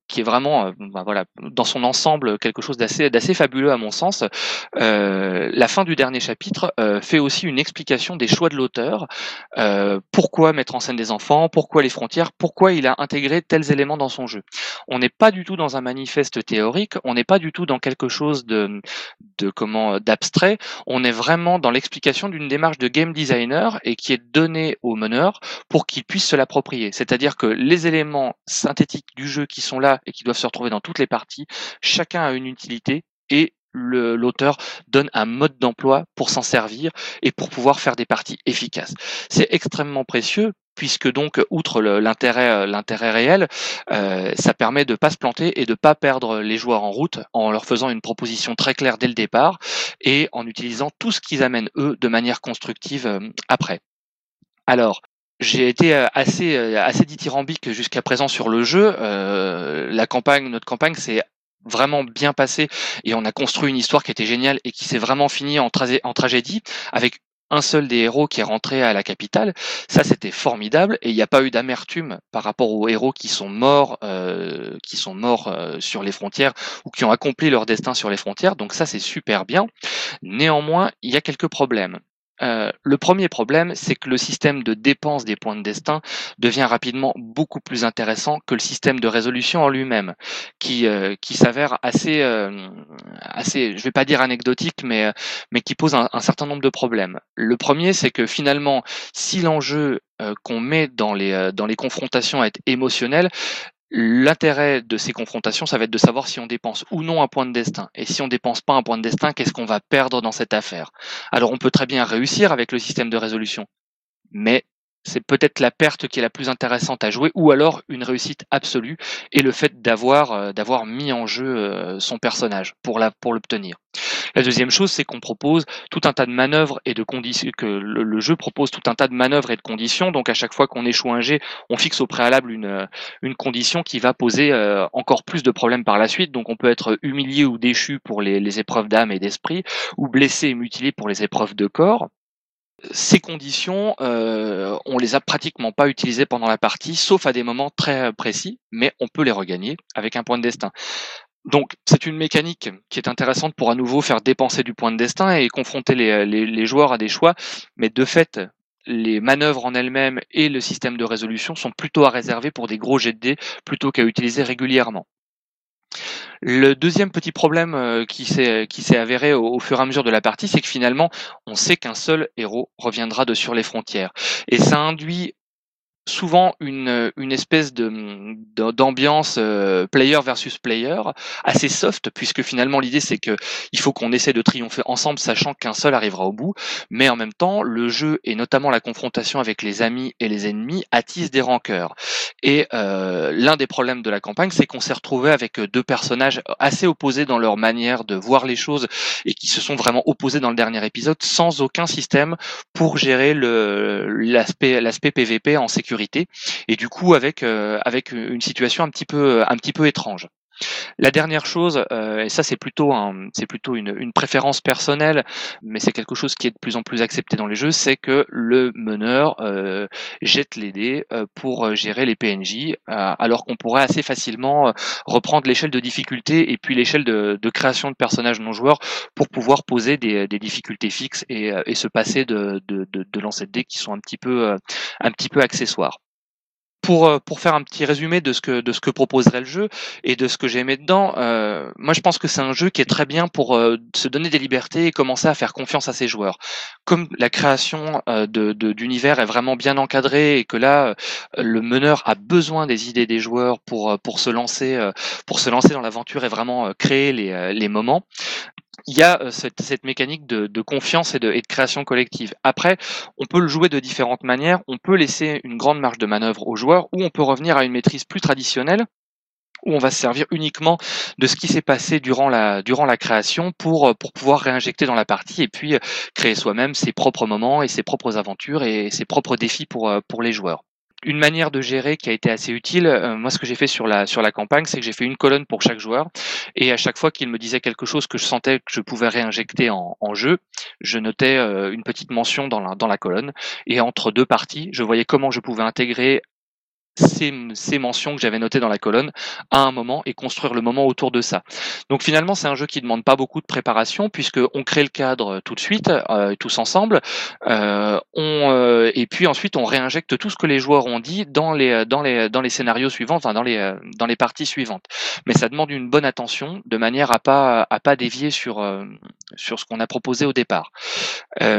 qui est vraiment, euh, bah, voilà, dans son ensemble quelque chose d'assez d'assez fabuleux à mon sens. Euh, la fin du dernier chapitre euh, fait aussi une explication des choix de l'auteur. Euh, pourquoi mettre en scène des enfants, pourquoi les frontières, pourquoi il a intégré tels éléments dans son jeu. On n'est pas du tout dans un manifeste théorique, on n'est pas du tout dans quelque chose de, de comment d'abstrait. On est vraiment dans l'explication d'une démarche de game designer et qui est donnée au meneur pour qu'il puisse se l'approprier. C'est-à-dire que les éléments synthétiques du jeu qui sont là et qui doivent se retrouver dans toutes les parties, chacun a une utilité et le- l'auteur donne un mode d'emploi pour s'en servir et pour pouvoir faire des parties efficaces. C'est extrêmement précieux puisque donc, outre le- l'intérêt euh, l'intérêt réel, euh, ça permet de pas se planter et de pas perdre les joueurs en route en leur faisant une proposition très claire dès le départ et en utilisant tout ce qu'ils amènent eux de manière constructive euh, après. Alors, j'ai été euh, assez euh, assez dithyrambique jusqu'à présent sur le jeu. Euh, la campagne, notre campagne, s'est vraiment bien passée et on a construit une histoire qui était géniale et qui s'est vraiment finie en, trasé- en tragédie avec un seul des héros qui est rentré à la capitale. Ça, c'était formidable et il n'y a pas eu d'amertume par rapport aux héros qui sont morts, euh, qui sont morts euh, sur les frontières ou qui ont accompli leur destin sur les frontières. Donc ça, c'est super bien. Néanmoins, il y a quelques problèmes. Euh, le premier problème, c'est que le système de dépense des points de destin devient rapidement beaucoup plus intéressant que le système de résolution en lui-même, qui, euh, qui s'avère assez, euh, assez, je vais pas dire anecdotique, mais, euh, mais qui pose un, un certain nombre de problèmes. Le premier, c'est que finalement, si l'enjeu euh, qu'on met dans les, euh, dans les confrontations est émotionnel, l'intérêt de ces confrontations, ça va être de savoir si on dépense ou non un point de destin. Et si on dépense pas un point de destin, qu'est-ce qu'on va perdre dans cette affaire? Alors on peut très bien réussir avec le système de résolution, mais c'est peut-être la perte qui est la plus intéressante à jouer, ou alors une réussite absolue et le fait d'avoir euh, d'avoir mis en jeu euh, son personnage pour la pour l'obtenir. La deuxième chose, c'est qu'on propose tout un tas de manœuvres et de conditions, que le, le jeu propose tout un tas de manœuvres et de conditions. Donc à chaque fois qu'on échoue un jet, on fixe au préalable une, euh, une condition qui va poser euh, encore plus de problèmes par la suite. Donc on peut être humilié ou déchu pour les, les épreuves d'âme et d'esprit, ou blessé et mutilé pour les épreuves de corps. Ces conditions, euh, on les a pratiquement pas utilisées pendant la partie, sauf à des moments très précis, mais on peut les regagner avec un point de destin. Donc, c'est une mécanique qui est intéressante pour à nouveau faire dépenser du point de destin et confronter les, les, les joueurs à des choix. Mais de fait, les manœuvres en elles-mêmes et le système de résolution sont plutôt à réserver pour des gros jets de dés plutôt qu'à utiliser régulièrement. Le deuxième petit problème euh, qui s'est qui s'est avéré au, au fur et à mesure de la partie, c'est que finalement, on sait qu'un seul héros reviendra de sur les frontières. Et ça induit souvent une, une espèce de, de- d'ambiance euh, player versus player assez soft, puisque finalement l'idée c'est que il faut qu'on essaie de triompher ensemble, sachant qu'un seul arrivera au bout, mais en même temps le jeu et notamment la confrontation avec les amis et les ennemis attise des rancœurs. Et euh, l'un des problèmes de la campagne, c'est qu'on s'est retrouvé avec deux personnages assez opposés dans leur manière de voir les choses et qui se sont vraiment opposés dans le dernier épisode sans aucun système pour gérer le l'aspect l'aspect P V P en sécurité et du coup avec euh, avec une situation un petit peu un petit peu étrange. La dernière chose, euh, et ça c'est plutôt un, c'est plutôt une, une préférence personnelle, mais c'est quelque chose qui est de plus en plus accepté dans les jeux, c'est que le meneur euh, jette les dés euh, pour euh, gérer les P N J, euh, alors qu'on pourrait assez facilement euh, reprendre l'échelle de difficulté et puis l'échelle de, de création de personnages non joueurs pour pouvoir poser des, des difficultés fixes et, euh, et se passer de, de, de, de lancer de dés qui sont un petit peu, euh, un petit peu accessoires. Pour, euh, pour faire un petit résumé de ce que de ce que proposerait le jeu et de ce que j'ai aimé dedans, euh, moi je pense que c'est un jeu qui est très bien pour euh, se donner des libertés et commencer à faire confiance à ses joueurs. Comme la création euh, de de- d'univers est vraiment bien encadrée et que là euh, le meneur a besoin des idées des joueurs pour euh, pour se lancer euh, pour se lancer dans l'aventure et vraiment euh, créer les euh, les moments. Il y a euh, cette, cette mécanique de, de confiance et de, et de création collective. Après, on peut le jouer de différentes manières. On peut laisser une grande marge de manœuvre aux joueurs ou on peut revenir à une maîtrise plus traditionnelle où on va se servir uniquement de ce qui s'est passé durant la, durant la création pour, euh, pour pouvoir réinjecter dans la partie et puis euh, créer soi-même ses propres moments et ses propres aventures et ses propres défis pour, euh, pour les joueurs. Une manière de gérer qui a été assez utile, euh, moi ce que j'ai fait sur la sur la campagne, c'est que j'ai fait une colonne pour chaque joueur et à chaque fois qu'il me disait quelque chose que je sentais que je pouvais réinjecter en, en jeu, je notais euh, une petite mention dans la dans la colonne et entre deux parties, je voyais comment je pouvais intégrer ces, ces mentions que j'avais notées dans la colonne à un moment et construire le moment autour de ça. Donc finalement, c'est un jeu qui demande pas beaucoup de préparation puisque on crée le cadre tout de suite, euh, tous ensemble, euh, on, euh, et puis ensuite on réinjecte tout ce que les joueurs ont dit dans les dans les dans les scénarios suivants, enfin dans les dans les parties suivantes. Mais ça demande une bonne attention de manière à pas à pas dévier sur euh, sur ce qu'on a proposé au départ. Euh,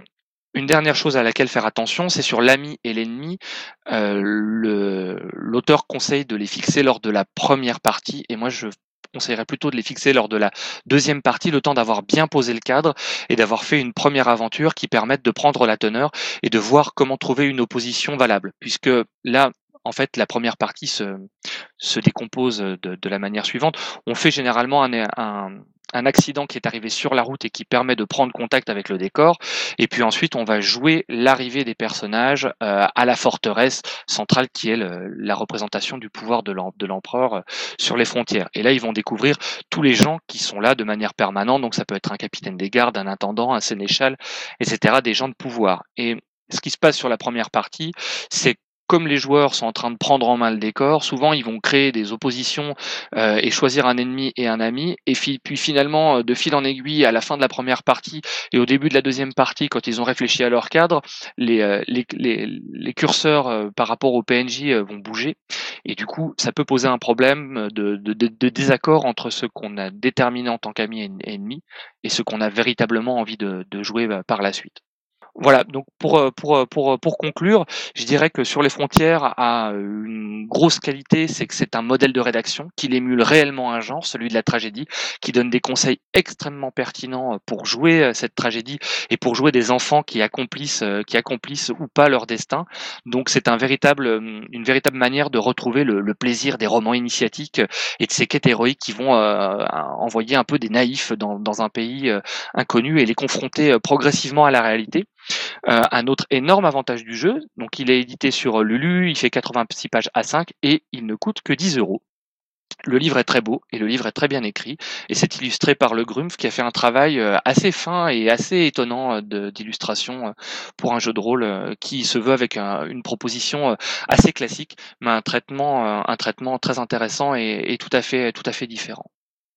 Une dernière chose à laquelle faire attention, c'est sur l'ami et l'ennemi. Euh, le, l'auteur conseille de les fixer lors de la première partie, et moi je conseillerais plutôt de les fixer lors de la deuxième partie, le temps d'avoir bien posé le cadre et d'avoir fait une première aventure qui permette de prendre la teneur et de voir comment trouver une opposition valable. Puisque là, en fait, la première partie se, se décompose de, de la manière suivante. On fait généralement un, un, un accident qui est arrivé sur la route et qui permet de prendre contact avec le décor. Et puis ensuite, on va jouer l'arrivée des personnages euh, à la forteresse centrale qui est le, la représentation du pouvoir de, l'em- de l'empereur euh, sur les frontières. Et là, ils vont découvrir tous les gens qui sont là de manière permanente. Donc ça peut être un capitaine des gardes, un intendant, un sénéchal, et cetera, des gens de pouvoir. Et ce qui se passe sur la première partie, c'est comme les joueurs sont en train de prendre en main le décor, souvent ils vont créer des oppositions euh, et choisir un ennemi et un ami. Et fi- puis finalement, de fil en aiguille, à la fin de la première partie et au début de la deuxième partie, quand ils ont réfléchi à leur cadre, les, euh, les, les, les curseurs euh, par rapport au P N J euh, vont bouger. Et du coup, ça peut poser un problème de, de, de, de désaccord entre ce qu'on a déterminé en tant qu'ami et ennemi et ce qu'on a véritablement envie de, de jouer bah, par la suite. Voilà, donc pour, euh, pour, euh, pour, euh, pour conclure, je dirais que Sur les frontières a une grosse qualité, c'est que c'est un modèle de rédaction, qu'il émule réellement un genre, celui de la tragédie, qui donne des conseils extrêmement pertinents euh, pour jouer euh, cette tragédie et pour jouer des enfants qui accomplissent, euh, qui accomplissent ou pas leur destin. Donc c'est un véritable, euh, une véritable manière de retrouver le, le plaisir des romans initiatiques et de ces quêtes héroïques qui vont euh, envoyer un peu des naïfs dans, dans un pays euh, inconnu et les confronter euh, progressivement à la réalité. Euh, un autre énorme avantage du jeu, donc il est édité sur Lulu, il fait quatre-vingt-six pages A cinq et il ne coûte que dix euros. Le livre est très beau et le livre est très bien écrit et c'est illustré par le Grumpf qui a fait un travail euh, assez fin et assez étonnant euh, de- d'illustration euh, pour un jeu de rôle euh, qui se veut avec un- une proposition euh, assez classique mais un traitement, euh, un traitement très intéressant et, et tout à fait, tout à fait différent.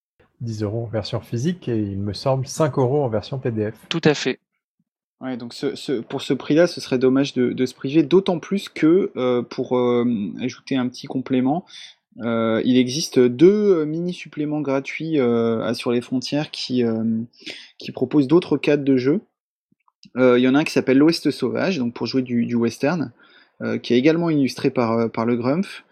dix euros en version physique et il me semble cinq euros en version P D F. Tout à fait. Ouais, donc ce, ce- pour ce prix-là, ce serait dommage de, de se priver, d'autant plus que, euh, pour euh, ajouter un petit complément, euh, il existe deux euh, mini-suppléments gratuits euh, à Sur les frontières qui, euh, qui proposent d'autres cadres de jeu. Euh, Il y en a un qui s'appelle L'Ouest sauvage, donc pour jouer du, du western, euh, qui est également illustré par, euh, par le Grumpf.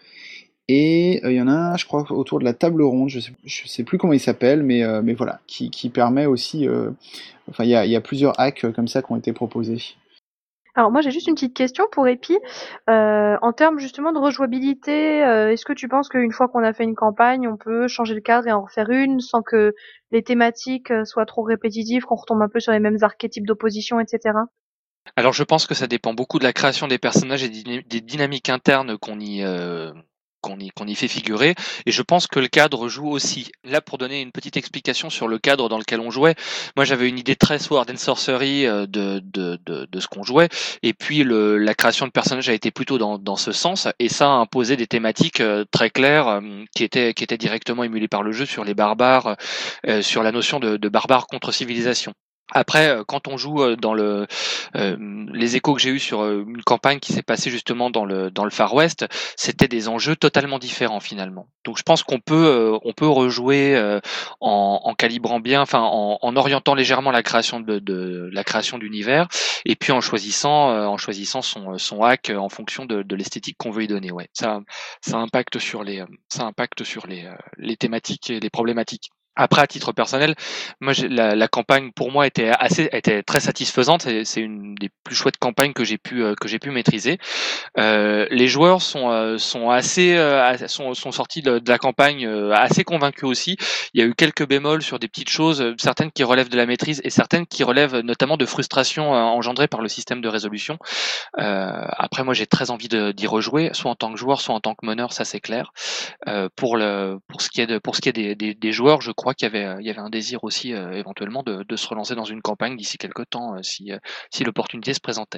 Et euh, il y en a un, je crois, autour de la table ronde, je sais, je sais plus comment il s'appelle, mais, euh, mais voilà, qui, qui permet aussi. euh, Enfin, il y a, il y a plusieurs hacks euh, comme ça qui ont été proposés. Alors moi j'ai juste une petite question pour Epi. Euh, en termes justement de rejouabilité, euh, est-ce que tu penses qu'une fois qu'on a fait une campagne, on peut changer le cadre et en refaire une sans que les thématiques euh, soient trop répétitives, qu'on retombe un peu sur les mêmes archétypes d'opposition, et cetera. Alors je pense que ça dépend beaucoup de la création des personnages et des des dynamiques internes qu'on y, euh, qu'on y, qu'on y fait figurer. Et je pense que le cadre joue aussi. Là, pour donner une petite explication sur le cadre dans lequel on jouait, moi j'avais une idée très Sword and Sorcery euh, de, de, de, de ce qu'on jouait. Et puis le, la création de personnages a été plutôt dans, dans ce sens. Et ça a imposé des thématiques euh, très claires euh, qui, étaient, qui étaient directement émulées par le jeu sur les barbares, euh, sur la notion de, de barbare contre civilisation. Après, euh, quand on joue euh, dans le, euh, les échos que j'ai eus sur euh, une campagne qui s'est passée justement dans le dans le Far West, c'était des enjeux totalement différents finalement. Donc je pense qu'on peut euh, on peut rejouer euh, en, en calibrant bien, enfin en, en orientant légèrement la création de, de la création d'univers et puis en choisissant euh, en choisissant son son hack en fonction de, de l'esthétique qu'on veut y donner. Ouais, ça ça impacte sur les euh, ça impacte sur les euh, les thématiques et les problématiques. Après, à titre personnel, moi, j'ai- la, la campagne pour moi était assez, était très satisfaisante. C'est c'est une des plus chouettes campagnes que j'ai pu euh, que j'ai pu maîtriser. Euh, les joueurs sont euh, sont assez euh, as- sont sont sortis de, de la campagne euh, assez convaincus aussi. Il y a eu quelques bémols sur des petites choses, euh, certaines qui relèvent de la maîtrise et certaines qui relèvent notamment de frustration euh, engendrée par le système de résolution. Euh, après, moi, j'ai très envie de- d'y rejouer, soit en tant que joueur, soit en tant que meneur, ça c'est clair. Euh, pour le pour ce qui est de pour ce qui est des, des, des joueurs, je crois qu'il y avait il y avait un désir aussi euh, éventuellement de, de se relancer dans une campagne d'ici quelque temps euh, si euh, si l'opportunité se présentait.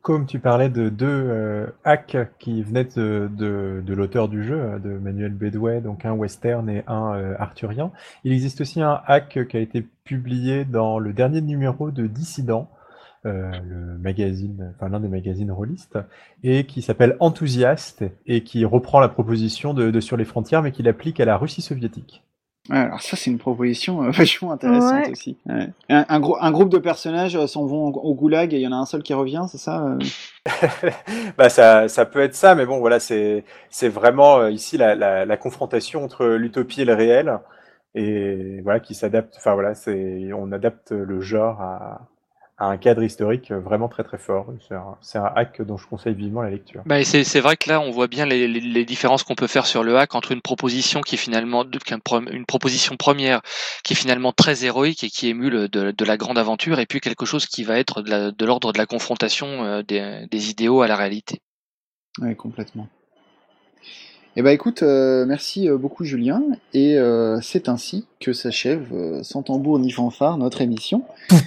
comme tu parlais de deux euh, hacks qui venaient de, de, de l'auteur du jeu, de Manuel Bedway, donc un western et un euh, arthurien, il existe aussi un hack qui a été publié dans le dernier numéro de Dissident, euh, le magazine, enfin l'un des magazines rôlistes, et qui s'appelle Enthousiaste et qui reprend la proposition de, de Sur les frontières, mais qui l'applique à la Russie soviétique. Ouais, alors ça, c'est une proposition euh, vachement intéressante Ouais. aussi. Ouais. Un, un, gros, un groupe de personnages euh, s'en vont au, au goulag et il y en a un seul qui revient, c'est ça euh Bah ça, ça peut être ça, mais bon voilà, c'est c'est vraiment euh, ici la, la, la confrontation entre l'utopie et le réel, et voilà qui s'adapte. Enfin voilà, c'est on adapte le genre à, à un cadre historique vraiment très très fort. C'est un, c'est un hack dont je conseille vivement la lecture. Bah, et c'est c'est vrai que là, on voit bien les, les, les différences qu'on peut faire sur le hack entre une proposition qui est finalement de- qu'un pro- une proposition première qui est finalement très héroïque et qui émule de, de la grande aventure, et puis quelque chose qui va être de, la- de l'ordre de la confrontation euh, des, des idéaux à la réalité. Ouais, complètement. Eh ben écoute, euh, merci euh, beaucoup Julien, et euh, c'est ainsi que s'achève, euh, sans tambour ni fanfare, notre émission.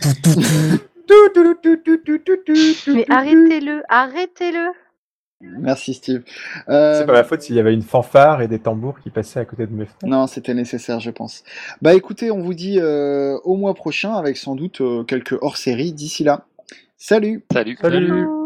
Mais arrêtez-le, arrêtez-le. Merci Steve. Euh, C'est pas ma faute s'il y avait une fanfare et des tambours qui passaient à côté de mes fenêtres. Non, c'était nécessaire, je pense. Bah écoutez, on vous dit euh, au mois prochain avec sans doute euh, quelques hors-séries d'ici là. Salut! Salut. Salut. Salut.